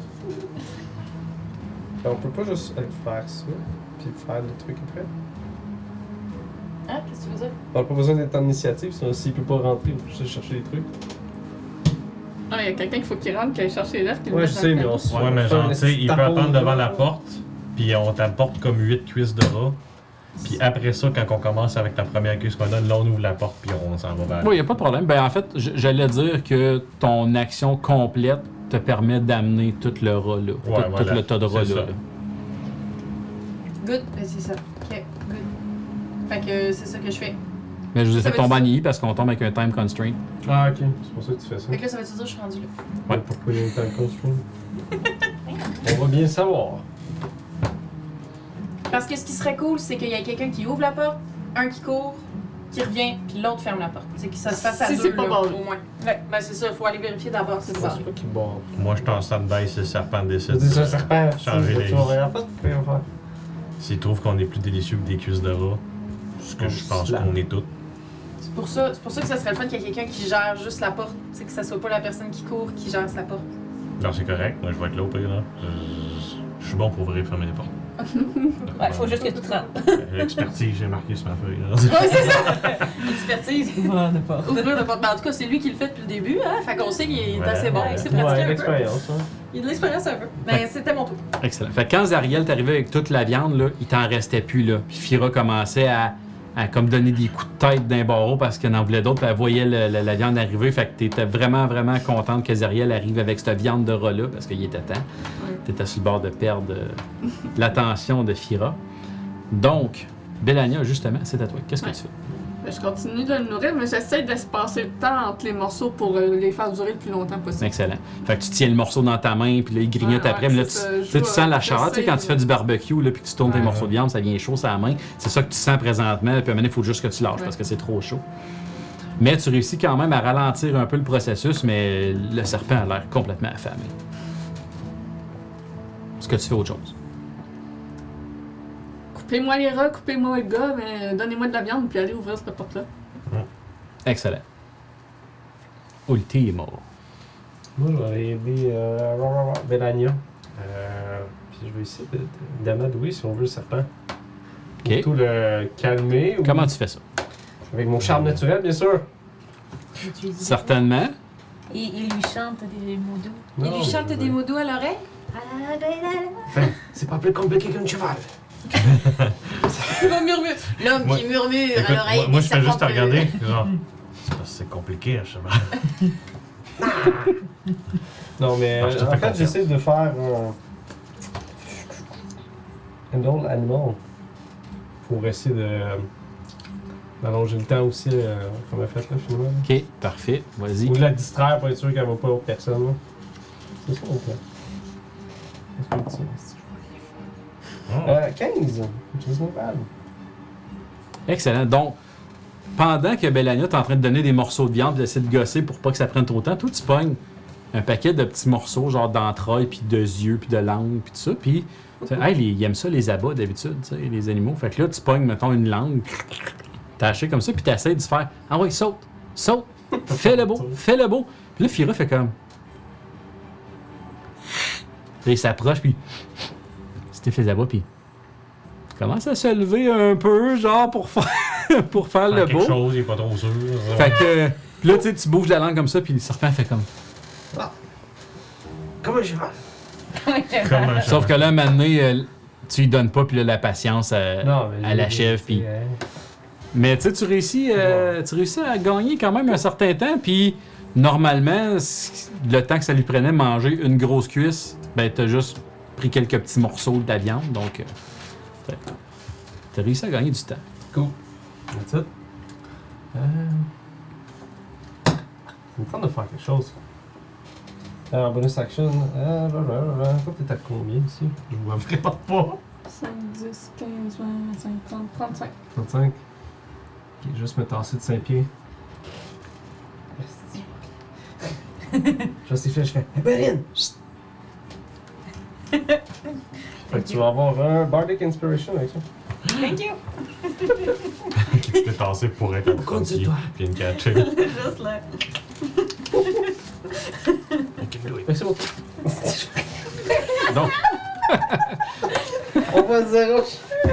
On peut pas juste euh, faire ça, puis faire le truc après. Hein? Qu'est-ce que tu veux dire? On a pas besoin d'être en initiative, sinon s'il peut pas rentrer, on peut juste chercher les trucs. Ah, il y a quelqu'un qu'il faut qu'il rentre, qui aille chercher les lettres. qu'il Ouais, le je mette sais, dans mais le on cadeau. se Ouais, mais genre, tu sais, il peut tapon attendre devant de- la porte, puis on t'apporte comme huit cuisses de rat. Puis après ça, quand on commence avec la première cuisse qu'on a, là, on ouvre la porte, puis on s'en va vers. Oui, il n'y a pas de problème. Ben, en fait, j- j'allais dire que ton action complète te permet d'amener tout le rat là. tout, Ouais, tout voilà. le tas de rats C'est là. ça. là. Good, ben, c'est ça. Ok, good. Fait que c'est ça que je fais. Mais je vous ai Ça fait veut tomber en dire- I parce qu'on tombe avec un time constraint. Ah, ok, c'est pour ça que tu fais ça. Fait que là, ça veut-tu dire que je suis rendue là? Ouais. Pourquoi il y a autant de constraints? On va bien le savoir. Parce que ce qui serait cool, c'est qu'il y ait quelqu'un qui ouvre la porte, un qui court, qui revient, puis l'autre ferme la porte. C'est que ça se fasse à Si deux, c'est pas là, bon. au moins. Ouais, ben c'est ça, il faut aller vérifier d'abord, c'est C'est ça. pas qu'il barre. Moi, je suis en stand-by si le serpent décide. C'est un serpent, Changer les- tu vas rien faire, tu peux rien faire. S'il trouve qu'on est plus délicieux que des cuisses de rat, ce que On je pense slap. qu'on est tous. C'est pour ça, c'est pour ça que ça serait le fun qu'il y ait quelqu'un qui gère juste la porte. C'est que ça soit pas la personne qui court qui gère sa porte. Non, c'est correct. Moi, je vais être là au pire, là. Je, je suis bon pour ouvrir et fermer les portes. Ouais, il faut juste que tu te rentres. L'expertise, j'ai marqué sur ma feuille. là. Ouais, c'est ça! Expertise. Ouvrir de porte. Ouvrir la porte. Ben, en tout cas, c'est lui qui le fait depuis le début, hein? Fait qu'on sait qu'il est Ouais. assez bon. Ouais. C'est Ouais, pratique un peu. l'expérience, hein. Il y a de l'expérience un peu. Mais c'était mon tour. Excellent. Fait que quand Zariel est arrivé avec toute la viande, là, il t'en restait plus. Là. Puis Fira commençait à, à comme donner des coups de tête d'un barreau parce qu'elle en voulait d'autres. Puis elle voyait le- le- la viande arriver. Fait que t'étais vraiment, vraiment contente que Zariel arrive avec cette viande de rat-là parce qu'il était temps. T'étais sur le bord de perdre euh, l'attention de Fira. Donc, Bellania, justement, c'est à toi. Qu'est-ce que Ouais. tu fais? Ben, je continue de le nourrir, mais j'essaie de se passer le temps entre les morceaux pour euh, les faire durer le plus longtemps possible. Excellent. Fait que tu tiens le morceau dans ta main, puis là, il grignote Ouais, après. ouais, mais là, tu, c'est ça. tu Je sais, tu vois, sens la chaleur. Tu sais, quand tu j'essaie fais de- du barbecue, là, puis tu tournes tes Ouais. morceaux de viande, ça vient chaud sur la main. C'est ça que tu sens présentement. Puis à un moment donné, il faut juste que tu lâches Ouais. parce que c'est trop chaud. Mais tu réussis quand même à ralentir un peu le processus, mais le serpent a l'air complètement affamé. Est-ce que tu fais autre chose? Coupez-moi les rats, coupez-moi le gars, mais donnez-moi de la viande, puis allez ouvrir cette porte-là. Excellent. Ultimo. Moi, je vais aider euh, Bellania. Euh, puis je vais essayer de- de- d'amadouer, si on veut, le serpent. Ok. Plutôt le calmer. ou- Comment tu fais ça? Avec mon charme naturel, bien sûr. Utiliser- Certainement. Et il lui chante des mots doux. Il Non, lui chante je- des mots doux à l'oreille. Ah, ben, là, là. Enfin, c'est pas plus compliqué qu'un cheval. Il va murmurer. L'homme Moi- qui murmure Écoute, à l'oreille. moi, moi, des je fais juste te serpents regarder. Genre, c'est parce que c'est compliqué, un cheval. Non, mais Ah, je te euh, en fais fait, confiance. j'essaie de faire un. Un autre animal. Pour essayer de. d'allonger le temps aussi, euh, comme elle a fait là, finalement. Ok, parfait. Vas-y. Ou de la distraire pour être sûr qu'elle va pas aux personnes. là. C'est ça mon plan. Qu'est-ce que tu dis? Oh. Euh, quinze. Which is not bad. Excellent. Donc, pendant que Bellania est en train de donner des morceaux de viande et d'essayer de gosser pour pas que ça prenne trop de temps, toi, tu pognes un paquet de petits morceaux, genre d'entrailles, puis de yeux, puis de langue, puis tout ça. Puis, tu sais, hey, les- ils aiment ça, les abats, d'habitude, tu sais, les animaux. Fait que là, tu pognes, mettons, une langue, t'as haché comme ça, puis t'essaies de se faire « Ah ouais, saute, saute, fais le beau, fais le beau. » Puis là, Fira fait comme... Là, il s'approche, puis... C'était fait les abats, puis... commence à se lever un peu, genre, pour faire, pour faire le quelque beau. chose, il est pas trop sûr. Fait que... Puis là, tu sais, tu bouges la langue comme ça, puis le serpent fait comme... Comme un cheval. Comme un Sauf que là, un moment donné, euh, tu lui donnes pas, puis là, la patience, euh, Non, mais elle j'ai- achève, c'est, puis... euh, Mais tu sais, tu réussis, euh, tu réussis à gagner quand même un certain temps, puis normalement, c- le temps que ça lui prenait manger une grosse cuisse, ben t'as juste pris quelques petits morceaux de la viande, donc euh, t'as- t'as réussi à gagner du temps. Cool. That's it. Euh... Il me tente de faire quelque chose. Euh, en bonus action, euh, blablabla. Toi, t'es à combien ici? Je vois vraiment pas. cinq, dix, quinze, vingt, vingt-cinq, trente, trente-cinq. trente-cinq. Ok, juste me tasser de cinq pieds. Je sais, je fais. Hey, Berlin! Chut! Fait que tu vas avoir un Bardic Inspiration avec ça. Thank you. Qui s'était tassé pour être un Au compte de pied, toi. puis une catcher. Juste là. Fait que c'est bon. Donc, On va zéro.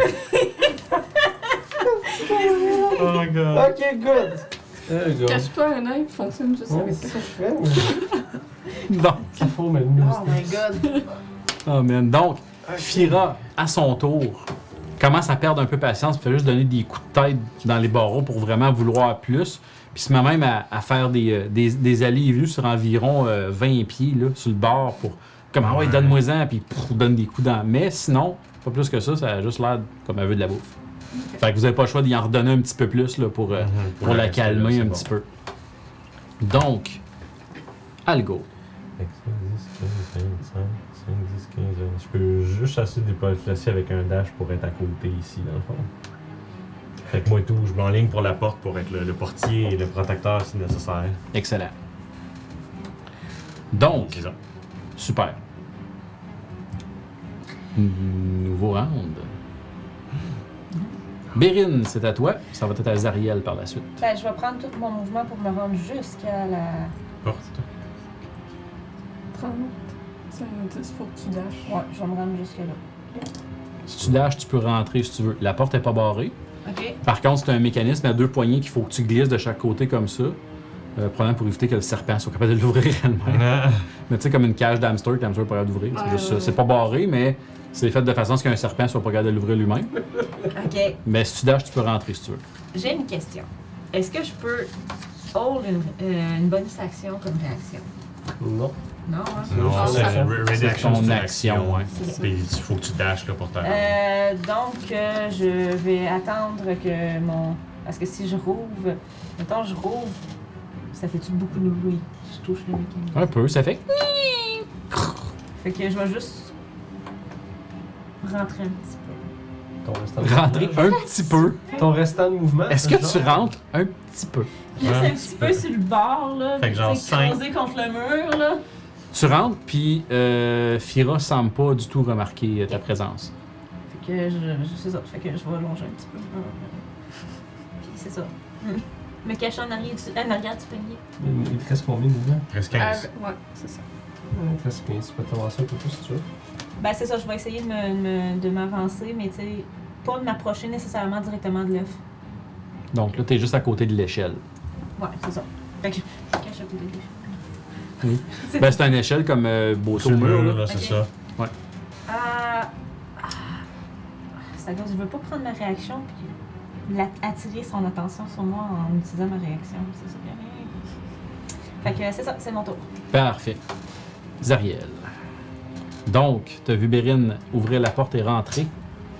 Oh my god. Ok, good. There you go. Cache-toi un œil, fonctionne juste Ouais, avec c'est ça. ça que je fais, mais donc, il faut me le Oh my god. oh man, donc, Fira, à son tour, commence à perdre un peu patience, puis fait juste donner des coups de tête dans les barreaux pour vraiment vouloir plus. Puis se met même à, à faire des, euh, des, des allées et venues sur environ euh, vingt pieds là, sur le bord pour comme ah ouais, Ouais. donne-moi-en, puis pff, donne des coups dans. Mais sinon, pas plus que ça, ça a juste l'air comme un vœu de la bouffe. Fait que vous avez pas le choix d'y en redonner un petit peu plus là, pour, euh, Mhm, pour la rester, là, calmer c'est un bon. petit peu. Donc, Algo. Fait que cinq, dix, quinze, vingt-cinq, cinq, dix, quinze, vingt. Je peux juste assez déplacer avec un dash pour être à côté ici, dans le fond. Fait que moi et tout, je m'enligne pour la porte pour être le, le portier et le protecteur si nécessaire. Excellent. Donc, C'est ça. super. Nouveau round. Bérine, c'est à toi. Ça va être à Zariel par la suite. Ben, je vais prendre tout mon mouvement pour me rendre jusqu'à la. Porte. trente, cinq, dix, faut que tu dashes. Ouais, je vais me rendre jusque-là. Si tu lâches, tu peux rentrer si tu veux. La porte est pas barrée. Ok. Par contre, c'est un mécanisme à deux poignées qu'il faut que tu glisses de chaque côté comme ça. Euh, probablement pour éviter que le serpent soit capable de l'ouvrir elle-même. Ah. Mais tu sais, comme une cage d'hamster que l'hamster n'est pas capable d'ouvrir. C'est Ouais, juste ouais, ça. ouais. C'est pas barré, mais c'est fait de façon à ce qu'un serpent soit pas capable de l'ouvrir lui-même. Ok. Mais si tu dashes, tu peux rentrer si tu veux. J'ai une question. Est-ce que je peux hold une, euh, une bonus action comme réaction? Non. Non, hein? Non, Ah, c'est ça- re- ready c'est action, ton c'est une action, ouais. C'est ça. Puis il faut que tu dashes là, pour ta. Euh, donc, euh, je vais attendre que mon... Parce que si je rouvre... Mettons, je rouvre, ça fait-tu beaucoup de bruit? Je touche le mécanisme. Un peu, ça fait. Fait que je vais juste rentrer un petit peu. Ton restant de Rentrer mouvement. un petit peu. Ton restant de mouvement. Est-ce que genre? tu rentres un petit peu? Juste Ouais, un petit peu sur le bord, là. Fait que genre tu sais, cinq. creuser contre le mur, là. Tu rentres, puis euh, Fira semble pas du tout remarquer euh, ta présence. Fait que je, je c'est ça. Fait que je vais longer un petit peu. Puis c'est ça. Hmm. Me cacher en arrière du, en arrière du panier. Il il te reste combien de mouvement? Presque Ah, quinze. ouais, c'est ça. Ouais, il te reste quinze. Tu peux t'avancer un peu plus si tu veux. Ben c'est ça, je vais essayer de me- me- de m'avancer, mais tu sais, pas de m'approcher nécessairement directement de l'œuf. Donc là, t'es juste à côté de l'échelle. Ouais, c'est ça. Fait que je, je cache à côté de l'œuf. Oui. Ben, c'est une échelle comme euh, beau Sur le mur, mur, là. là, c'est Ok. ça. Ah, ah, c'est à cause, je veux pas prendre ma réaction puis la- attirer son attention sur moi en utilisant ma réaction. C'est ça. Fait que c'est ça, c'est mon tour. Parfait. Zariel. Donc, t'as vu Bérine ouvrir la porte et rentrer.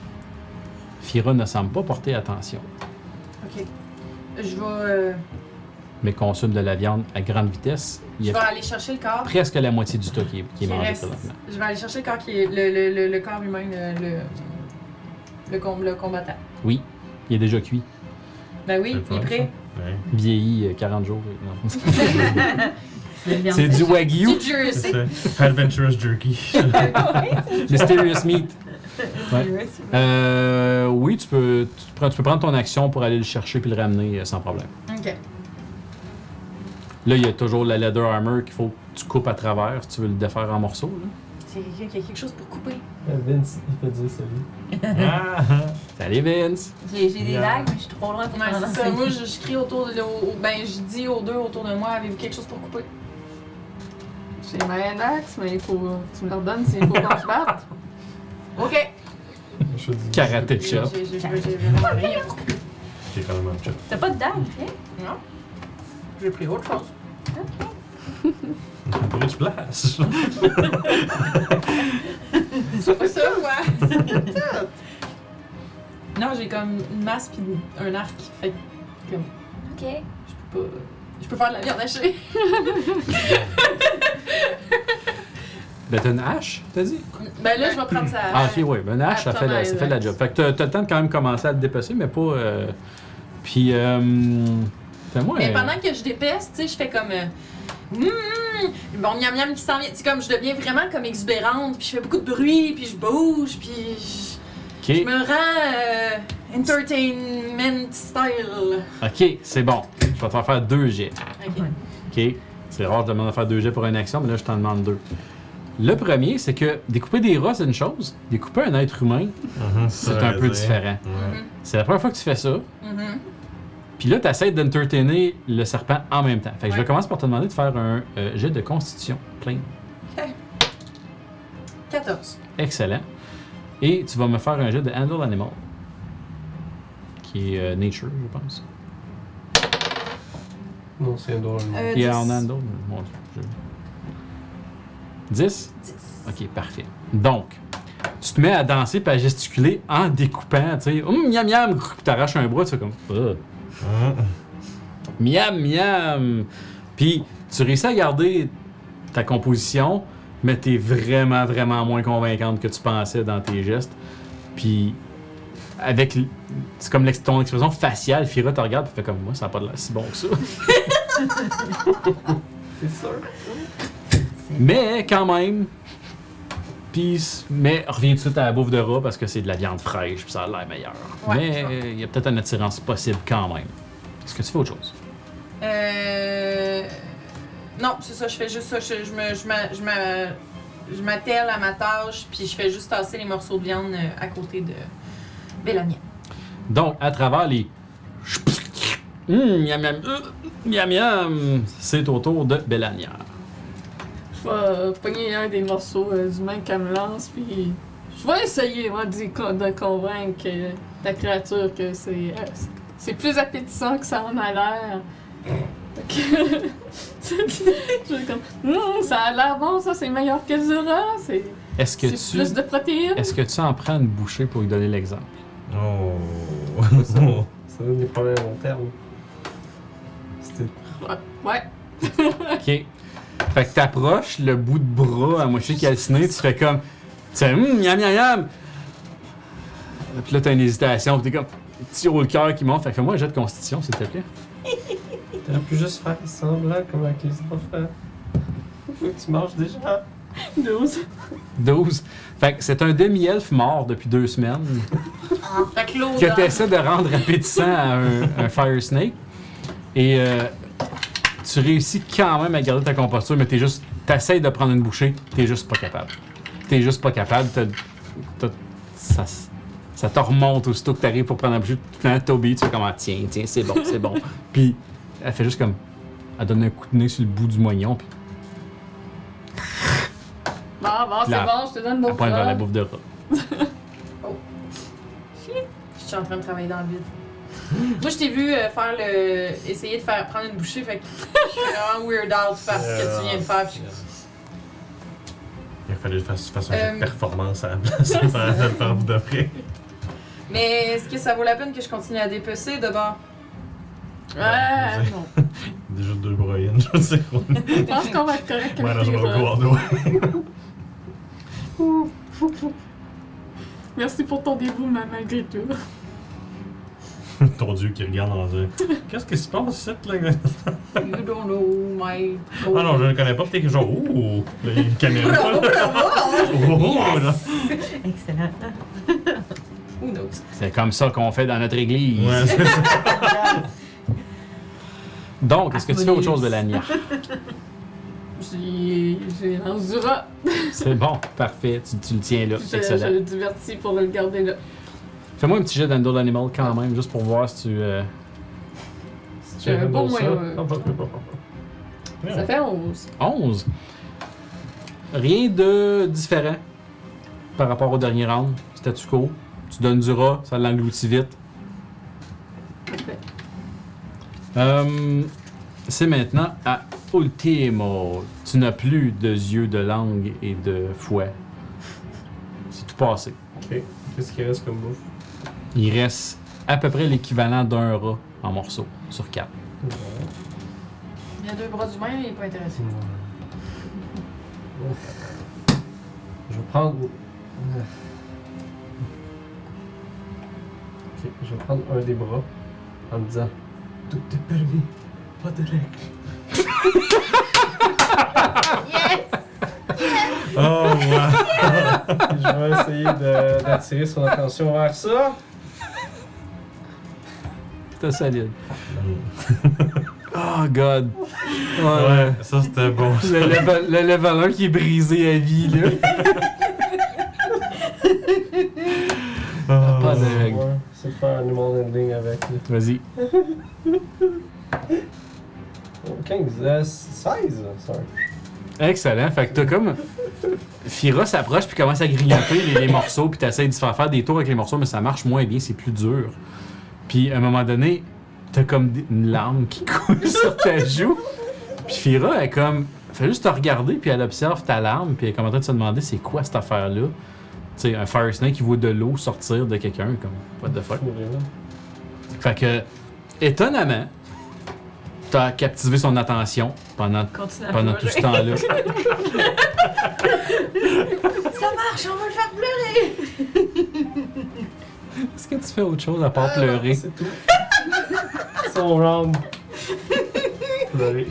Fira ne semble pas porter attention, Ok. Je vais, euh, mais consomme de la viande à grande vitesse. Il y je vais a aller chercher le corps. presque la moitié du tas qui est, qui est Qui mangé reste. présentement. Je vais aller chercher le corps qui est. Le, le, le, le corps humain, le. Le, le, com- le combattant. Oui, il est déjà cuit. Ben oui, C'est il est fun, prêt. Ouais. Vieilli euh, quarante jours. Non. C'est C'est du Wagyu. Du jersey. C'est ça. Adventurous Jerky. Mysterious Meat. Ouais. Euh, oui, tu peux, tu, prends- tu peux prendre ton action pour aller le chercher puis le ramener euh, sans problème. Ok. Là, il y a toujours la leather armor qu'il faut que tu coupes à travers si tu veux le défaire en morceaux. Là. C'est quelqu'un qui a quelque chose pour couper. Vince, il fait dire salut. Ah, Salut Vince! J'ai j'ai des Yeah. lags, mais je suis trop loin pour Ouais, m'en c'est ça. lancer. Moi, je, je crie autour de. au- au- Ben, je dis aux deux autour de moi, avez-vous quelque chose pour couper? J'ai ma axe, mais il faut. Tu me le redonnes s'il faut qu'on se batte. Ok. Je te dis. Karaté J'ai chop. j'ai- j'ai- j'ai vraiment rien. j'ai quand même un chop. T'as pas de dague, hein? Non. J'ai pris autre chose. Bridge Blast. C'est pas ça, quoi. Non, j'ai comme une masse puis un arc. Fait que, comme, Ok. je peux pas. Je peux faire de la viande hachée. Ben, t'as une hache, t'as dit? Ben là, je vais prendre ça. Ah, ok, ouais. Ben, une hache, ça fait, la, ça fait de la Après, job. Fait que t'as, t'as le temps de quand même commencer à te dépecer, mais pas. Euh... Puis, euh. Fais-moi. Mais un- pendant que je dépaisse, tu sais, je fais comme. Euh, Mmm, bon miam miam qui s'en vient. C'est comme je deviens vraiment comme exubérante, puis je fais beaucoup de bruit, puis je bouge, puis je, je Ok, me rends euh, entertainment style. ok, c'est bon. Je vais te faire faire deux jets. Ok. Ok. C'est rare, je demande de faire deux jets pour une action, mais là, je t'en demande deux. Le premier, c'est que découper des rats, c'est une chose. Découper un être humain, Mhm, c'est ça, un peu dire. différent. Ouais. Mhm, C'est la première fois que tu fais ça. mhm. Puis là, tu essaies d'entertainer le serpent en même temps. Fait que je Ouais. vais commencer par te demander de faire un euh, jet de constitution plein. quatorze. Excellent. Et tu vas me faire un jet de handle animal. Qui est euh, nature, je pense. Non, c'est un drôle. Euh, Qui est dix. en handle. Mon Dieu, je- dix? dix. Ok, parfait. Donc, tu te mets à danser et à gesticuler en découpant, tu sais. Hum, miam miam, puis t'arraches un bras, tu fais comme. Ah. Mhm. Miam, miam! Puis, tu réussis à garder ta composition, mais t'es vraiment, vraiment moins convaincante que tu pensais dans tes gestes. Puis, avec. l- C'est comme l'ex- ton expression faciale, Fira te regarde et fait comme moi, ça n'a pas de l'air si bon que ça. C'est sûr. Mais, quand même. Puis, c- mais reviens tout de suite à la bouffe de rat parce que c'est de la viande fraîche puis ça a l'air meilleur. Ouais, mais je vois. il y a peut-être une attirance possible quand même. Est-ce que tu fais autre chose? Euh. Non, c'est ça, je fais juste ça. Je, je me. Je me. Je me. Je m'attelle à ma tâche, puis je fais juste tasser les morceaux de viande euh, à côté de Bélania. Donc, à travers les Hum, miam miam, euh, miam miam. C'est au tour de Bellania. Je vais euh, pogner un des morceaux euh, d'humain qu'elle me lance, puis je vais essayer moi, d'y con- de convaincre euh, la créature que c'est euh, c'est- c'est plus appétissant que ça en a l'air. Fait que- je vais comme, Hum, ça a l'air bon, ça, c'est meilleur que Zura, c'est Est-ce que c'est tu plus de protéines. est-ce que tu en prends une bouchée pour lui donner l'exemple? Oh. Ça donne des problèmes à long terme. C'était. Ouais. Ok. Fait que t'approches le bout de bras à moitié calciné, tu fais comme. Tu fais hum, miam miam miam. Puis là t'as une hésitation, puis t'es comme. Petit haut le cœur qui monte. Fait que fais-moi un jet de constitution, s'il te plaît. T'aurais pu juste faire semblant comme avec les enfants. Faut que tu manges déjà. douze. douze. Fait que c'est un demi-elfe mort depuis deux semaines Fait que l'eau. que tu essaies de rendre appétissant à un, un Fire Snake. Et euh, tu réussis quand même à garder ta composture, mais t'es juste. T'essayes de prendre une bouchée, t'es juste pas capable. T'es juste pas capable. T'as, t'as- ça, ça te remonte aussitôt que t'arrives pour prendre la bouchée. Finalement, Toby, tu fais comme ah, tiens, tiens, c'est bon, c'est bon. Puis elle fait juste comme. Elle donne un coup de nez sur le bout du moignon, puis Bon, bon, c'est La- bon, je te donne elle d'autres pointe vers la preuves. bouffe de rat. Je suis en train de travailler dans le vide. Moi, je t'ai vu euh, faire le. essayer de faire prendre une bouchée, fait que je suis vraiment weird out par ce que tu viens de faire. puis je- Il a fallu que tu fasses un jeu Euh, de performance à la place de faire le temps de vrai. Mais est-ce que ça vaut la peine que je continue à dépecer d'abord? Ouais, Ouais. non. Déjà deux broyines, je sais quoi. Je pense qu'on va être correct Ouais, avec dans les un rats. couloir d'eau. Merci pour ton dévouement malgré tout. Ton dieu qui regarde en disant qu'est-ce qui se passe ici, là? You don't know my. Ah non, je ne connais pas, peut-être que genre, ouh, là, il y a une caméra. Oh, là. Excellent. Who knows? C'est comme ça qu'on fait dans notre église. Ouais, c'est ça. Donc, est-ce que tu fais autre chose de l'Ania? J'ai j'ai lancé du rat. C'est bon, parfait, tu, tu le tiens là. Je, je Excellent. le divertis pour le garder là. Fais-moi un petit jet d'Handle Animal quand même, juste pour voir si tu. euh, J'ai un bon ça. moyen. Ah, bah, bah, bah, bah. Ça fait onze. onze. Rien de différent par rapport au dernier round. Statu quo. Tu donnes du rat, ça l'engloutit vite. Parfait. Euh, c'est maintenant à Ultimo. Tu n'as plus de yeux, de langue et de fouet. C'est tout passé. Ok. Qu'est-ce qui reste comme bouffe? Il reste à peu près l'équivalent d'un rat en morceaux sur quatre. Il y a deux bras d'humain, il est pas intéressé. Je vais prendre. Ok, je vais prendre un des bras en me disant tout est permis, pas de règles. Oh, ouais. Je vais essayer de- d'attirer son attention vers ça. C'était solide. Oh god. Ouais. Ouais, ça c'était bon. Le level, le level un qui est brisé à vie, là. Ah, Pas de règles. Ouais, c'est de faire un animal handling avec. là. Vas-y. Oh, quinze, euh, seize, sorry. Excellent. Fait que t'as comme. Fira s'approche puis commence à grignoter les, les morceaux, puis t'essayes de se faire faire des tours avec les morceaux, mais ça marche moins bien, c'est plus dur. Puis à un moment donné, t'as comme des- une larme qui coule sur ta joue. Puis Fira, elle comme. Elle fait juste te regarder, puis elle observe ta larme, puis elle est comme en train de se demander c'est quoi cette affaire-là. Tu sais, un Fire Snake qui voit de l'eau sortir de quelqu'un, comme. What the fuck. Fourré, Fait que, étonnamment, t'as captivé son attention pendant, Continue à pendant tout ce temps-là. Ça marche, on va le faire pleurer! Est-ce que tu fais autre chose à part pleurer? C'est tout. Son round. Pleurer.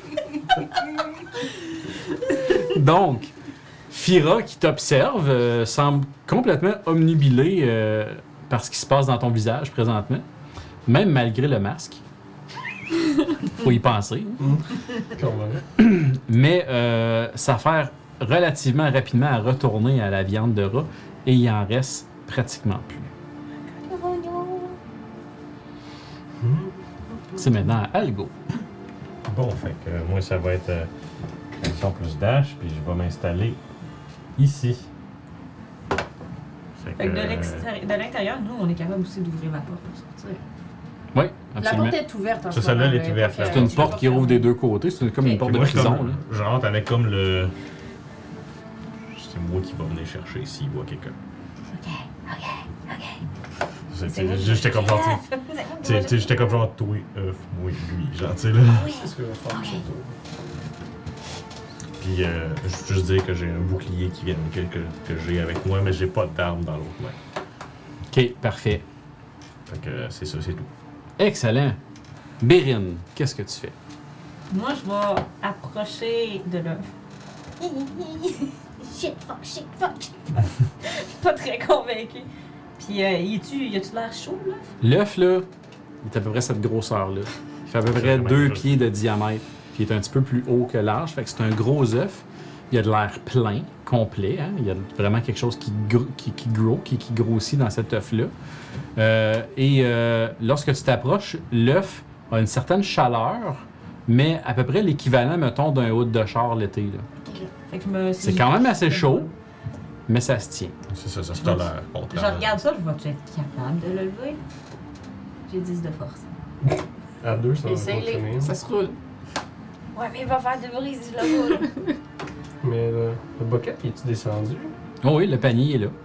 Donc, Fira, qui t'observe, euh, semble complètement omnubilée euh, par ce qui se passe dans ton visage présentement, même malgré le masque. Faut y penser. Quand même. Mais euh, ça fait relativement rapidement à retourner à la viande de rat et il en reste pratiquement plus. C'est maintenant à Algo. Bon, fait que euh, moi, ça va être euh, action plus dash, puis je vais m'installer ici. Fait Fait que de euh, l'extérie- de l'intérieur, nous, on est capable aussi d'ouvrir la porte pour sortir. Oui, La absolument. porte est ouverte en C'est ce celle-là, moment, elle est ouverte, pas là. que- C'est une tu porte peux qui pas rouvre des fermer. deux côtés. C'est comme une Ok. porte puis de moi, je, prison. comme- Là. je rentre avec comme le. C'est moi qui va venir chercher s'il voit quelqu'un. Ok, ok, ok. C'est- C'est c'est- moi qui- J'étais comme genre, tu sais, C'est moi qui tu sais, tu sais, j'étais comme genre, toi, euh, moi, lui, genre, tu sais, là. C'est ce que je vais faire chez toi. Puis, euh, je veux juste dire que j'ai un bouclier qui vient, que, que, que j'ai avec moi, mais j'ai pas d'arme dans l'autre main. OK, parfait. Fait que euh, c'est ça, c'est tout. Excellent. Bérine, qu'est-ce que tu fais? Moi, je vais approcher de l'œuf. Shit, fuck, shit, fuck. Pas très convaincue. Puis, euh, y a-tu y a-tu l'air chaud, là? L'œuf, là, il est à peu près cette grosseur-là. Il fait à peu près vraiment deux quelque chose. pieds de diamètre. Puis il est un petit peu plus haut que large. Fait que c'est un gros œuf. Il a de l'air plein, complet. Hein? Il y a vraiment quelque chose qui, gro- qui, qui grow, qui, qui grossit dans cet œuf-là. Euh, et euh, lorsque tu t'approches, l'œuf a une certaine chaleur, mais à peu près l'équivalent, mettons, d'un hood de char l'été. là. Fait que je me... C'est quand même assez chaud, mais ça se tient. C'est ça, ça se Je tolère. Je contrairement- regarde ça, je vais-tu être capable de le lever? J'ai dix de force. À deux, ça va Essaye-les. fonctionner. Ça se roule. Ouais, mais il va faire du bruit si je le roule. Mais le, le bucket, il est-tu descendu? Oh oui, le panier est là.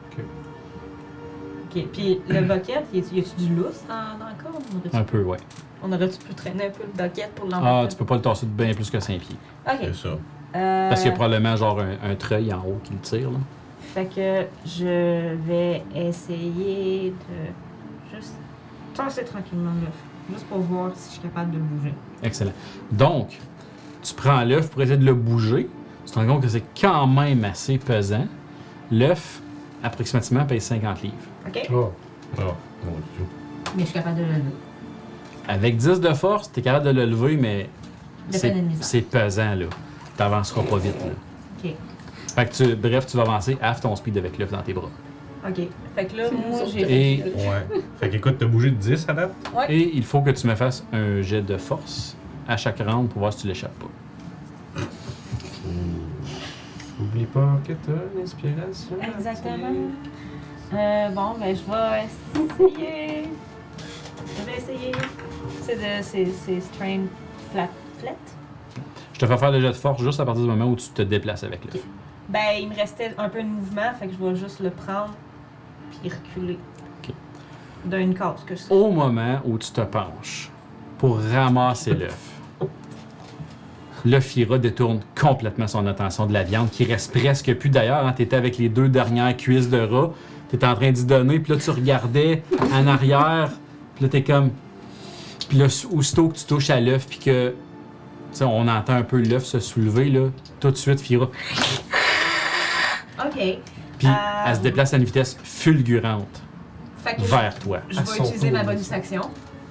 Ok, puis le bucket, y a-tu y a-tu du lousse dans, dans le corps? On aurait-tu- Un peu, ouais. On aurait-tu pu traîner un peu le bucket pour Ah, l'emporter? tu peux pas le tasser de bien plus que cinq pieds. Ok. C'est ça. Euh, Parce qu'il y a probablement genre un, un treuil en haut qui le tire. Là. Fait que je vais essayer de juste tasser tranquillement l'œuf. Juste pour voir si je suis capable de le bouger. Excellent. Donc, tu prends l'œuf pour essayer de le bouger. Tu te rends compte que c'est quand même assez pesant. L'œuf, approximativement, pèse cinquante livres. Ok? Oh. Oh, mon Dieu. Mais je suis capable de le lever. Avec dix de force, tu es capable de le lever, mais Le c'est, peine de misère. c'est pesant. là. Tu n'avanceras pas vite. Là. Ok. Fait que tu, bref, tu vas avancer à ton speed avec l'œuf dans tes bras. Ok. Fait que là, C'est nous moi, autres j'ai. Et, Ouais. Fait qu'écoute, t'as bougé de dix à date? et il faut que tu me fasses un jet de force à chaque round pour voir si tu l'échappes pas. N'oublie pas que t'as l'inspiration. Exactement. Euh, bon, ben, je vais essayer. Je vais essayer. C'est de. C'est, c'est strain flat. Flat? Je te fais faire le jet de force juste à partir du moment où tu te déplaces avec l'œuf. Ben, il me restait un peu de mouvement, fait que je vais juste le prendre puis reculer. Ok. D'une case que je sais. Au moment où tu te penches pour ramasser l'œuf, l'œuf ira détourne complètement son attention de la viande qui reste presque plus. D'ailleurs, hein, tu étais avec les deux dernières cuisses de rat, tu étais en train d'y donner, puis là tu regardais en arrière, puis là t'es comme. Puis là, aussitôt que tu touches à l'œuf, puis que. Tu sais, on entend un peu l'œuf se soulever, là, tout de suite, Fira. Ok. Puis Euh, elle se déplace à une vitesse fulgurante Fait que vers toi. je À vais son utiliser tour. ma bonus action.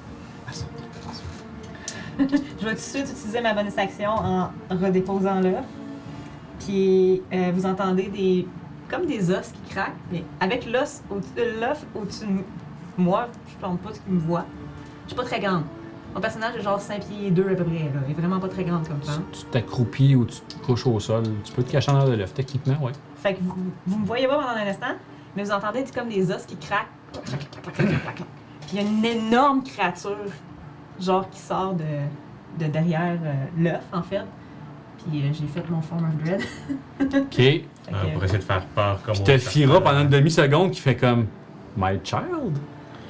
Je vais tout de suite utiliser ma bonus action en redéposant l'œuf. Puis euh, vous entendez des. Comme des os qui craquent, mais avec l'os au l'œuf au-dessus de moi, je pense pas qu'il me voit. Je suis pas très grande. Mon personnage est genre cinq pieds deux à peu près, là. Il est vraiment pas très grande comme femme. Tu t'accroupis ou tu te couches au sol. Tu peux te cacher en arrière de l'œuf, techniquement, ouais. Fait que vous, vous me voyez pas pendant un instant, mais vous entendez comme des os qui craquent. Clac, clac, clac, clac, clac, clac, clac. Puis il y a une énorme créature, genre qui sort de, de derrière euh, l'œuf, en fait. Puis euh, j'ai fait mon Form of Dread. OK. Fait que, Euh, pour essayer de faire peur comme Puis on te fait. Fira pendant une demi-seconde qui fait comme My child?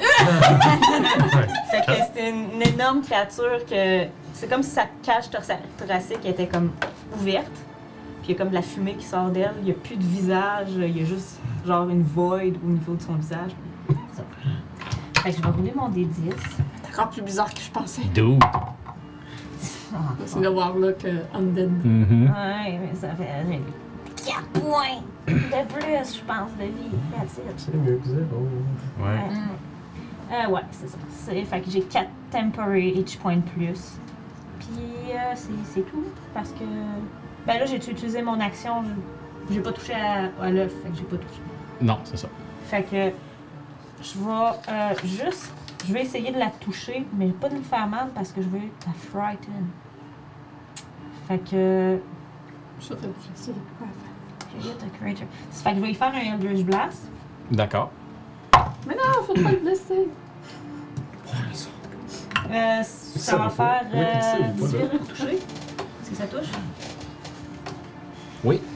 fait que c'était une, une énorme créature que. C'est comme si sa cage thorsa- thoracique était comme ouverte. Puis il y a comme de la fumée qui sort d'elle. Il n'y a plus de visage. Il y a juste genre une void au niveau de son visage. Ça. Fait que je vais rouler mon D dix. C'est encore plus bizarre que je pensais. Dude. Ah, C'est le Warlock euh, Undead. Mhm. Ouais, mais ça fait j'ai quatre points de plus, je pense, de vie. That's it. C'est mieux que zéro. Ouais. Mm. Euh, ouais, c'est ça. C'est, fait que j'ai quatre temporary H points de plus. Puis euh, c'est, c'est tout. Parce que. Ben là, j'ai utilisé mon action. je- J'ai pas touché à, à l'œuf. Fait que j'ai pas touché. Non, c'est ça. Fait que. Je vais euh, juste Je vais essayer de la toucher, mais pas de me faire mal parce que je veux la frighten. Fait que. J'aurais dû essayer. Je vais a creature. Fait que je vais y faire un Eldritch Blast. D'accord. Mais non, faut pas le blesser. Euh, ça, Ça va va faire pas. Oui, ça, euh, il est pas dix-huit là. pour toucher. Est-ce que ça touche? Oui.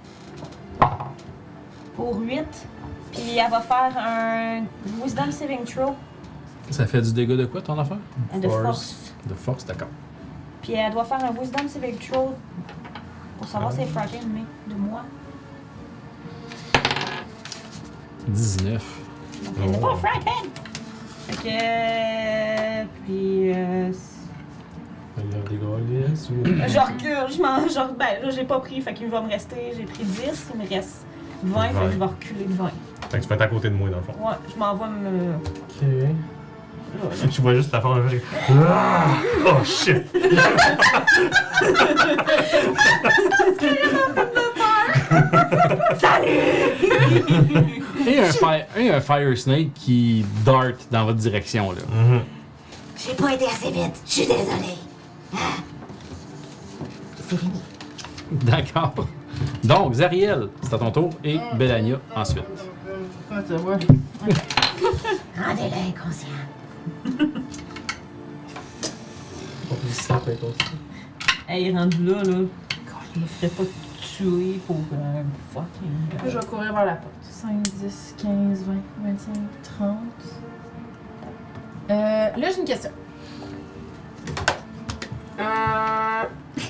Pour huit. Puis elle va faire un Wisdom Saving Throw Ça fait du dégât de quoi ton affaire? de Force. force. De force, d'accord. Puis elle doit faire un Wisdom Saving Throw pour savoir si elle est frightened mais de moi. dix-neuf. Donc elle n'est Oh. pas frightened! Fait que. euh, Puis. Euh, Il y a des gars, yes, ou... je recule, je m'en. Genre, ben là j'ai pas pris, fait qu'il va me rester. J'ai pris dix, il me reste vingt, fait que je vais reculer de vingt. Fait que tu peux être à côté de moi, dans le fond. Ouais, je m'en vais me. Ok. Tu vois juste la forme. Ah! Oh shit! Et un, fire, et un Fire Snake qui dart dans votre direction, là. Mhm. J'ai pas été assez vite, je suis désolée. C'est fini. D'accord. Donc, Zariel, c'est à ton tour, et Bellania ensuite. Rendez-le inconscient. On peut se taper inconscient. Hey, rendu là, là. Je me ferais pas tuer pour un fucking. Là, je vais courir vers la porte. cinq, dix, quinze, vingt, vingt-cinq, trente. Euh, là, j'ai une question. Euh,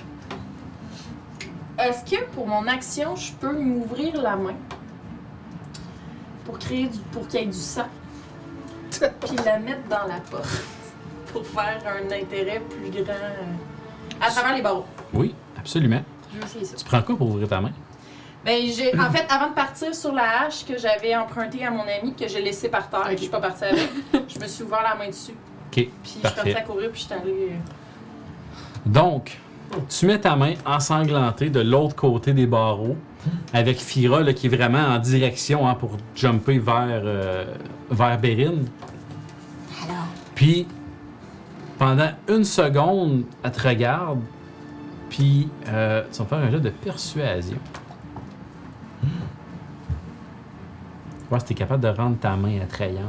Est-ce que pour mon action, je peux m'ouvrir la main pour créer du, pour qu'il y ait du sang, puis la mettre dans la porte pour faire un intérêt plus grand euh, à travers les barreaux? Oui, absolument. Je vais essayer ça. Tu prends quoi pour ouvrir ta main? Ben, j'ai, en fait, avant de partir sur la hache que j'avais empruntée à mon ami, que j'ai laissée par terre et que je suis pas partie avec, je me suis ouvert la main dessus. Ok, Puis je suis parfait. partie à courir, puis je suis allée. euh, Donc, tu mets ta main ensanglantée de l'autre côté des barreaux, avec Fira là, qui est vraiment en direction hein, pour jumper vers, euh, vers Bérine. Alors, Puis, pendant une seconde, elle te regarde, puis euh, tu vas faire un jeu de persuasion. Voir si tu es capable de rendre ta main attrayante.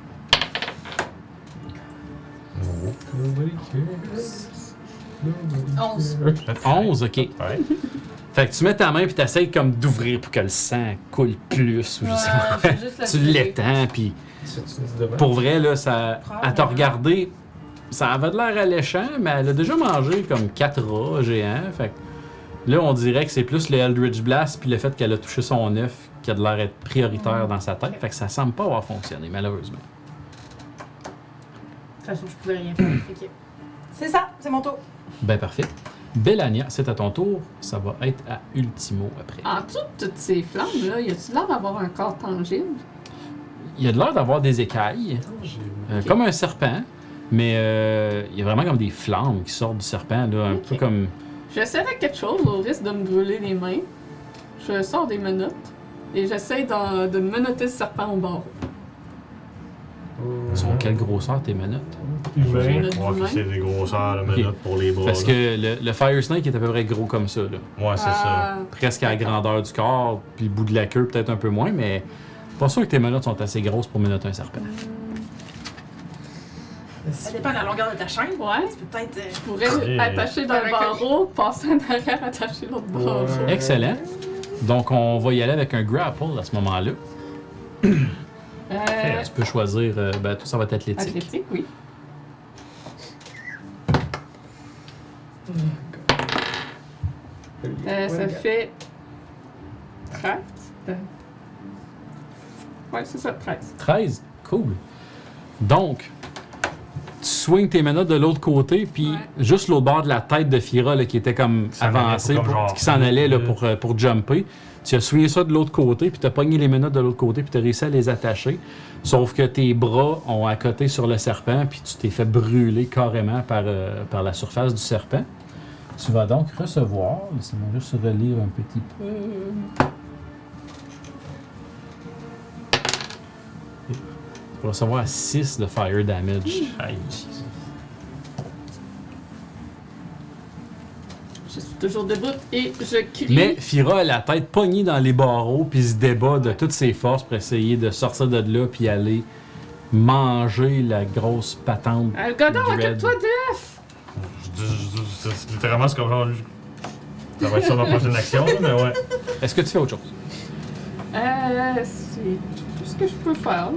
Nobody cares. Nobody Onze. cares. onze, ok. Ouais. Fait que tu mets ta main puis tu essaies comme d'ouvrir pour que le sang coule plus. Ou je sais pas. Ouais, j'ai juste le Tu tirer. l'étends, puis C'est-tu du demain? pour vrai, là, ça, Probablement. à te regarder, ça avait de l'air alléchant, mais elle a déjà mangé comme quatre rats géants. Fait que là, on dirait que c'est plus le Eldritch Blast puis le fait qu'elle a touché son œuf qui a de l'air être prioritaire dans sa tête. Fait que ça semble pas avoir fonctionné, malheureusement. De toute façon, je pouvais rien faire. Fait que- C'est ça, c'est mon tour. Ben parfait. Bellania, c'est à ton tour. Ça va être à Ultimo après. En dessous de toutes ces flammes-là, y a-tu l'air d'avoir un corps tangible? Il y a de l'air d'avoir des écailles, J'ai- euh, comme un serpent, mais euh, il y a vraiment comme des flammes qui sortent du serpent, là, un Ok. peu comme... J'essaie de quelque chose au risque de me brûler les mains. Je sors des menottes et j'essaie de, de menotter le serpent au barreau. Ils sont quelle grosseur tes menottes? Humain. J'ai Ouais, notre puis humain. c'est des grosseurs, le Ok. menottes pour les bras. Parce là. que le, le Fire Snake est à peu près gros comme ça, là. Ouais, c'est ça. Ah, Presque à la grandeur du corps, puis le bout de la queue peut-être un peu moins, mais pas sûr que tes menottes sont assez grosses pour menotter un serpent. Ça dépend de la longueur de ta chaîne. Ouais. Tu peux peut-être. euh, Je pourrais Yeah. attacher dans le barreau, passer en arrière, attacher l'autre barreau. Ouais. Excellent. Donc on va y aller avec un grapple à ce moment-là. Euh, Tu peux choisir, euh, ben tout ça va être athlétique. athlétique, oui. Euh, ça fait treize. Euh, Ouais, c'est ça, treize. treize, cool. Donc, tu swings tes menottes de l'autre côté, puis Ouais. juste l'autre bord de la tête de Fira là, qui était comme S'en allait avancé, pour pour- comme genre- qui s'en allait là, Mm. pour, euh, pour jumper. Tu as swingé ça de l'autre côté, puis tu as pogné les menottes de l'autre côté, puis tu as réussi à les attacher. Sauf que tes bras ont accoté sur le serpent, puis tu t'es fait brûler carrément par, euh, par la surface du serpent. Tu vas donc recevoir, laissez-moi juste relire un petit peu. va recevoir six de fire damage. Aïe. Je suis toujours debout et je crie. Mais Fira a la tête pognée dans les barreaux puis se débat de toutes ses forces pour essayer de sortir de là puis aller manger la grosse patente. Algodon, Dread. occupe-toi d'œuf! Je dis- je dis- C'est littéralement ce que genre. Ça va être sur ma prochaine action, là, mais ouais. Est-ce que tu fais autre chose? Euh, c'est tout ce que je peux faire.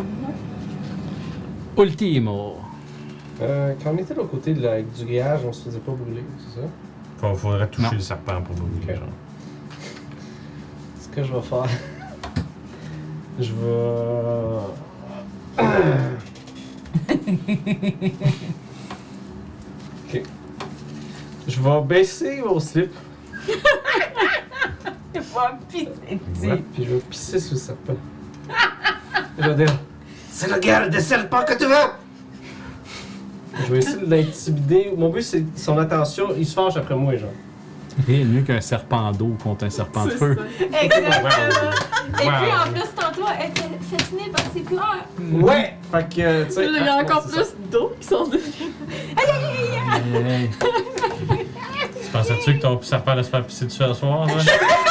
Je- Ultimo. Euh, quand on était de l'autre côté de la, du grillage, on se faisait pas brûler, c'est ça? Faut- Faudrait toucher Non. le serpent pour brûler, Ok. genre. Ce que je vais faire. Je vais. Ok. Je vais baisser mon slip, Il va pisser dessus. ouais, puis je vais pisser sur le serpent. Je vais dire. C'est la guerre des serpents que tu veux! Je vais essayer de l'intimider. Mon but, c'est son attention. Il se fâche après moi, genre. Rien de mieux qu'un serpent d'eau contre un serpent de C'est feu. ça. Exactement. Et Wow. puis en plus, tantôt, elle était fascinée par ses pleurs. Ouais! Fait que, euh, tu sais. Là, il y a ah, encore ouais, c'est ça. plus d'eau qui sont dessus. Hey. Tu pensais-tu que ton serpent allait se faire pisser dessus ce soir, ouais?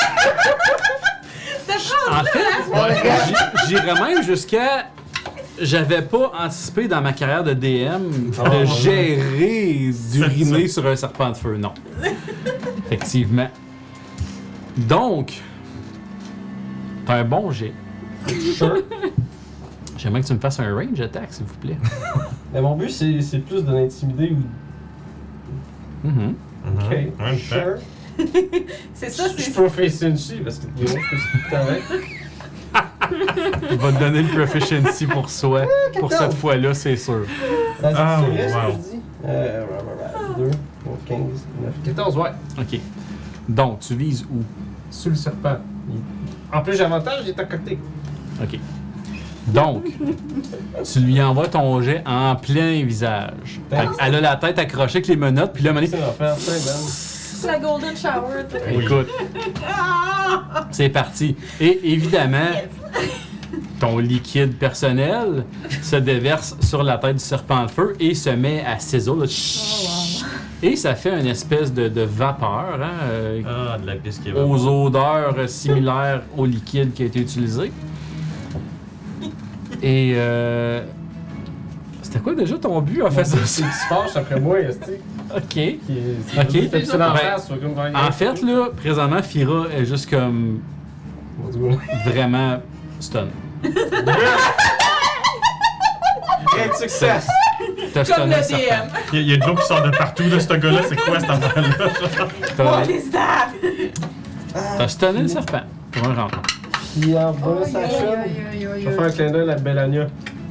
En fait, j'i- j'irais même jusqu'à. J'avais pas anticipé dans ma carrière de D M de Oh. gérer d'uriner sur un serpent de feu. Non. Effectivement. Donc, t'as un bon jet. Sure. J'aimerais que tu me fasses un range attack, s'il vous plaît. Mais mon but, c'est c'est plus de l'intimider ou. Mhm. Mhm. Ok. Ouais, Sure. C'est ça, Je c'est peux faire dessus parce que tu vois, je peux tout le temps avec. Il va te donner le proficiency pour soi. Pour quatorze. cette fois-là, c'est sûr. Vas-y, Ah, c'est vrai, ce que wow. je dis? Euh, deux, quinze, neuf, quatorze, ouais. Ok. Donc, tu vises où? Sur le serpent. Il- En plus, j'ai avantage, il est à côté. Ok. Donc, tu lui envoies ton jet en plein visage. Fait elle a la tête accrochée avec les menottes, puis là, à un moment C'est donné, l'enfer, ça, man. C'est la Golden Shower. toi. Oui. écoute, c'est parti. Et évidemment, ton liquide personnel se déverse sur la tête du serpent de feu et se met à ciseaux. là. Et ça fait une espèce de, de vapeur hein, euh, Ah, de la piste qui est aux odeurs euh, similaires au liquide qui a été utilisé. Et euh, c'était quoi déjà ton but en fait ça? C'est qu'il se fâche après moi, esti. Ok. Qui Ok. qui fait pisser dans la Ben, face, tu vas comme faire- En fait là, présentement Fira est juste comme vraiment stun. Great success! T'as Comme stunné le le serpent. D M. Il y, a- il y a de l'eau qui sort de partout de ce gars-là, c'est quoi cette affaire-là? T'as- What is that? T'as stunné le serpent. Pour un round. Puis en bonus action, je vais faire un clin d'œil à la Bellania.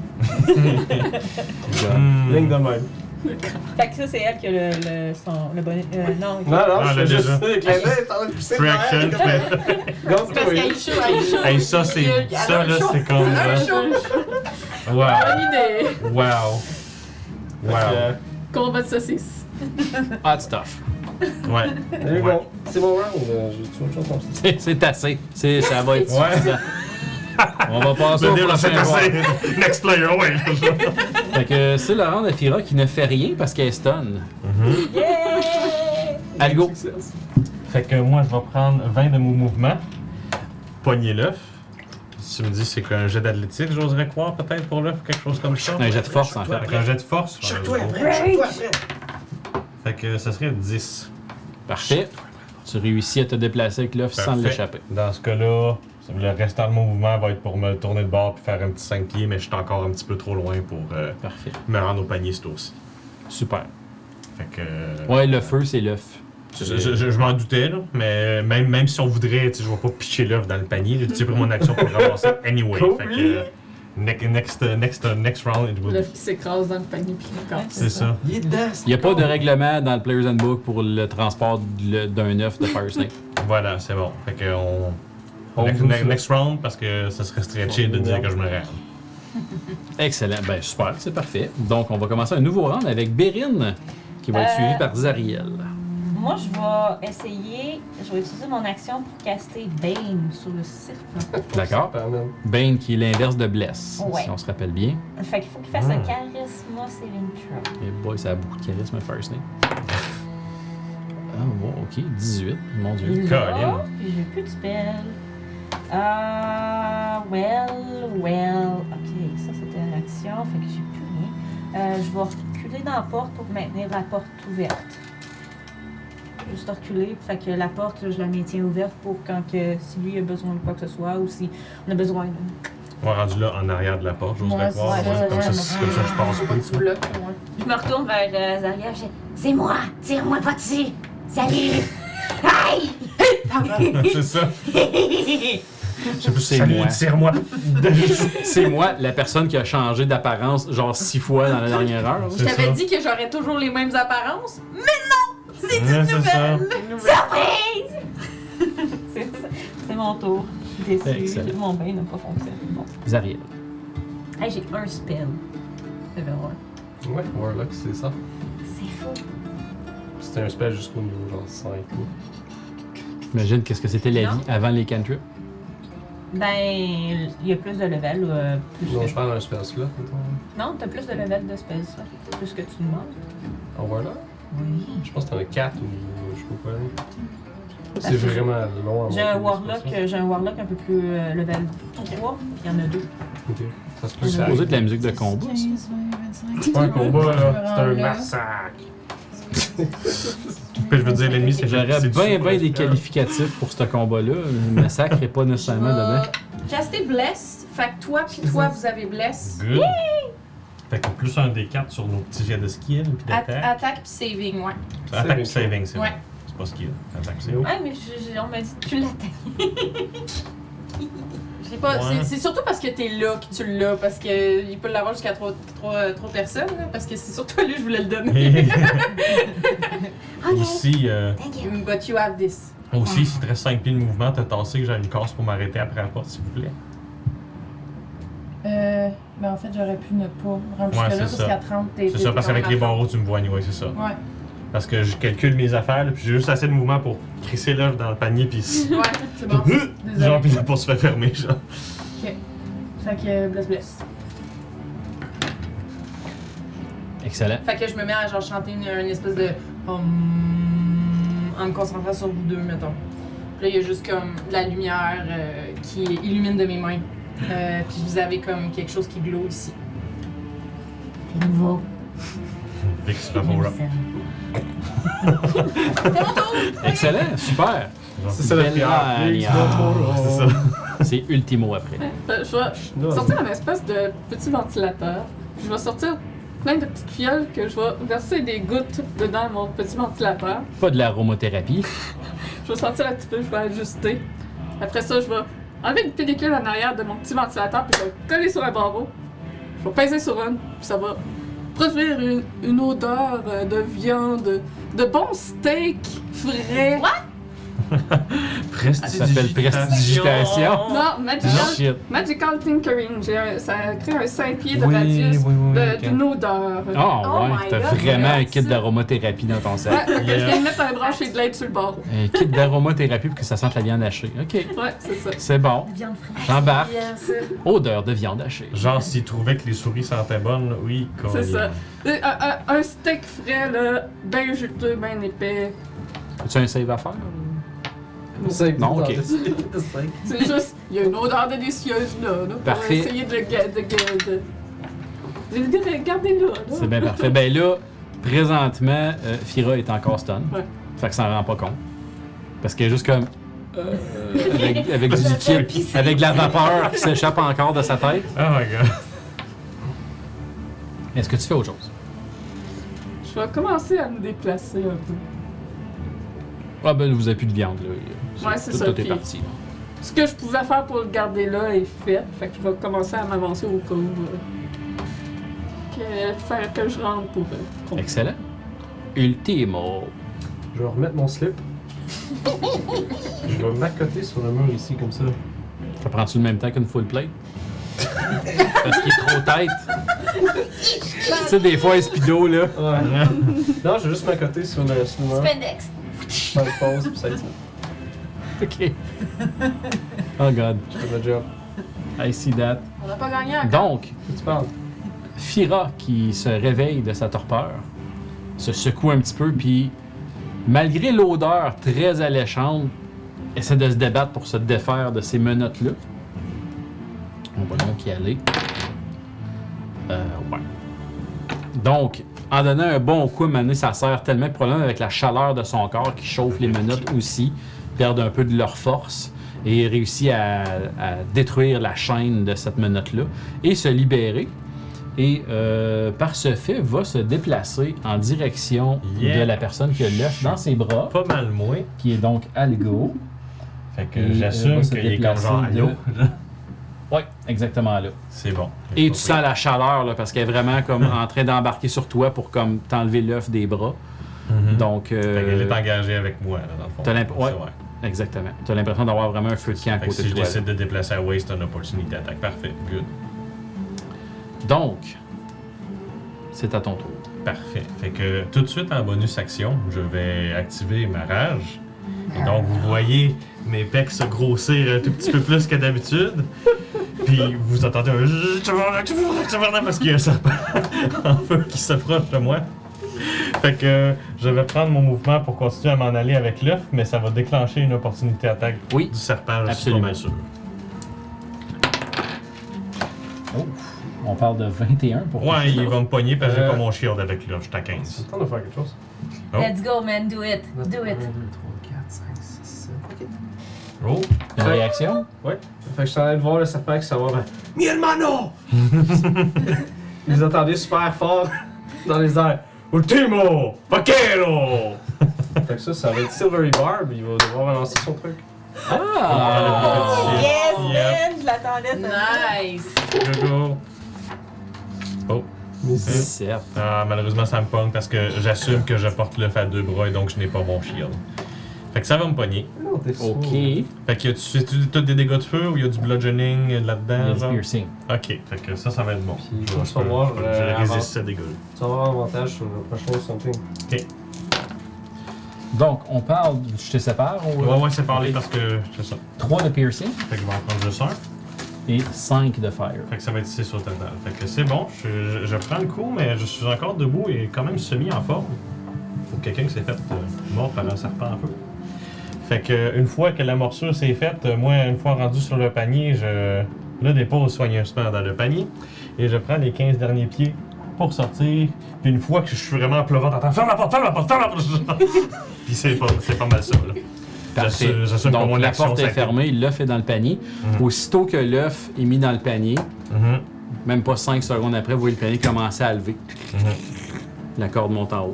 Hmm. Ligne de même. Fait que ça, c'est elle qui a le, le, son, le bonnet. Euh, non, Non, non, Ah, je là, fais juste déjà. ça, le clin d'œil est en train de pousser Free derrière, action, comme- fait. Go Parce to qu'elle it. est chaud, elle est chaud. Hey, ça, c'est. Il y a- il y a Ça, un là, show. c'est comme. Il y a un euh, show. Wow. Bonne idée. Wow. Fait que, Wow. euh, Combat de saucisse. Hot stuff. Ouais. there you Ouais. go. C'est mon round, euh, j'ai autre chose comme ça. C'est, c'est assez. C'est, ça va être Ouais. suffisant. On va passer Le au deal, prochain c'est joueur. assez. Next player, ouais. Fait que c'est le round de Fira qui ne fait rien parce qu'elle est stun. Yeah! Algo. Success. Fait que moi, je vais prendre vingt de mon mouvement. Pogner l'œuf. Si tu me dis c'est qu'un jet d'athlétique, j'oserais croire peut-être pour l'œuf, quelque chose comme ça. Un jet de force en fait. Avec un jet de force. Choque-toi ouais, après, choque-toi après! Fait que ça serait dix. Parfait. Tu réussis à te déplacer avec l'œuf sans Parfait. l'échapper. Dans ce cas-là, le restant de mon mouvement va être pour me tourner de bord puis faire un petit cinq pieds, mais je suis encore un petit peu trop loin pour euh, Parfait. me rendre au panier ce tour-ci. Super. Fait que. euh, Ouais, le feu, c'est l'œuf. Je, je- je- je m'en doutais, là, mais même, même si on voudrait, tu sais, je vais pas pitcher l'œuf dans le panier. là, J'ai pris mon action pour le ramasser anyway. Cool. Fait que, euh, ne- next, next, next round, it will Le be. qui s'écrase dans le panier puis qui casse. C'est ça. Il est dedans. Il n'y a pas de règlement dans le Player's Handbook pour le transport de- d'un œuf de Fire Snake. Voilà, c'est bon. Fait que on. On next, vous ne- fait. next round, parce que ça serait stretché de dire que je me rends. Excellent. Ben, super. C'est parfait. Donc, on va commencer un nouveau round avec Bérine, qui va être Euh. suivi par Zariel. moi, je vais essayer. Je vais utiliser mon action pour caster Bane sur le serpent. D'accord. Super, man. Bane qui est l'inverse de Bless, Ouais. si on se rappelle bien. Fait qu'il faut qu'il fasse Hmm. un charisme saving throw. Et boy, ça a beaucoup de charisme, first name. Ah, wow, ok, dix-huit, mon dieu. Là, Colin. puis j'ai plus de spell. Euh. Well, well. Ok, ça c'était une action, fait que j'ai plus rien. Euh, je vais reculer dans la porte pour maintenir la porte ouverte. Juste reculer, fait que la porte, je la maintiens ouverte pour quand que, si lui a besoin de quoi que ce soit ou si on a besoin de. On est rendu là en arrière de la porte, j'oserais Ouais, croire. c'est Ouais, ça, comme, ouais, ça, comme ça, je pense Faut pas que tu pas. bloques, moi. Je me retourne vers euh, Zaria, je C'est moi! Tire-moi pas dessus! Salut! Aïe! C'est ça. J'ai plus C'est salut, moi. tire-moi. C'est moi, la personne qui a changé d'apparence genre six fois dans la dernière heure. Je C'est t'avais ça. dit que j'aurais toujours les mêmes apparences. C'est une ça. Surprise! c'est ça. C'est mon tour. Je suis déçue. Excellent. Mon bain n'a pas fonctionné. Bon. Zariel. Hey, j'ai un spell. Level one. Ouais, Warlock, c'est ça. C'est fou. C'était un spell jusqu'au niveau genre cinq. quoi. Imagine qu'est-ce que c'était la Non. vie avant les cantrips. Ben, il y a plus de level. Euh, plus Non, que... je parle d'un spell slot, mettons. Non, t'as plus de level de spells, là. Plus que tu demandes. En Warlock? Oui. Je pense que t'en as quatre ou je sais pas quoi. C'est vraiment long à J'ai un monter, warlock, c'est pas ça? j'ai un warlock un peu plus euh, level trois, puis il y en a deux. Ok. Ça se peut C'est que ça supposé arrive. de la musique de combat. ça. C'est pas un combat, là. C'est un Là. massacre. Puis je veux dire, l'ennemi, c'est J'aurais c'est bien, dessus, bien des ouais. qualificatifs pour ce combat-là. Le massacre n'est pas nécessairement dedans. Casté bless. Fait que toi puis toi, vous avez bless. Good. Fait que plus un des quatre sur nos petits jets de skill puis At- d'attaque. attaque puis saving, ouais. Attaque puis saving, c'est Ouais. vrai. C'est pas skill. Attaque puis saving. Ah, mais je- je- on m'a dit que tu l'attaques. C'est pas- Ouais. c'est- c'est surtout parce que t'es là que tu l'as, parce qu'il peut l'avoir jusqu'à trois, trois, trois personnes, là, parce que c'est surtout à lui que je voulais le donner. Ok. Aussi, euh, Thank you. But you have this. aussi, s'il te reste cinq pieds de mouvement, t'as tassé que j'ai une casse pour m'arrêter après la porte, s'il vous plaît. Euh, mais en fait, j'aurais pu ne pas rendre Ouais, jusque-là, c'est parce ça. qu'à trente, t'es. C'est ça, parce qu'avec les barreaux, tu me vois, anyway, c'est ça. Ouais. Parce que je calcule mes affaires, là, puis j'ai juste assez de mouvement pour crisser l'œuf dans le panier, puis. Ouais, c'est bon. Désolé. Genre, puis la porte se fait fermer, genre. Ok. Fait que bless bless. Excellent. Fait que je me mets à genre chanter une, une espèce de hum, en me concentrant sur vous deux, mettons. Puis là, il y a juste comme de la lumière euh, qui illumine de mes mains. Euh, puis vous avez comme quelque chose qui glow ici. C'est nouveau. Fait que tu fais pour up. Excellent, super. C'est ça la Belle prière. alliance. C'est ça. C'est Ultimo après. Euh, je vais sortir un espèce de petit ventilateur. Puis je vais sortir plein de petites fioles que je vais verser des gouttes dedans mon petit ventilateur. Pas de l'aromothérapie. Je vais sortir un petit peu, je vais ajuster. Après ça, je vais enlever une pellicule en arrière de mon petit ventilateur, puis je vais le coller sur un barreau. Je vais peser sur une, puis ça va produire une, une odeur euh, de viande, de bon steak frais. Ça s'appelle prestidigitation. Non, magical, Shit. magical tinkering. J'ai un- ça crée un cinq pieds de Oui, radius oui, oui, de- ok. d'une odeur. Ah Oh ouais, my t'as God, vraiment un regarde kit ça. d'aromothérapie dans ton sac. Ouais, fait que je Yeah. viens de mettre un branché de l'aide sur le barreau. Un kit d'aromothérapie pour que ça sente la viande hachée. Ok, Ouais, c'est ça. c'est bon. Viande fraîche. J'embarque. Yes. Odeur de viande hachée. Genre, s'il trouvait que les souris sentaient bonnes, oui, quoi. C'est ça. Un, un- un steak frais, là, bien juteux, bien épais. As-tu un save à faire? C'est Non, ok. C'est juste, il y a une odeur délicieuse là, là pour Parfait. essayer de le ga- de, ga- de, de, de le garder là. là. C'est bien parfait. Ben là, présentement, euh, Fira est encore stun. Ouais. Fait que ça en rend pas compte. Parce qu'elle est juste comme. euh, avec, avec du liquide, avec de la vapeur qui s'échappe encore de sa tête. Oh my god. Est-ce que tu fais autre chose? Je vais commencer à me déplacer un peu. Ah ben vous avez plus de viande là. Ouais, c'est tout, ça, Tout est puis- parti. là. Ce que je pouvais faire pour le garder là est fait. Fait que je vais commencer à m'avancer au cas où. euh, que, faire que je rentre pour. euh, pour- Excellent. Ultimo. Je vais remettre mon slip. Je vais m'accoter sur le mur ici, comme ça. Ça prend-tu le même temps qu'une full plate? Parce qu'il est trop tête. tu sais, des fois, Espido, là. Ouais. Non, je vais juste m'accoter sur le, sur le mur. Spendex. faire une pause, puis ça y est. Ok. Oh god. Je fais le job. I see that. On n'a pas gagné encore. Donc, Que tu parles? Fira, qui se réveille de sa torpeur, se secoue un petit peu, puis malgré l'odeur très alléchante, essaie de se débattre pour se défaire de ces menottes-là. On va donc y aller. Euh, ouais. Donc, en donnant un bon coup, maintenant, ça sert tellement de problème avec la chaleur de son corps qui chauffe les menottes aussi, perdent un peu de leur force et réussit à, à détruire la chaîne de cette menotte-là et se libérer. Et euh, par ce fait, va se déplacer en direction Yeah. de la personne qui a l'œuf dans ses bras, Pas mal moins. qui est donc Algo. Fait que Et, euh, j'assume va se qu'il est comme déplacer genre de- allô. Oui, exactement là. C'est bon. Et tu sens la chaleur là, parce qu'elle est vraiment comme en train d'embarquer sur toi pour comme t'enlever l'œuf des bras. Mhm. Donc, euh, Fait qu'elle est engagée avec moi, là, dans le fond. T'as l'imp- ouais. C'est exactement. Tu as l'impression d'avoir vraiment un feu de camp à Fait que côté si je de toi. décide de déplacer à Waste, une opportunité d'attaque. Parfait. Good. Donc, c'est à ton tour. Parfait. Fait que tout de suite en bonus action, je vais activer ma rage. Et donc, vous voyez mes pecs se grossir un tout petit peu plus que d'habitude. Puis vous entendez un parce qu'il y a un serpent en feu qui s'approche de moi. Fait que je vais prendre mon mouvement pour continuer à m'en aller avec l'œuf, mais ça va déclencher une opportunité d'attaque Oui, du serpent, je suis absolument. pas mal sûr. Oh, on parle de vingt et un pour Ouais, il va me pogner parce que j'ai Euh. pas mon shield avec l'œuf, je suis à C'est quinze. le temps de faire quelque chose. Oh. Let's go, man, do it. Do un, it. deux, trois, quatre, cinq, six, sept. Ok. Oh! Une réaction? Ouais. Fait que je suis en train de voir le serpent qui s'en va. Ben, Mi hermano! Vous entendez super fort dans les airs. Ultimo! Vaquero! Fait que ça, ça va être Silvery Barb. Il va devoir relancer son truc. Ah! Yes, Yep. man, je l'attendais. ça. Nice! Go go! Oh! dix-sept. Ah, malheureusement, ça me pogne parce que j'assume que je porte l'œuf à deux bras et donc je n'ai pas mon shield. Fait que ça va me pogner. Non, t'es sûr. Ok. Il Fait que tu fais-tu tous des dégâts de feu ou il y a du bludgeoning y a là-dedans? du genre? piercing. Ok, fait que ça, ça va être bon. Puis, Je tu vais- vas je peux- voir, je, euh, je avant. résiste ces dégâts. Tu vas avoir avantage sur le prochain something. Donc, on parle. Je te sépare ou. Ouais, ouais, c'est parlé parce que c'est ça. trois de piercing Fait que je vais en prendre juste un. et cinq de fire. Fait que ça va être six au total. Fait que c'est bon, je, je, je prends le coup, mais je suis encore debout et quand même semi en forme. Pour quelqu'un qui s'est fait euh, mort par un serpent en feu. Fait que une fois que la morsure s'est faite, euh, moi, une fois rendu sur le panier, je le dépose soigneusement dans le panier et je prends les quinze derniers pieds pour sortir. Puis une fois que je suis vraiment pleurant, t'entends ferme la porte, ferme la porte, ferme la porte. Puis c'est pas, c'est pas mal ça, là. Parfait. J'assume- j'assume que Donc, mon la action, porte ça est a été- fermée, l'œuf est dans le panier. Mhm. Aussitôt que l'œuf est mis dans le panier, Mhm, même pas cinq secondes après, vous voyez le panier commencer à lever. mhm. La corde monte en haut.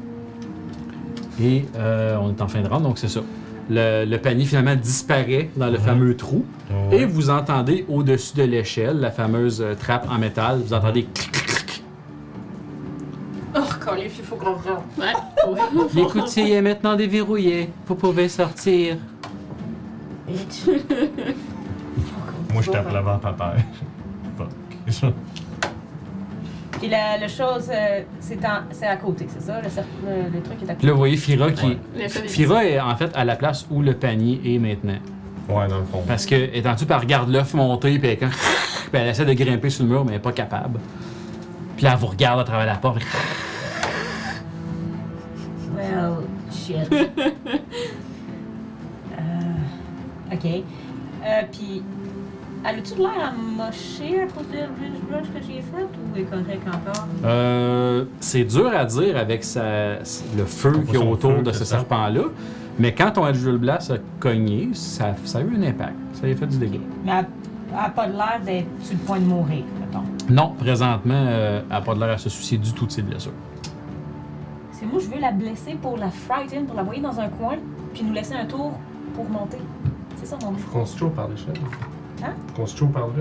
Et euh, on est en fin de ronde, donc c'est ça. Le, le panier finalement disparaît dans le Mhm. fameux trou. Ouais. Et vous entendez au-dessus de l'échelle, la fameuse euh, trappe en métal, vous entendez clic, clic, clic. Oh, Calif, il faut qu'on rentre. Ouais. L'écoutille est maintenant déverrouillée. Vous pouvez sortir. Moi, je tape l'avant papa. Fuck. Puis la, la chose, euh, c'est en- c'est à côté, c'est ça? Le, cer- le, le truc est à Puis côté. là, vous voyez Fira qui. Ouais. L'effet des- Fira est en fait à la place où le panier est maintenant. Ouais, dans le fond. Parce que, étant-tu, elle regarde l'œuf monter, puis elle, est comme- puis elle essaie de grimper sur le mur, mais elle n'est pas capable. Puis là, elle vous regarde à travers la porte. Well, shit. Euh, ok. Euh, puis, elle a-tu de l'air amochée à cause de l'Eldritch Blast que j'ai fait ou est correct encore? Euh, c'est dur à dire avec sa- le feu qu'il y a Son autour feu, de c'est ce ça. serpent-là. Mais quand ton Eldritch Blast a cogné, ça, ça a eu un impact. Ça lui a fait du dégât. Mais elle n'a pas de l'air d'être sur le point de mourir, mettons. Non, présentement, euh, elle n'a pas de l'air à se soucier du tout de ses blessures. C'est moi, je veux la blesser pour la frighten, pour la voyer dans un coin, puis nous laisser un tour pour monter. C'est ça mon but. Faut qu'on se choue par l'échelle. Hein? Faut qu'on se choue par là.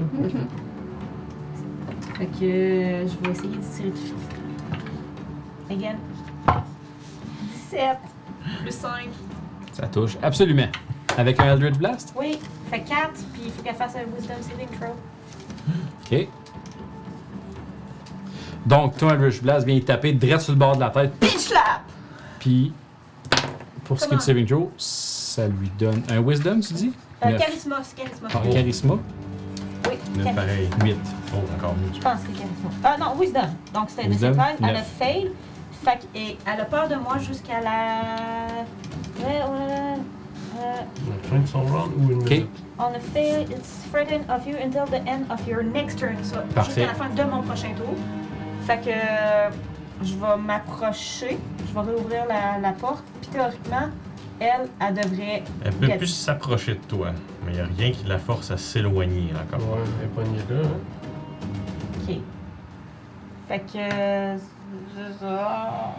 Fait que euh, je vais essayer de tirer dessus. Again. dix-sept plus cinq. Ça touche, absolument. Avec un Eldritch Blast? Oui, fait quatre, puis il faut qu'elle fasse un Wisdom Saving Throw. OK. Donc, ton Eldritch Blast vient y taper direct sur le bord de la tête, Pitch slap! puis Pour skill Comment? saving throw, ça lui donne un wisdom, tu dis? Euh, Neuf. charisma, c'est charisma. Par charisma, Oui, Neuf charisma. pareil. huit. Oh, encore mieux. Je pense que c'est charisma. Ah non, wisdom. Donc c'était Wisdom, nécessaire. Elle a neuf. fail. Fait qu'elle a peur de moi jusqu'à la. Ouais, ouais. Euh, La fin de son round ou une Ok. minute? on a fail, it's frightened of you until the end of your next turn. So, Parfait. jusqu'à la fin de mon prochain tour. Fait que euh, je vais m'approcher, je vais réouvrir la, la porte. Puis théoriquement, elle, elle devrait. Elle peut Get- plus s'approcher de toi, mais il n'y a rien qui la force à s'éloigner encore. Ouais, elle est poignée là. Hein. Ok. Fait que. euh, c'est ça.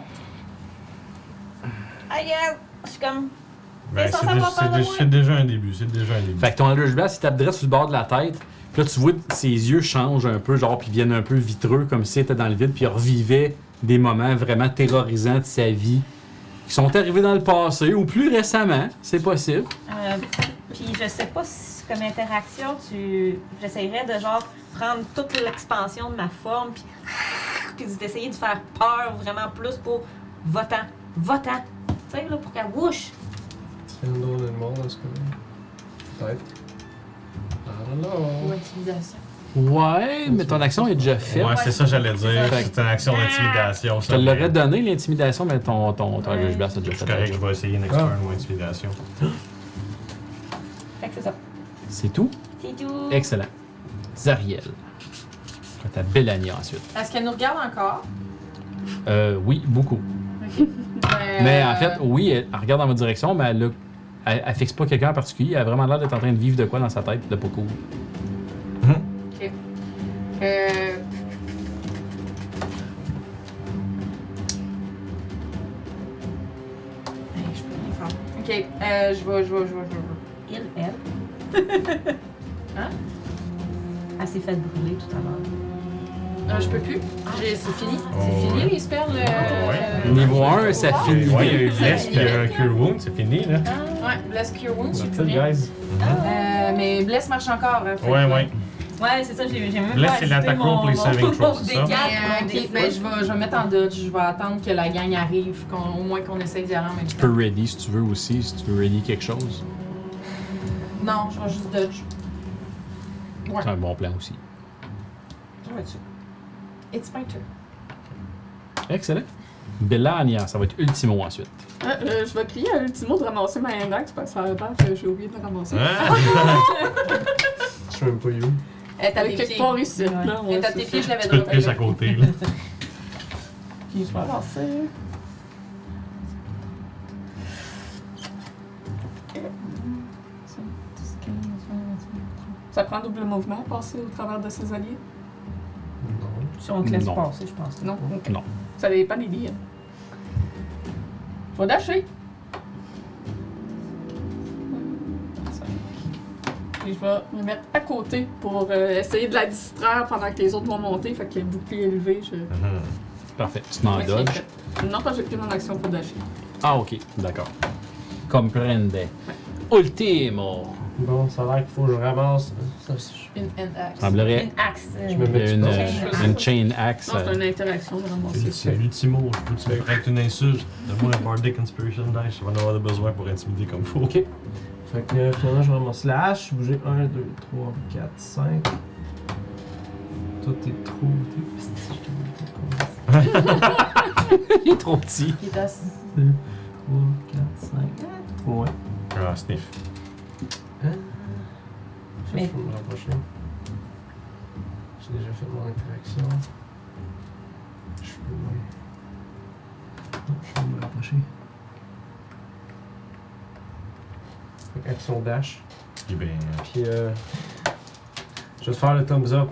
I guess. Je suis comme. Ben, Mais ça, c'est ça dé- va c'est pas de dé- moi. c'est déjà un début, c'est déjà un début. Fait que ton Eldritch Blast, il tape direct sur le bord de la tête. Puis là, tu vois ses yeux changent un peu, genre, puis viennent un peu vitreux, comme s'il était dans le vide, puis il revivait des moments vraiment terrorisants de sa vie qui sont arrivés dans le passé ou plus récemment, c'est possible. Euh, puis je sais pas si comme interaction, tu. J'essayerais de genre prendre toute l'expansion de ma forme, puis. Puis d'essayer de faire peur vraiment plus pour votant. Votant! Tu sais, là, pour qu'elle whoosh! Handle animal, est-ce que. Peut-être. I don't Ou know. intimidation. Ouais, mais ton action est déjà faite. Ouais, c'est ça que j'allais dire. Fait que- C'est une action d'intimidation. Je te l'aurais donné, l'intimidation, mais ton, ton, ton Ouais. Eldritch Blast a déjà C'est fait. correct, je vais essayer une externe ou intimidation. Fait que c'est ça. C'est tout? C'est tout! Excellent. Zariel. Ta Bellania ensuite. Est-ce qu'elle nous regarde encore? Euh, oui, beaucoup. Ben, Mais euh, en fait, oui, elle, elle regarde dans votre direction, mais elle, a- elle, elle fixe pas quelqu'un en particulier. Elle a vraiment l'air d'être en train de vivre de quoi dans sa tête, de pas cool. Ok. Euh... Hey, je peux rien faire. Ok, euh, je vais, je vais, je vais, je vais. Il, elle. Hein? Elle s'est fait brûler tout à l'heure. Ah, je peux plus. J'ai- C'est fini. Oh, C'est fini ouais. les spells. ouais. Euh... Niveau un, ça Ah. finit Ouais, il y a eu vite. Bless puis il y a eu un Cure Wound, c'est fini là. Ouais, Bless Cure Wound, j'ai That's plus it, rien. guys. Euh, mais Bless marche encore. hein, fait Ouais, que- ouais. Ouais, c'est ça, j'ai j'ai même Là, pas c'est ajusté l'attaque mon- roll, les mon- saving throws, mon c'est ça? D quatre Mais, pour euh, mon ok, D ben, six. je, vais, je vais mettre en dodge. Je vais attendre que la gang arrive, qu'on, au moins qu'on essaye d'y aller en même Tu temps. peux ready si tu veux aussi, si tu veux ready quelque chose. Non, je vais juste dodge. Ouais. C'est un bon plan aussi. Je vais dessus. It's my turn. Excellent. Bellania, ça va être Ultimo ensuite. Euh, euh, je vais crier à Ultimo de ramasser ma index parce que ça a l'air que j'ai oublié de la ramasser. Hein? Je sais même pas où. Elle est à Elle est tes quelque pieds. part ici. Ouais. Là, Elle est à ouais, tes c'est pieds, je ça. l'avais Tu peux te droppé. plus à côté là. Puis je vais lancer. Ça prend double mouvement, passer au travers de ses alliés? Non. Si on te laisse Non. passer, je pense. Non? Ok. Non. Ça dépend des liens. Je vais dasher. Puis je vais me mettre à côté pour euh, essayer de la distraire pendant que les autres vont monter. Fait que le bouclier élevé, je. Mhm. Parfait. Tu t'en Ouais, dodges. c'est fait. Non, pas j'ai pris mon action pour dasher. Ah, ok. D'accord. Comprende. Ultimo. Bon, ça a l'air qu'il faut que je ramasse. Ça, je- Une end axe. Semblerait Une axe. euh, Je me il y a mets une, du euh, temps. une chain axe. Non, c'est euh, une interaction de ramasser. C'est l'ultimo, je peux-tu me prêter une insulte? Donne-moi la Bardic Inspiration Dice, je vais en avoir besoin pour intimider comme faut. Ok. Fait que euh, finalement, je ramasse la hache. Bouger un, deux, trois, quatre, cinq. Toi, t'es trop. T'es. Il est trop petit. Il est à- trois, quatre, cinq. Trop loin. Ah, sniff. Hein? Mais- Je vais me rapprocher. J'ai déjà fait mon interaction. Je peux loin. Non, je vais me rapprocher. Fait que action dash. Eh bien, Puis euh, je vais te faire le thumbs up.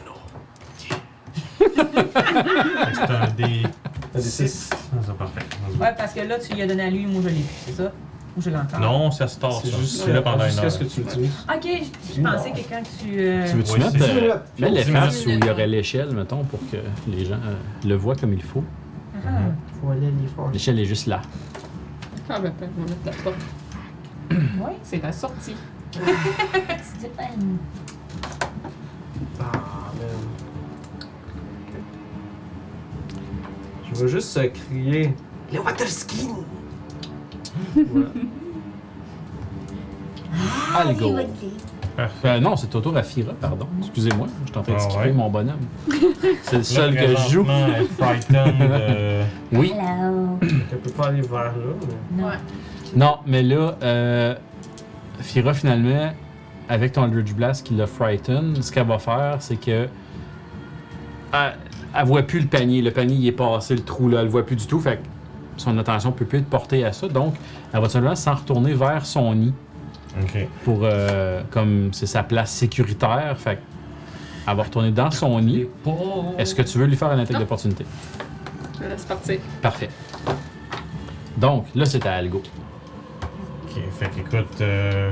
c'est un D Un des six. six. C'est parfait. Ouais, parce que là, tu lui as donné à lui, moi je l'ai plus, c'est ça? Ou je l'ai encore? Non, ça se tord, C'est ça. juste C'est là pendant une jusqu'à heure. ce que tu l'utilises. Ok, je, je pensais que quand tu. euh, Tu veux-tu Ouais, mettre c'est euh, ça. mets les dix faces où minutes. il y aurait l'échelle, mettons, pour que les gens euh, le voient comme il faut. ah, Faut aller les faire. L'échelle est juste là. Ah ben, ben, on va mettre la porte. Ouais, C'est la sortie. tu dis, hum, Ah, man. Je vais juste euh, crier. Les water skins! Voilà. Algo. Allez, Parfait. Euh, non, c'est au tour à Fira, pardon. Excusez-moi, je suis en train de Ah skipper ouais. mon bonhomme. C'est le seul Là, que je joue. présentement, elle est frightened, euh, Oui. Hello. Elle peut pas aller vers là. Mais... Ouais. Non, mais là, euh, Fira, finalement, avec ton Eldritch Blast qui l'a frighten, ce qu'elle va faire, c'est que. Elle, elle voit plus le panier. Le panier, il est passé, le trou là, elle le voit plus du tout. Fait que son attention peut plus être portée à ça. Donc, elle va simplement s'en retourner vers son nid. Ok. Pour. Euh, comme c'est sa place sécuritaire. Fait que elle va retourner dans son nid. Est-ce que tu veux lui faire une attaque Non. d'opportunité? Je laisse partir. Parfait. Donc, là, c'est à Algo. Ok, fait qu'écoute. Euh...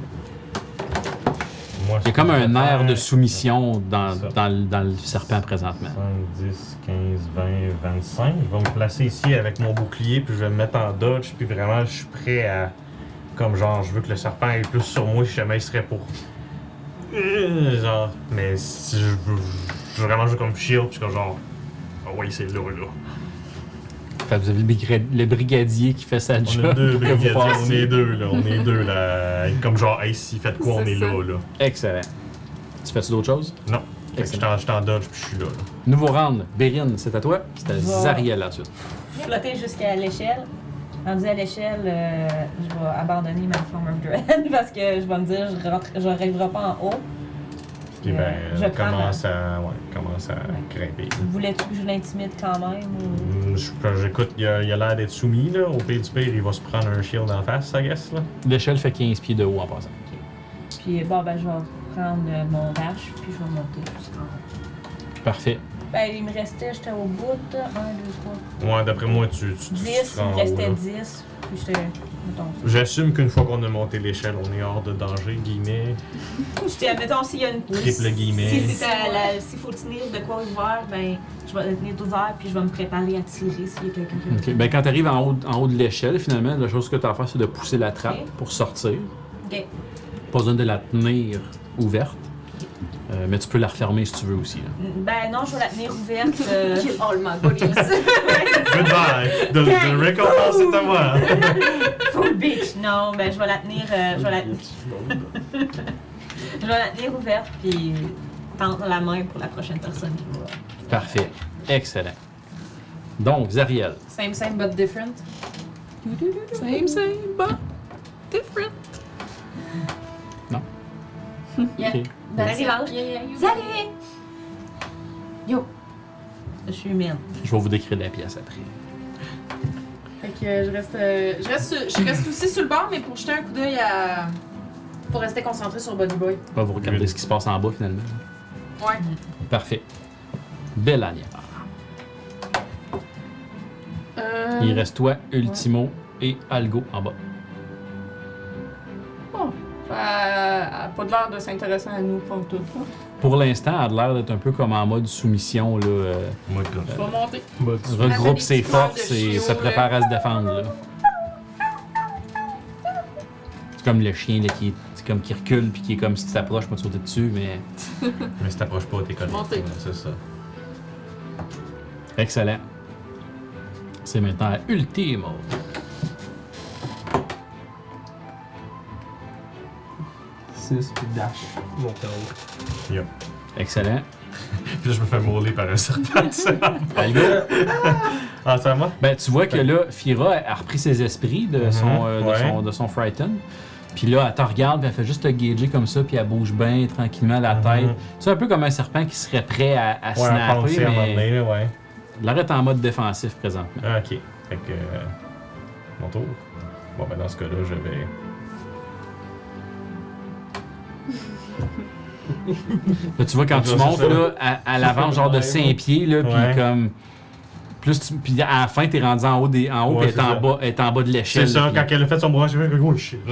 Moi, Il y a comme un air de sous soumission dans, Ça. dans, le- dans le serpent présentement. cinq, dix, quinze, vingt, vingt-cinq. Je vais me placer ici avec mon bouclier, puis je vais me mettre en dodge, puis vraiment, je suis prêt à. Comme genre, je veux que le serpent ait plus sur moi, si jamais il serait pour. Euh, Genre, mais si je veux. Je veux vraiment jouer comme shield, puis comme genre. Ah oui, c'est là, là. Fait que vous avez le, briga- le brigadier qui fait sa On job. est deux, que vous brigadiers, on passiez. est deux, là. On est deux, là. Comme genre, hey, si, faites quoi, on C'est est ça. là, là. Excellent. Tu fais-tu d'autres choses? Non. Fait que je Excellent. t'en- je t'en dodge, puis je suis là, là. Nouveau round. Bérine, c'est à toi. C'est à Je vais- Zariel là-dessus. Flotter jusqu'à l'échelle. Rendu à l'échelle, euh, je vais abandonner ma form of dread parce que je vais me dire, je rentre, je n'arriverai pas en haut. Puis Euh, ben, je elle prends commence à. Ouais, commence à grimper. Voulais-tu que je l'intimide quand même ou... Mm, je- J'écoute, il a il a l'air d'être soumis, là. Au pire du pire, il va se prendre un shield en face, I guess, là. L'échelle fait quinze pieds de haut en passant. Puis bon, ben, je vais prendre euh, mon dash, puis je vais monter jusqu'en haut. Parfait. Ben, il me restait, j'étais au bout de un, deux, trois, Ouais, d'après moi, tu, tu, tu dix, seras il en me haut, restait là. dix, puis j'étais, mettons, J'assume qu'une fois qu'on a monté l'échelle, on est hors de danger, guillemets. j'étais, mettons, s'il y a une... Triple guillemets. Si c'est à la- s'il faut tenir de quoi ouvert, ben, je vais le tenir d'ouvert, puis je vais me préparer à tirer s'il y a quelqu'un qui... Ok. Ben, quand tu arrives en haut, en haut de l'échelle, finalement, la chose que tu as à faire, c'est de pousser la trappe Ok. pour sortir. Ok. Pas besoin de la tenir ouverte. Euh, mais tu peux la refermer si tu veux aussi. Là. Ben non, je vais la tenir ouverte. euh, Kill all my bullies. Goodbye! De, de récompense, c'est à moi! Full bitch. Non, ben je vais la tenir, euh, je vais la, je vais la tenir ouverte puis tendre la main pour la prochaine personne qui va. Parfait. Excellent. Donc, Zariel. Same, same, but different. Same, same, but different. Yeah. Ok. That's Salut, it. Ange. Yeah, yeah, you- Salut! Je suis humaine. Je vais vous décrire la pièce après. Fait que euh, je reste, euh, je reste, sur- je reste aussi sur le bord, mais pour jeter un coup d'œil à, pour rester concentré sur Buddy Boy. On va vous regarder ce qui se passe en bas finalement. Ouais. Parfait. Bellania. Euh, Il reste toi, Ultimo et Algo en bas. bon, ça a pas de l'air de s'intéresser à nous pour tout. là. Pour l'instant, elle a l'air d'être un peu comme en mode soumission. Là, euh, Moi, comme Je vais monter. regroupe des ses petits morts forces de et chiots, se là. prépare à se défendre. Là. C'est comme le chien là, qui, est, c'est comme qui recule puis qui est comme si tu t'approches pour te sauter dessus, mais Mais si t'approches pas, t'es connu. Montez. C'est ça. excellent. C'est maintenant à Ultimo. six puis dash. Monter en haut. Excellent. Puis là, je me fais mouler par un serpent, ça. Algo, Ah, c'est à moi? ben, tu vois que là, Fira a repris ses esprits de son, Mhm, euh, de ouais. son, de son Frighten. Puis là, elle te regarde, puis elle fait juste te gager comme ça, puis elle bouge bien tranquillement la tête. Mhm. C'est un peu comme un serpent qui serait prêt à, à Ouais, à snapper, penser à un moment mais donné, là, ouais. elle est en mode défensif présentement. Ah, ok. Fait que. euh, mon tour. Bon, ben, dans ce cas-là, je vais. Là, tu vois, quand tu C'est montes, ça. là, à, à l'avant, genre de Ouais, cinq pieds, là, puis Ouais. comme... Plus tu, puis à la fin, t'es rendu en haut, des, en haut, Ouais, puis elle est c'est en ça. bas, elle est en bas de C'est l'échelle. ça, puis- quand elle a fait son bras, j'ai fait un gros shit.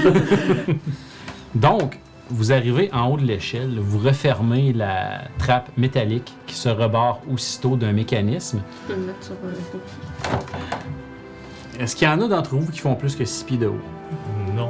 Donc, vous arrivez en haut de l'échelle, vous refermez la trappe métallique qui se rebarre aussitôt d'un mécanisme. Je peux le mettre sur euh, le dos. Est-ce qu'il y en a d'entre vous qui font plus que six pieds de haut? Non.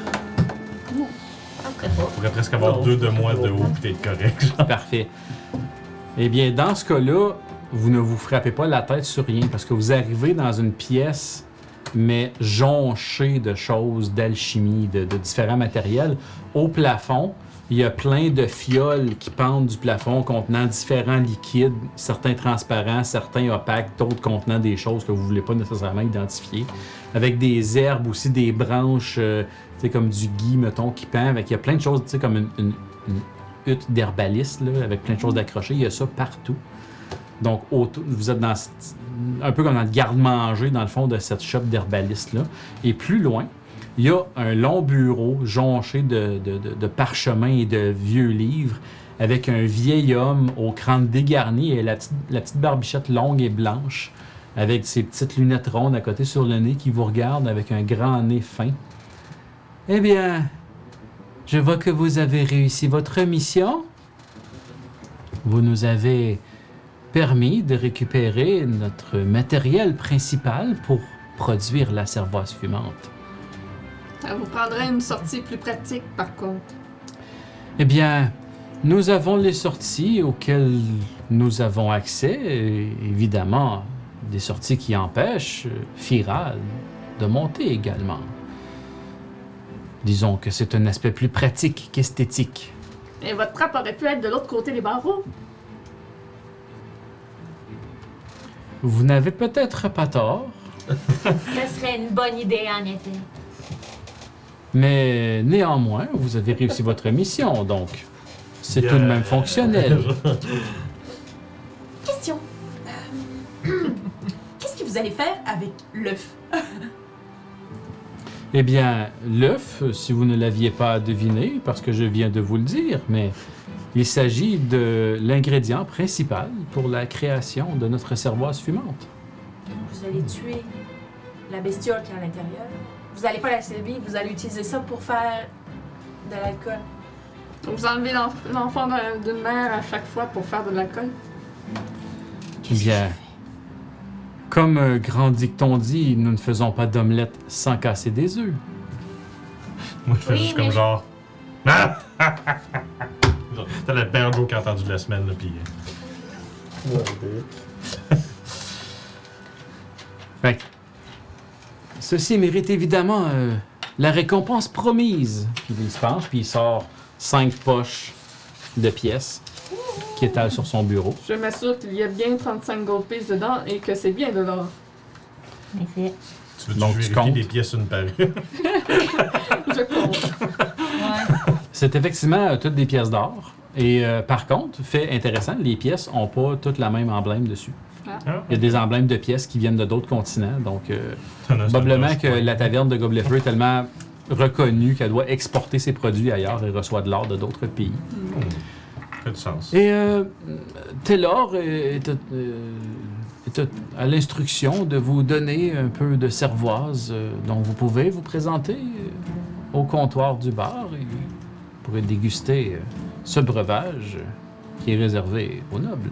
Après On pourrait presque avoir Non. deux de moi de haut, pis t'es correct, genre. Parfait. Eh bien, dans ce cas-là, vous ne vous frappez pas la tête sur rien parce que vous arrivez dans une pièce mais jonché de choses, d'alchimie, de, de différents matériels. Au plafond, il y a plein de fioles qui pendent du plafond contenant différents liquides, certains transparents, certains opaques, d'autres contenant des choses que vous ne voulez pas nécessairement identifier. Avec des herbes aussi, des branches, euh, tu sais, comme du gui, mettons, qui pend. Avec, il y a plein de choses, tu sais, comme une, une, une hutte d'herbaliste, là, avec plein de choses d'accrocher. Il y a ça partout. Donc, autour, vous êtes dans cette- un peu comme dans le garde-manger, dans le fond, de cette shop d'herbaliste-là. Et plus loin, il y a un long bureau jonché de, de, de, de parchemins et de vieux livres, avec un vieil homme au crâne dégarni et la petite, la petite barbichette longue et blanche, avec ses petites lunettes rondes à côté sur le nez, qui vous regarde avec un grand nez fin. Eh bien, je vois que vous avez réussi votre mission. Vous nous avez permis de récupérer notre matériel principal pour produire la cervoise fumante. Ça vous prendrait une sortie plus pratique, par contre. Eh bien, nous avons les sorties auxquelles nous avons accès, et évidemment, des sorties qui empêchent euh, Firal de monter également. Disons que c'est un aspect plus pratique qu'esthétique. Et votre trappe aurait pu être de l'autre côté des barreaux. Vous n'avez peut-être pas tort, Ce serait une bonne idée, en effet. mais néanmoins, vous avez réussi votre mission, donc c'est Yeah. tout de même fonctionnel. Question. Euh, Qu'est-ce que vous allez faire avec l'œuf? Eh bien, l'œuf, si vous ne l'aviez pas deviné, parce que je viens de vous le dire, mais il s'agit de l'ingrédient principal pour la création de notre cervoise fumante. Vous allez tuer la bestiole qui est à l'intérieur. Vous n'allez pas la servir, vous allez utiliser ça pour faire de l'alcool. Vous enlevez l'enf- l'enfant d'un- d'une mère à chaque fois pour faire de l'alcool. Eh bien, comme un grand dicton dit, nous ne faisons pas d'omelette sans casser des œufs. Moi, je fais Oui, juste mais comme je- genre. Ah! T'as le père joke entendu de la semaine, là, pis. Fait que, ceci mérite évidemment euh, la récompense promise. Puis il se penche, puis il sort cinq poches de pièces qui étalent sur son bureau. Je m'assure qu'il y a bien trente-cinq gold pieces dedans et que c'est bien de l'or. En effet. Tu veux Donc, tu vérifier comptes. des pièces une par une? Je compte. Ouais. C'est effectivement euh, toutes des pièces d'or. Et euh, par contre, fait intéressant, les pièces n'ont pas toutes la même emblème dessus. Ah. Il y a des emblèmes de pièces qui viennent de d'autres continents. Donc, euh, T'en as probablement ça, que ouais. la taverne de Gobelet Feu est tellement reconnue qu'elle doit exporter ses produits ailleurs et reçoit de l'or de d'autres pays. Ça fait du sens. Et euh, Taylor est, est, euh, est à l'instruction de vous donner un peu de cervoise euh, dont vous pouvez vous présenter euh, au comptoir du bar et vous pourrez déguster euh, ce breuvage qui est réservé aux nobles.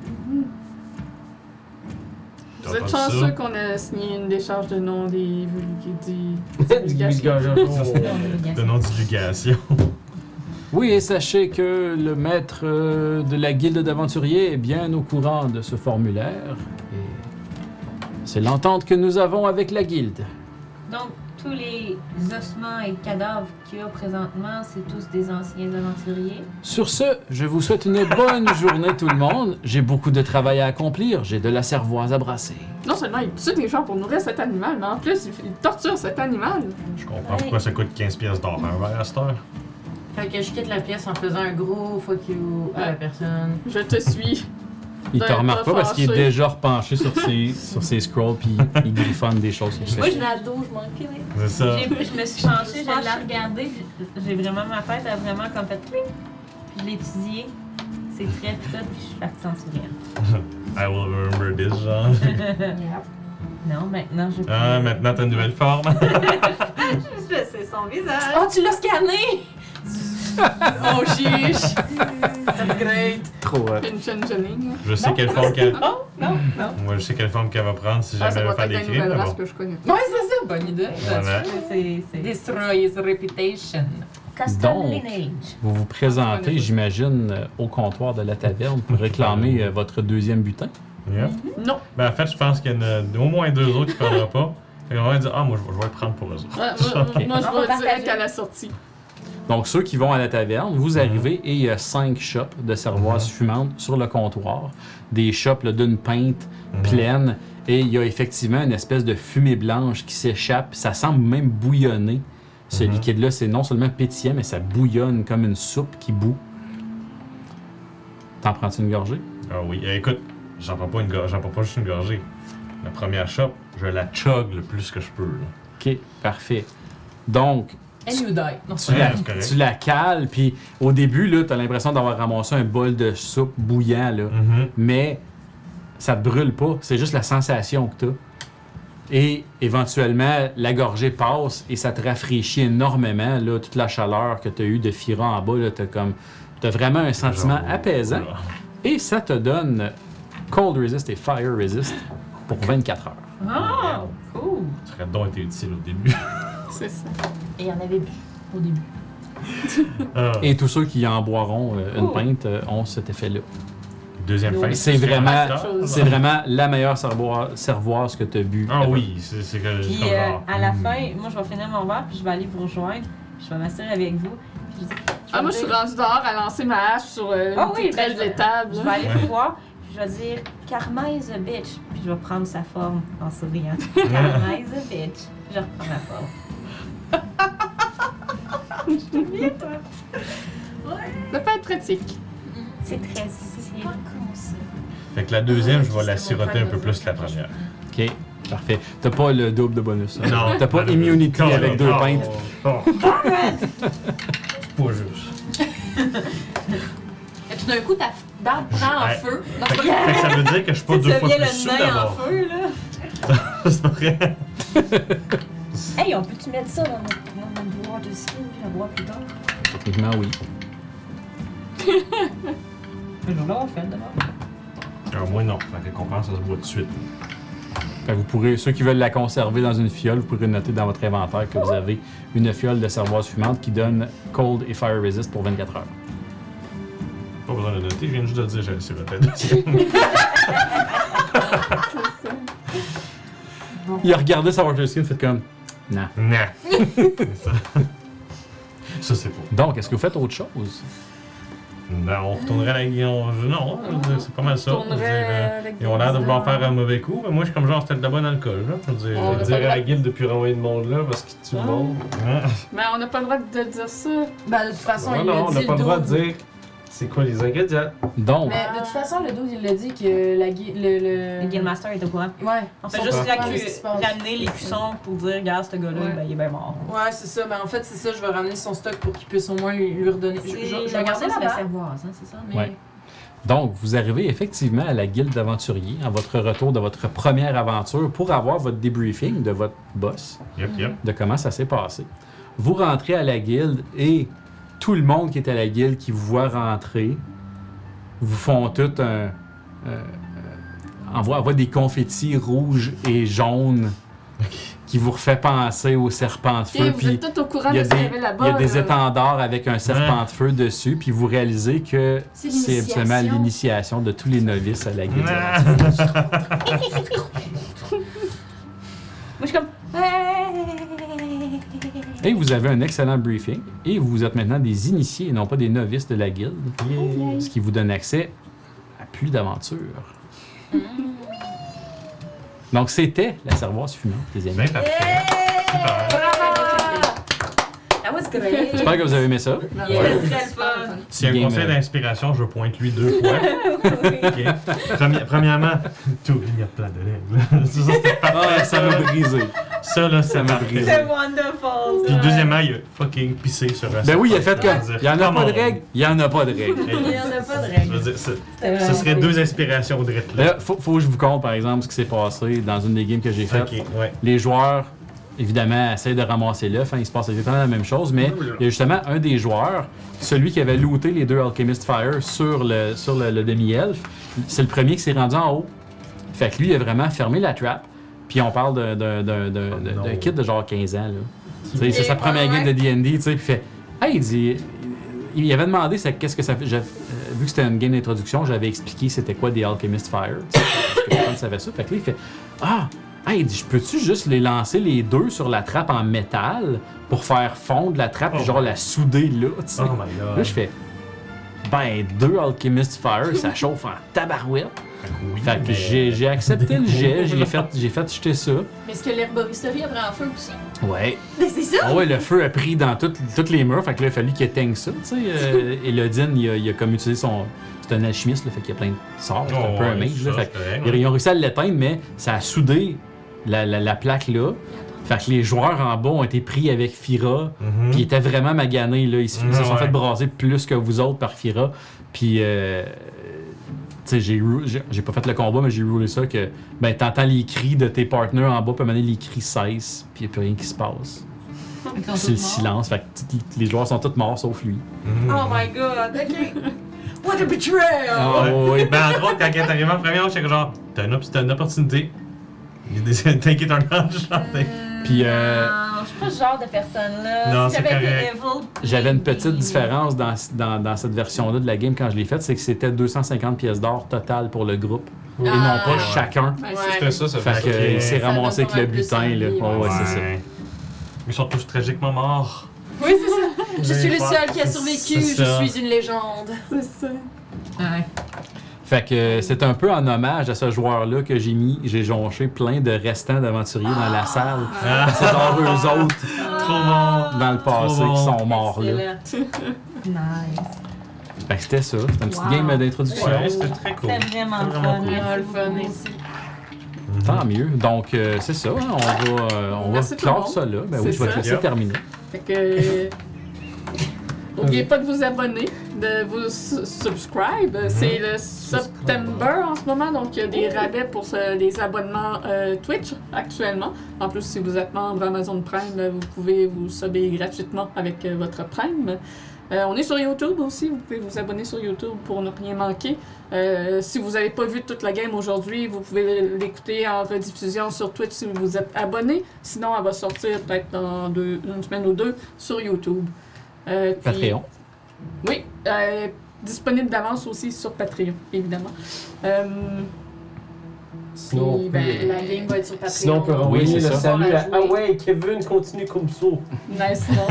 Vous êtes T'as entendu chanceux ça? qu'on a signé une décharge de nom des vulgi- Du divulgations. De non-divulgation. Oui, et sachez que le maître euh, de la guilde d'aventuriers est bien au courant de ce formulaire. Et c'est l'entente que nous avons avec la guilde. Donc, tous les ossements et cadavres qu'il y a présentement, c'est tous des anciens aventuriers. Sur ce, je vous souhaite une bonne journée tout le monde. J'ai beaucoup de travail à accomplir. J'ai de la cervoise à brasser. Non seulement il tue des gens pour nourrir cet animal, mais en plus il, il torture cet animal. Je comprends pourquoi ça coûte quinze pièces d'or un verre à cette heure. Fait que je quitte la pièce en faisant un gros fuck you à la personne. Je te suis. Il te Ben, remarque pas pas parce qu'il est fâché. déjà repenché sur ses, sur ses scrolls puis il griffonne des choses sur Moi, ses je l'ado, je m'en pile. C'est ça. J'ai- Je me suis penchée, je l'ai regardé, j'ai- j'ai vraiment ma tête a vraiment comme fait clic. Puis je l'ai étudié. C'est très puis tout, puis je suis partie en souriant. I will remember this, genre. Non, maintenant je peux. Ah, maintenant t'as une nouvelle forme. Je sais son visage. Oh, tu l'as scanné! oh, chiche! Great! trop. euh, Pinch engineering. Je sais quelle forme qu'elle. Non, non, non. Moi, je sais quelle forme qu'elle va prendre si Ah, jamais ça elle va va faire être des la crimes. nouvelle mais race bon. que je connais. Ouais, c'est ça, bonne idée. Voilà. C'est. c'est- Destroy his reputation. Custom Donc. lineage. Vous vous présentez, j'imagine, euh, au comptoir de la taverne pour réclamer euh, votre deuxième butin. Yeah. Non. Ben, en fait, je pense qu'il y en a au moins deux autres qui ne parleront pas. Fait qu'on va dire, ah, moi, je vais, je vais le prendre pour eux autres. Ouais, moi, Ok. moi, je On va vais partager. direct à la sortie. Donc, ceux qui vont à la taverne, vous arrivez et il y a cinq chopes de cervoises Mhm. fumantes sur le comptoir. Des chopes là, d'une pinte Mhm. pleine. Et il y a effectivement une espèce de fumée blanche qui s'échappe. Ça semble même bouillonner. Ce Mhm. liquide-là, c'est non seulement pétillant, mais ça bouillonne comme une soupe qui bout. T'en prends-tu une gorgée? Ah oui, eh, écoute, j'en prends pas une gorgée, j'en prends pas juste une gorgée. La première shot, je la chug le plus que je peux. Là. Ok, parfait. Donc, And you die. Non, tu Ouais, la, c'est correct. tu la cales, puis au début, là, t'as l'impression d'avoir ramassé un bol de soupe bouillant, là. Mhm. Mais ça te brûle pas, c'est juste la sensation que t'as. Et éventuellement, la gorgée passe et ça te rafraîchit énormément, là, toute la chaleur que t'as eue de Fira en bas, là, t'as comme... T'as vraiment un sentiment Genre, apaisant. voilà. Et ça te donne Cold Resist et Fire Resist pour vingt-quatre heures. Oh, cool. Ça serait donc été utile au début. C'est ça. Et il y en avait bu au début. Ah. Et tous ceux qui en boiront euh, une Oh. pinte euh, ont cet effet-là. Deuxième fin. C'est vraiment, chose. c'est vraiment la meilleure cervoise, cervoise que tu as bu. Ah oui, c'est c'est que. Puis comme euh, genre, à la hmm. fin, moi, je vais finir mon verre, puis je vais aller vous rejoindre. Puis je vais m'asseoir avec vous. Puis je dis- je Ah, vais moi, je suis dire- rendue dehors à lancer ma hache sur euh, Ah une oui, petite ben, traîne je de vais- l'étable. Je vais aller vous voir, puis je vais dire Karma is a bitch, puis je vais prendre sa forme en souriant. Karma is a bitch. Puis je reprends ma forme. Ça peut être pratique. C'est très difficile. Fait que la deuxième, je vais la siroter un peu plus que la première. Ok, parfait. T'as pas le double de bonus. hein? Non. T'as pas non, immunity non, avec non, deux non, pintes. non. C'est pas juste. Et tout d'un coup, ta barbe prend en Ouais. feu. Non, Fait que, fait que ça veut dire que je suis pas Tu deux fois deviens plus le sous nain en d'abord. feu, là. C'est pas vrai. Hey, on peut-tu mettre ça dans notre, dans notre boire de skin puis la boire plus tard? Techniquement, oui. Un jour là, on fait d'abord. Alors, moi, non. La récompense, ça se boit tout de suite. Fait que vous pourrez, ceux qui veulent la conserver dans une fiole, vous pourrez noter dans votre inventaire que vous avez une fiole de cervoise fumante qui donne Cold et Fire Resist pour vingt-quatre heures. Pas besoin de noter, je viens juste de dire que j'allais siroter la deuxième. Il a regardé sa water skin, fait comme. Non. Non. C'est ça. Ça, c'est pas. Donc, est-ce que vous faites autre chose? Non, on retournerait à la guillon. Non, je veux dire, c'est pas mal ça. Je veux dire, Tournerait euh, avec Ils ont l'air de des vouloir armes. faire un mauvais coup, mais moi, je suis comme genre, c'était de la bonne alcool, là. Je veux dire, On Je a dirais pas le à la droit. guilde de plus renvoyer le monde là parce qu'il tue le Ah. monde. hein? Mais on n'a pas le droit de dire ça. Ben, de toute façon, Non, il non, l'a on dit, n'a pas le le droit de dude. dire c'est quoi les ingrédients. Donc, Mais de toute façon, le dude, il l'a dit que la gui- le, le... Le Guildmaster est au courant. Ouais. On fait Son- juste Ouais, la qu'est-ce qui se passe? ramener les cuissons pour dire, regarde, ce gars-là, Ouais. ben, il est bien mort. Ouais, c'est ça. Ben, en fait, c'est ça. Je vais ramener son stock pour qu'il puisse au moins lui, lui redonner. Je, je, je vais garder la cervoise, hein, c'est ça? Mais... Ouais. donc, vous arrivez effectivement à la guilde d'aventuriers en votre retour de votre première aventure pour avoir votre débriefing de votre boss, Yep, yep. de comment ça s'est passé. Vous rentrez à la guilde et tout le monde qui est à la guilde qui vous voit rentrer vous font tout un. Euh, euh, envoie, envoie des confettis rouges et jaunes qui vous refait penser au serpent de Ok, feu. vous Puis êtes tous au courant il y a de ce qu'il y des, avait il là-bas. y a des là. étendards avec un serpent Ouais. de feu dessus, puis vous réalisez que C'est c'est l'initiation. absolument l'initiation de tous les novices à la guilde. Ah. Moi, je suis comme, Et vous avez un excellent briefing, et vous êtes maintenant des initiés et non pas des novices de la guilde, ce qui vous donne accès à plus d'aventures. Donc c'était la cervoise fumante, les amis. Bien parfait. Super. That was great. J'espère que vous avez aimé ça. il est Ouais. très le fun. S'il y a un Game, conseil euh, d'inspiration, je pointe lui deux fois. Ok. Premi- premièrement, tout, il y a plein de règles. Ça, c'était Ah, parfait. ça m'a brisé. Ça, là, ça m'a brisé. C'est wonderful. Puis deuxièmement, il a fucking pissé sur un Ben oui, il a fait serpent. comme. Je veux Il y en a dire, pas de come on. règles, il y en a pas de règles. Il n'y en a pas de Je règle. veux dire, ce, C'était ce vraiment serait cool. deux inspirations de là. Là, faut, faut que je vous compte, par exemple, ce qui s'est passé dans une des games que j'ai faites. Ok, ouais. Les joueurs, évidemment, essayent de ramasser l'œuf. Hein, il se passe exactement la même chose, mais il y a justement un des joueurs, celui qui avait looté les deux Alchemist Fire sur le, sur le, le demi-elfe, c'est le premier qui s'est rendu en haut. Fait que lui, il a vraiment fermé la trap. Puis on parle d'un- d'un d'un- d'un- Oh d'un- non. d'un kid de genre quinze ans. là. Tu sais, C'est sa Et première ouais, game de D and D, tu sais, puis il fait « Hey, il dit... » Il avait demandé c'est- qu'est-ce que ça fait. j'avais- euh, vu que c'était une game d'introduction, j'avais expliqué c'était quoi des Alchemist Fire. tu sais, Parce que personne ne savait ça. Fait que là, il fait « Ah! Hey, il dit, je peux-tu juste les lancer les deux sur la trappe en métal pour faire fondre la trappe Oh et genre my- la souder là, tu sais? Oh my god. Là, je fais, ben, deux Alchemist Fire, ça chauffe en tabarouette. Oui, Fait que mais- j'ai j'ai accepté le jet, j'ai fait, j'ai fait jeter ça. Mais est-ce que l'herboristerie a pris en feu aussi? Ouais. Mais c'est ça! Ah ouais, le feu a pris dans toutes toutes les murs, fait que là, il a fallu qu'il éteigne ça, tu sais. Euh, Elodine, il a, il a comme utilisé son... C'est un alchimiste, là, fait qu'il y a plein de sorts, c'est un Oh, peu un ouais, mage, ça, là, fait c'est correct, Ils ouais. ils ont réussi à l'éteindre, mais ça a soudé la, la, la plaque là. Fait que les joueurs en bas ont été pris avec Fira. Mhm. Puis ils étaient vraiment maganés. Là. Ils, se- ils se sont Ouais. fait braser plus que vous autres par Fira. Puis, euh, tu sais, j'ai, rou- j'ai j'ai pas fait le combat, mais j'ai roulé ça que ben, t'entends les cris de tes partenaires en bas, puis à un moment donné, les cris cessent, puis il n'y a plus rien qui se passe. Ils sont C'est le tous morts. silence. Fait que t- les joueurs sont tous morts sauf lui. Mhm. Oh my god, ok. What a betrayal! Ah, Ouais. oui. Ben, entre autres, quand elle est arrivée en premier, j'étais genre, t'as une, op- t'as une opportunité. Il y a des take it or not, genre. t'es- Puis, euh, Non, je suis pas ce genre de personne-là. Non, si c'est j'avais été correct. evil, J'avais une puis- petite différence dans, dans, dans cette version-là de la game quand je l'ai faite, c'est que c'était deux cent cinquante pièces d'or total pour le groupe. Et non Ah. pas Ouais. chacun. Ben, Ouais. c'est- Tu fais ça, ça Fait fait que, ça. euh, il s'est Ça ramassé donne avec le pas mal plus butin, là. envie, Ouais, ouais, ouais. c'est ça. Ils sont tous tragiquement morts. Oui, c'est ça. Je suis le seul qui a survécu, C'est je ça. suis une légende. C'est ça. Ouais. Fait que euh, c'est un peu en hommage à ce joueur-là que j'ai mis, j'ai jonché plein de restants d'aventuriers dans la salle. Ah, C'est genre eux autres trop bon. dans le passé Trop bon. qui sont morts là. Excellent. Nice. Fait que c'était ça, c'était une petite Wow. game d'introduction. Ouais, c'était très cool. C'était vraiment C'était fun. vraiment cool. Ah, le fun beaucoup. ici. Mhm. Tant mieux. Donc euh, c'est ça, hein, on va, euh, on va Merci tout le clore monde. ça là. Ben C'est oui, je vais ça. te laisser Yep. terminer. Fait que. N'oubliez pas de vous abonner, de vous su- subscribe. C'est le September en ce moment, donc il y a des rabais pour ce- les abonnements euh, Twitch actuellement. En plus, si vous êtes membre Amazon Prime, là, vous pouvez vous subber gratuitement avec euh, votre Prime. Euh, on est sur YouTube aussi, vous pouvez vous abonner sur YouTube pour ne rien manquer. Euh, si vous n'avez pas vu toute la game aujourd'hui, vous pouvez l'écouter en rediffusion sur Twitch si vous êtes abonné. Sinon, elle va sortir peut-être dans deux, une semaine ou deux sur YouTube. Euh, puis- Patreon. Oui, euh, disponible d'avance aussi sur Patreon, évidemment. Euh, Sinon, on puis, peut- ben, la game va être sur Patreon. Sinon, on peut donc, renvoyer Oui, le c'est ça. salut à jouer. Ah ouais, Kevin, continue comme ça. Nice, non.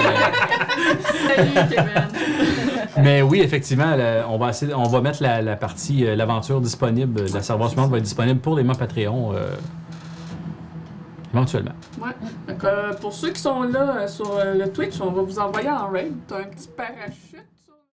Salut, Kevin. Mais oui, effectivement, le- on va essayer, on va mettre la, la partie, euh, l'aventure disponible, la serveur suivante va être disponible pour les membres Patreon euh, éventuellement. Ouais. Donc, euh, pour ceux qui sont là euh, sur euh, le Twitch, on va vous envoyer en raid. T'as un petit parachute.